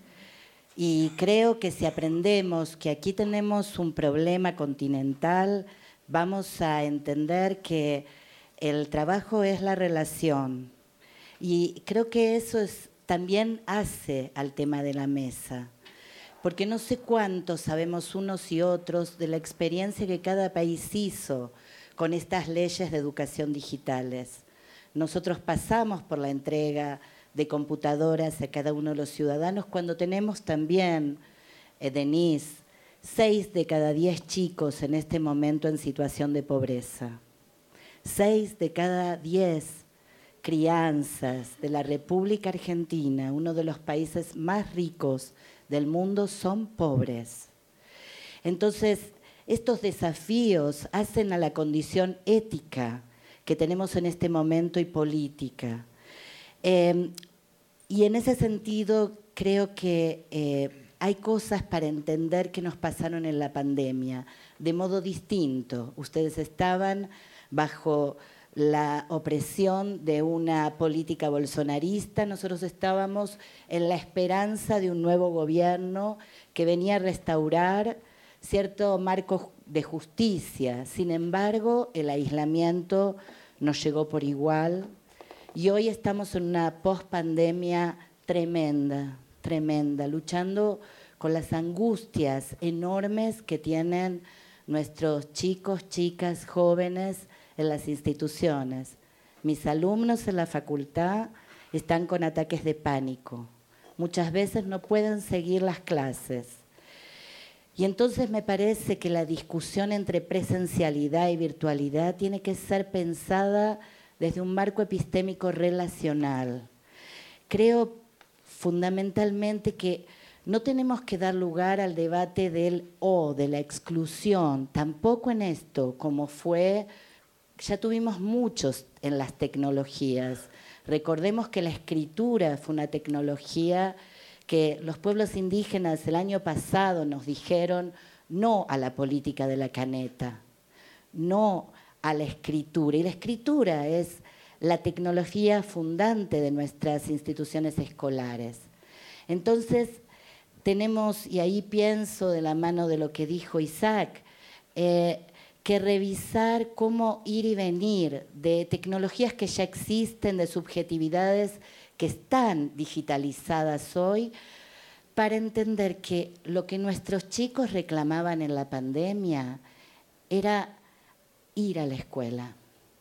Speaker 8: Y creo que si aprendemos que aquí tenemos un problema continental, vamos a entender que el trabajo es la relación. Y creo que eso es, también hace al tema de la mesa. Porque no sé cuánto sabemos unos y otros de la experiencia que cada país hizo con estas leyes de educación digitales. Nosotros pasamos por la entrega de computadoras a cada uno de los ciudadanos, cuando tenemos también, eh, Denise, seis de cada diez chicos en este momento en situación de pobreza. Seis de cada diez crianzas de la República Argentina, uno de los países más ricos del mundo, son pobres. Entonces, estos desafíos hacen a la condición ética que tenemos en este momento y política. Eh, y en ese sentido creo que eh, hay cosas para entender que nos pasaron en la pandemia de modo distinto. Ustedes estaban bajo la opresión de una política bolsonarista, nosotros estábamos en la esperanza de un nuevo gobierno que venía a restaurar cierto marco de justicia. Sin embargo, el aislamiento nos llegó por igual. Y hoy estamos en una pospandemia tremenda, tremenda, luchando con las angustias enormes que tienen nuestros chicos, chicas, jóvenes en las instituciones. Mis alumnos en la facultad están con ataques de pánico. Muchas veces no pueden seguir las clases. Y entonces me parece que la discusión entre presencialidad y virtualidad tiene que ser pensada desde un marco epistémico relacional. Creo fundamentalmente que no tenemos que dar lugar al debate del o, de la exclusión, tampoco en esto, como fue, ya tuvimos muchos en las tecnologías. Recordemos que la escritura fue una tecnología que los pueblos indígenas el año pasado nos dijeron no a la política de la caneta, no a la escritura. Y la escritura es la tecnología fundante de nuestras instituciones escolares. Entonces, tenemos, y ahí pienso de la mano de lo que dijo Isaac, eh, que revisar cómo ir y venir de tecnologías que ya existen, de subjetividades que están digitalizadas hoy, para entender que lo que nuestros chicos reclamaban en la pandemia era ir a la escuela.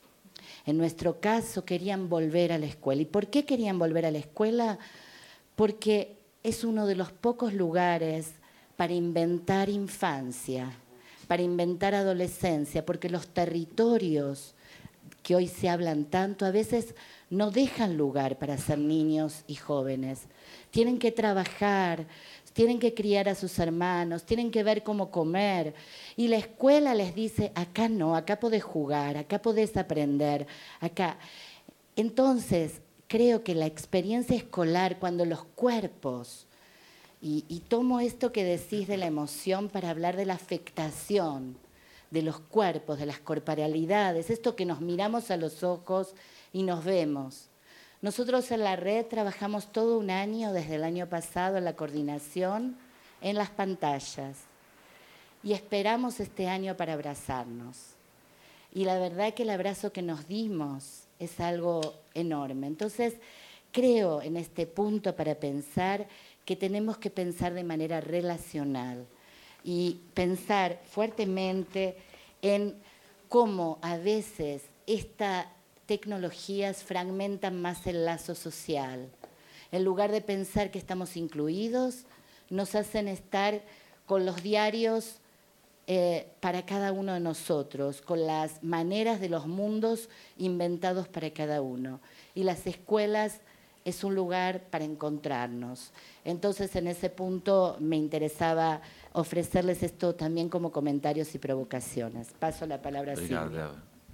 Speaker 8: En nuestro caso querían volver a la escuela. ¿Y por qué querían volver a la escuela? Porque es uno de los pocos lugares para inventar infancia, para inventar adolescencia, porque los territorios que hoy se hablan tanto a veces no dejan lugar para ser niños y jóvenes. Tienen que trabajar, tienen que criar a sus hermanos, tienen que ver cómo comer. Y la escuela les dice, acá no, acá podés jugar, acá podés aprender, acá. Entonces, creo que la experiencia escolar, cuando los cuerpos, y, y tomo esto que decís de la emoción para hablar de la afectación de los cuerpos, de las corporalidades, esto que nos miramos a los ojos y nos vemos. Nosotros en la red trabajamos todo un año, desde el año pasado, en la coordinación, en las pantallas. Y esperamos este año para abrazarnos. Y la verdad que el abrazo que nos dimos es algo enorme. Entonces, creo en este punto para pensar que tenemos que pensar de manera relacional y pensar fuertemente en cómo a veces estas tecnologías fragmentan más el lazo social. En lugar de pensar que estamos incluidos, nos hacen estar con los diarios Eh, para cada uno de nosotros, con las maneras de los mundos inventados para cada uno. Y las escuelas es un lugar para encontrarnos. Entonces, en ese punto me interesaba ofrecerles esto también como comentarios y provocaciones. Paso la palabra a Silvia.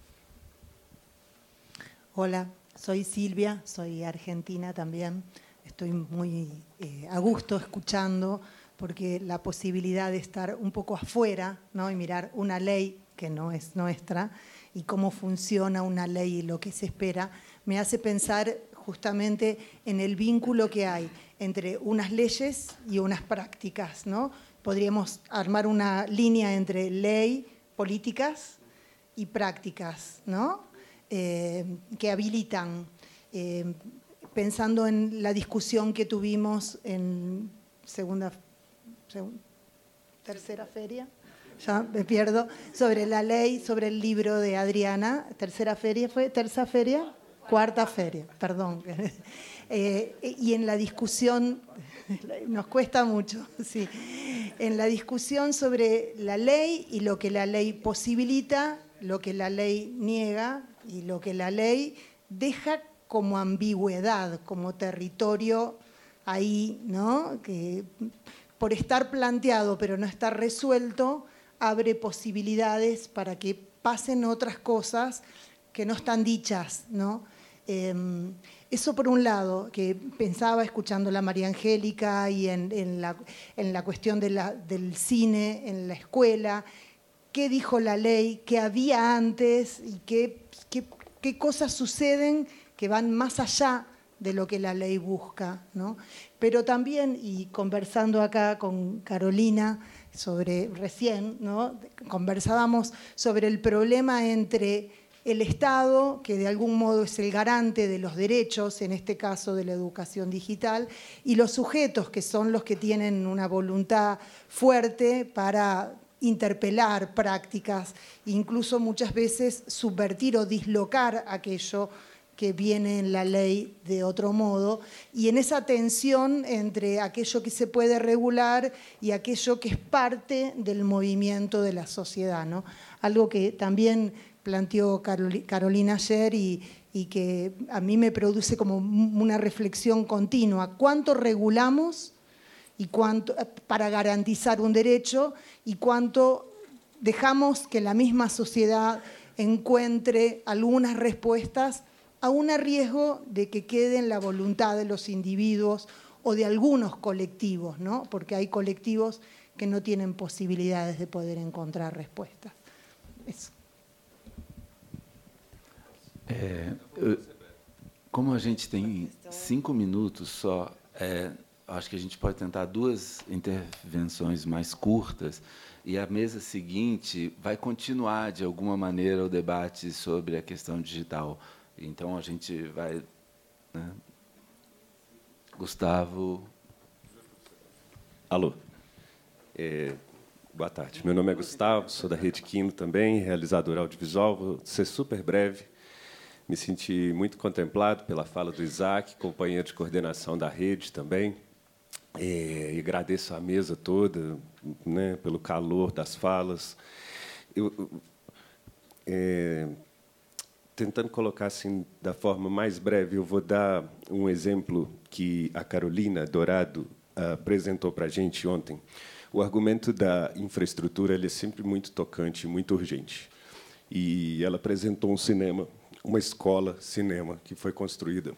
Speaker 9: Hola, soy Silvia, soy argentina también. Estoy muy eh, a gusto escuchando, porque la posibilidad de estar un poco afuera, ¿no?, y mirar una ley que no es nuestra y cómo funciona una ley y lo que se espera, me hace pensar justamente en el vínculo que hay entre unas leyes y unas prácticas, ¿no? Podríamos armar una línea entre ley, políticas y prácticas, ¿no?, eh, que habilitan. Eh, pensando en la discusión que tuvimos en segunda tercera feria, ya me pierdo, sobre la ley, sobre el libro de Adriana. Tercera feria fue, tercera feria, cuarta feria, perdón. Eh, y en la discusión, nos cuesta mucho, sí, en la discusión sobre la ley y lo que la ley posibilita, lo que la ley niega y lo que la ley deja como ambigüedad, como territorio ahí, ¿no?, que por estar planteado pero no estar resuelto, abre posibilidades para que pasen otras cosas que no están dichas, ¿no? Eh, eso por un lado, que pensaba escuchando a María Angélica y en, en, la, en la cuestión de la, del cine en la escuela, qué dijo la ley, qué había antes y qué, qué, qué cosas suceden que van más allá de lo que la ley busca, ¿no? Pero también, y conversando acá con Carolina sobre recién, ¿no?, conversábamos sobre el problema entre el Estado, que de algún modo es el garante de los derechos, en este caso de la educación digital, y los sujetos, que son los que tienen una voluntad fuerte para interpelar prácticas, incluso muchas veces subvertir o dislocar aquello que viene en la ley de otro modo, y en esa tensión entre aquello que se puede regular y aquello que es parte del movimiento de la sociedad, ¿no? Algo que también planteó Carolina ayer y, y que a mí me produce como una reflexión continua. ¿Cuánto regulamos y cuánto, para garantizar un derecho, y cuánto dejamos que la misma sociedad encuentre algunas respuestas aún a riesgo de que quede en la voluntad de los individuos o de algunos colectivos, ¿no? Porque hay colectivos que no tienen posibilidades de poder encontrar respuestas. Eso.
Speaker 3: É, como a gente tem cinco minutos só, é, acho que a gente pode tentar duas intervenções mais curtas, e a mesa seguinte vai continuar, de alguma maneira, o debate sobre a questão digital. Então, a gente vai... Né? Gustavo...
Speaker 6: Alô. É, boa tarde. Meu nome é Gustavo, sou da Rede Quino também, realizador audiovisual. Vou ser super breve. Me senti muito contemplado pela fala do Isaac, companheiro de coordenação da rede também. É, e agradeço a mesa toda, né, pelo calor das falas. Eu, é, tentando colocar assim da forma mais breve, eu vou dar um exemplo que a Carolina Dourado apresentou para a gente ontem. O argumento da infraestrutura ele é sempre muito tocante, muito urgente. E ela apresentou um cinema, uma escola cinema que foi construída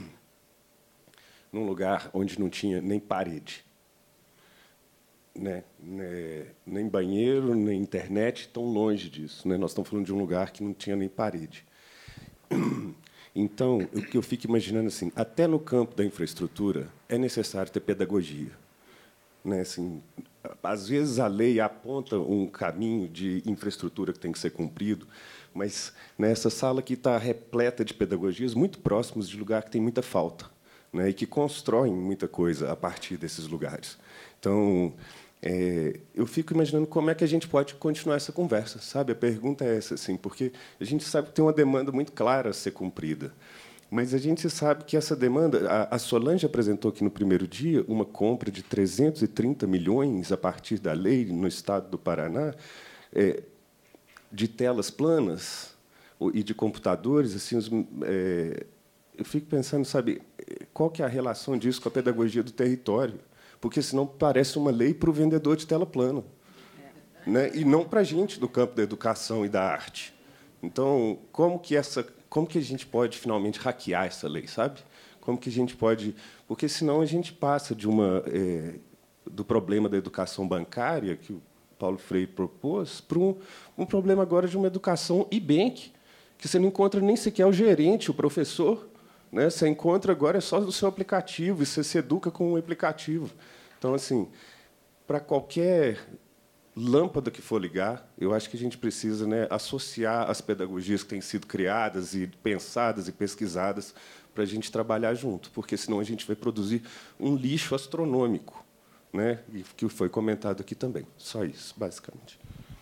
Speaker 6: num lugar onde não tinha nem parede, né? Nem banheiro, nem internet, tão longe disso, né? Nós estamos falando de um lugar que não tinha nem parede. Então, o que eu fico imaginando assim, até no campo da infraestrutura é necessário ter pedagogia, né? Assim, às vezes a lei aponta um caminho de infraestrutura que tem que ser cumprido, mas nessa sala aqui está repleta de pedagogias muito próximos de lugar que tem muita falta, né? E que constroem muita coisa a partir desses lugares. Então, é, eu fico imaginando como é que a gente pode continuar essa conversa, sabe? A pergunta é essa, assim, porque a gente sabe que tem uma demanda muito clara a ser cumprida, mas a gente sabe que essa demanda... A, a Solange apresentou aqui no primeiro dia uma compra de trezentos e trinta milhões a partir da lei no estado do Paraná, é, de telas planas e de computadores. Assim, os, é, eu fico pensando, sabe, qual que é a relação disso com a pedagogia do território? Porque, senão, parece uma lei para o vendedor de tela plana, né? E não para a gente do campo da educação e da arte. Então, como que, essa, como que a gente pode, finalmente, hackear essa lei, sabe? Como que a gente pode... Porque, senão, a gente passa de uma, é, do problema da educação bancária, que o Paulo Freire propôs, para um, um problema agora de uma educação e-bank, que você não encontra nem sequer o gerente, o professor, né? Você encontra agora é só do seu aplicativo, e você se educa com um aplicativo. Então, assim, para qualquer lâmpada que for ligar, eu acho que a gente precisa, né, associar as pedagogias que têm sido criadas e pensadas e pesquisadas para a gente trabalhar junto, porque, senão, a gente vai produzir um lixo astronômico, né? E que foi comentado aqui também. Só isso, basicamente.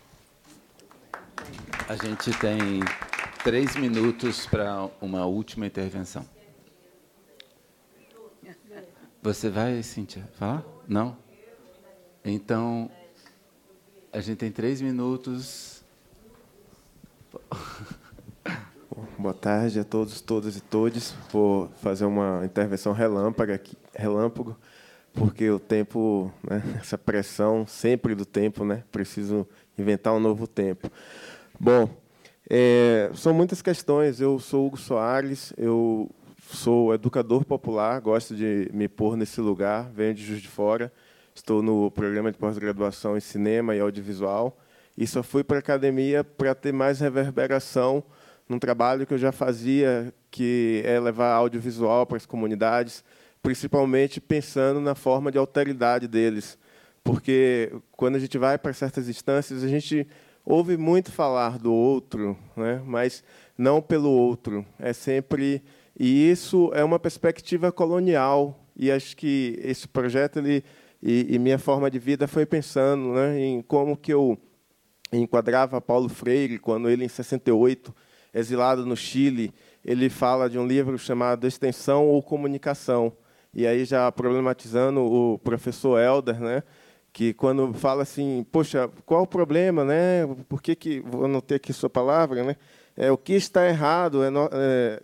Speaker 3: A gente tem três minutos para uma última intervenção. Você vai, Cíntia, falar? Não? Então, a gente tem três minutos.
Speaker 10: Boa tarde a todos, todas e todes. Vou fazer uma intervenção relâmpago aqui, relâmpago, porque o tempo, né, essa pressão sempre do tempo, né, preciso inventar um novo tempo. Bom, é, são muitas questões. Eu sou Hugo Soares, eu sou educador popular, gosto de me pôr nesse lugar, venho de Juiz de Fora, estou no programa de pós-graduação em cinema e audiovisual, e só fui para a academia para ter mais reverberação num trabalho que eu já fazia, que é levar audiovisual para as comunidades, principalmente pensando na forma de alteridade deles, porque quando a gente vai para certas instâncias, a gente ouve muito falar do outro, né? Mas não pelo outro. É sempre... E isso é uma perspectiva colonial. E acho que esse projeto ele, e, e minha forma de vida foi pensando, né, em como que eu enquadrava Paulo Freire, quando ele, em sessenta e oito, exilado no Chile, ele fala de um livro chamado Extensão ou Comunicação. E aí, já problematizando o professor Helder, né, que, quando fala assim, poxa, qual o problema? Né? Por que que... Vou anotar aqui sua palavra. Né? É, o que está errado? É, é,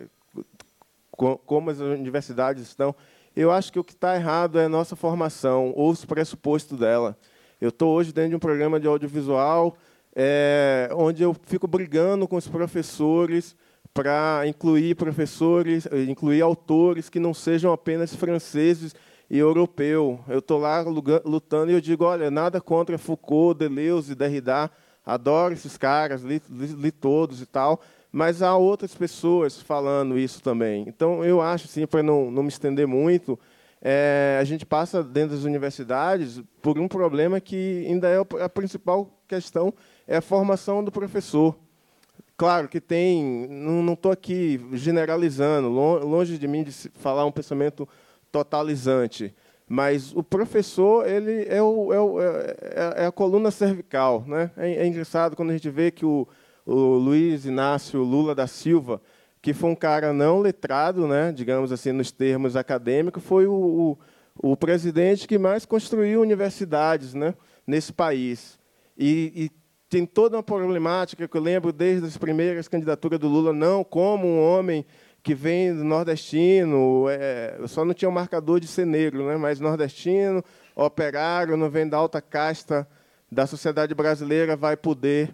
Speaker 10: como as universidades estão... Eu acho que o que está errado é a nossa formação, ou os pressupostos dela. Eu estou hoje dentro de um programa de audiovisual, é, onde eu fico brigando com os professores para incluir professores, incluir autores que não sejam apenas franceses e europeus. Eu estou lá lutando e eu digo, olha, nada contra Foucault, Deleuze, Derrida, adoro esses caras, li, li, li todos e tal, mas há outras pessoas falando isso também. Então, eu acho, assim, para não, não me estender muito, é, a gente passa, dentro das universidades, por um problema que ainda é a principal questão, é a formação do professor. Claro que tem... Não estou aqui generalizando, longe de mim de falar um pensamento totalizante, mas o professor ele é, o, é, o, é a coluna cervical. Né? É, é engraçado quando a gente vê que o, o Luiz Inácio Lula da Silva, que foi um cara não letrado, né, digamos assim, nos termos acadêmicos, foi o, o, o presidente que mais construiu universidades, né, nesse país. E, e tem toda uma problemática que eu lembro desde as primeiras candidaturas do Lula, não como um homem que vem do nordestino, é, só não tinha um marcador de ser negro, né, mas nordestino, operário, não vem da alta casta da sociedade brasileira, vai poder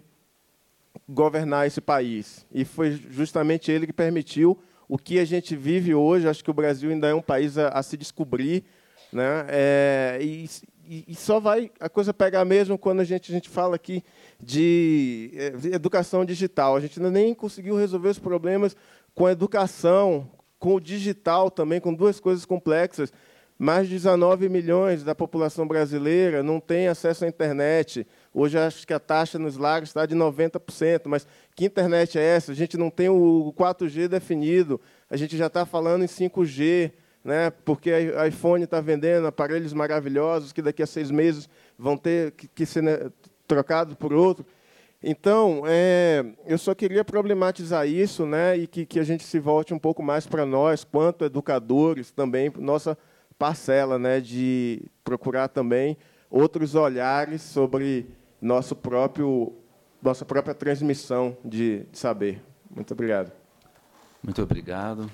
Speaker 10: governar esse país. E foi justamente ele que permitiu o que a gente vive hoje. Acho que o Brasil ainda é um país a, a se descobrir, né? É, e, e só vai a coisa pegar mesmo quando a gente, a gente fala aqui de educação digital. A gente ainda nem conseguiu resolver os problemas com a educação, com o digital também, com duas coisas complexas. Mais de dezenove milhões da população brasileira não tem acesso à internet. Hoje, acho que a taxa nos lares está de noventa por cento, mas que internet é essa? A gente não tem o quatro G definido, a gente já está falando em cinco G, né? Porque a iPhone está vendendo aparelhos maravilhosos que daqui a seis meses vão ter que, que ser, né, trocados por outro. Então, é, eu só queria problematizar isso, né, e que, que a gente se volte um pouco mais para nós, quanto educadores, também, nossa parcela, né, de procurar também outros olhares sobre nosso próprio, nossa própria transmissão de, de saber. Muito obrigado.
Speaker 3: Muito obrigado.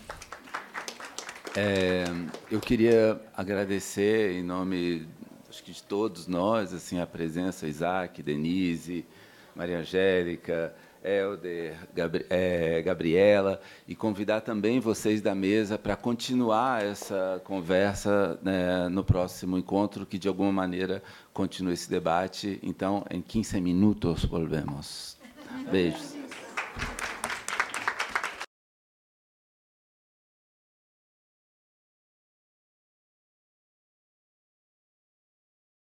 Speaker 3: É, eu queria agradecer, em nome, acho que de todos nós, assim, a presença, Isaac, Denise, Maria Angélica, Helder, Gabri é, Gabriela, e convidar também vocês da mesa para continuar essa conversa, né, no próximo encontro, que, de alguma maneira, continue esse debate. Então, em quinze minutos, volvemos. Beijos.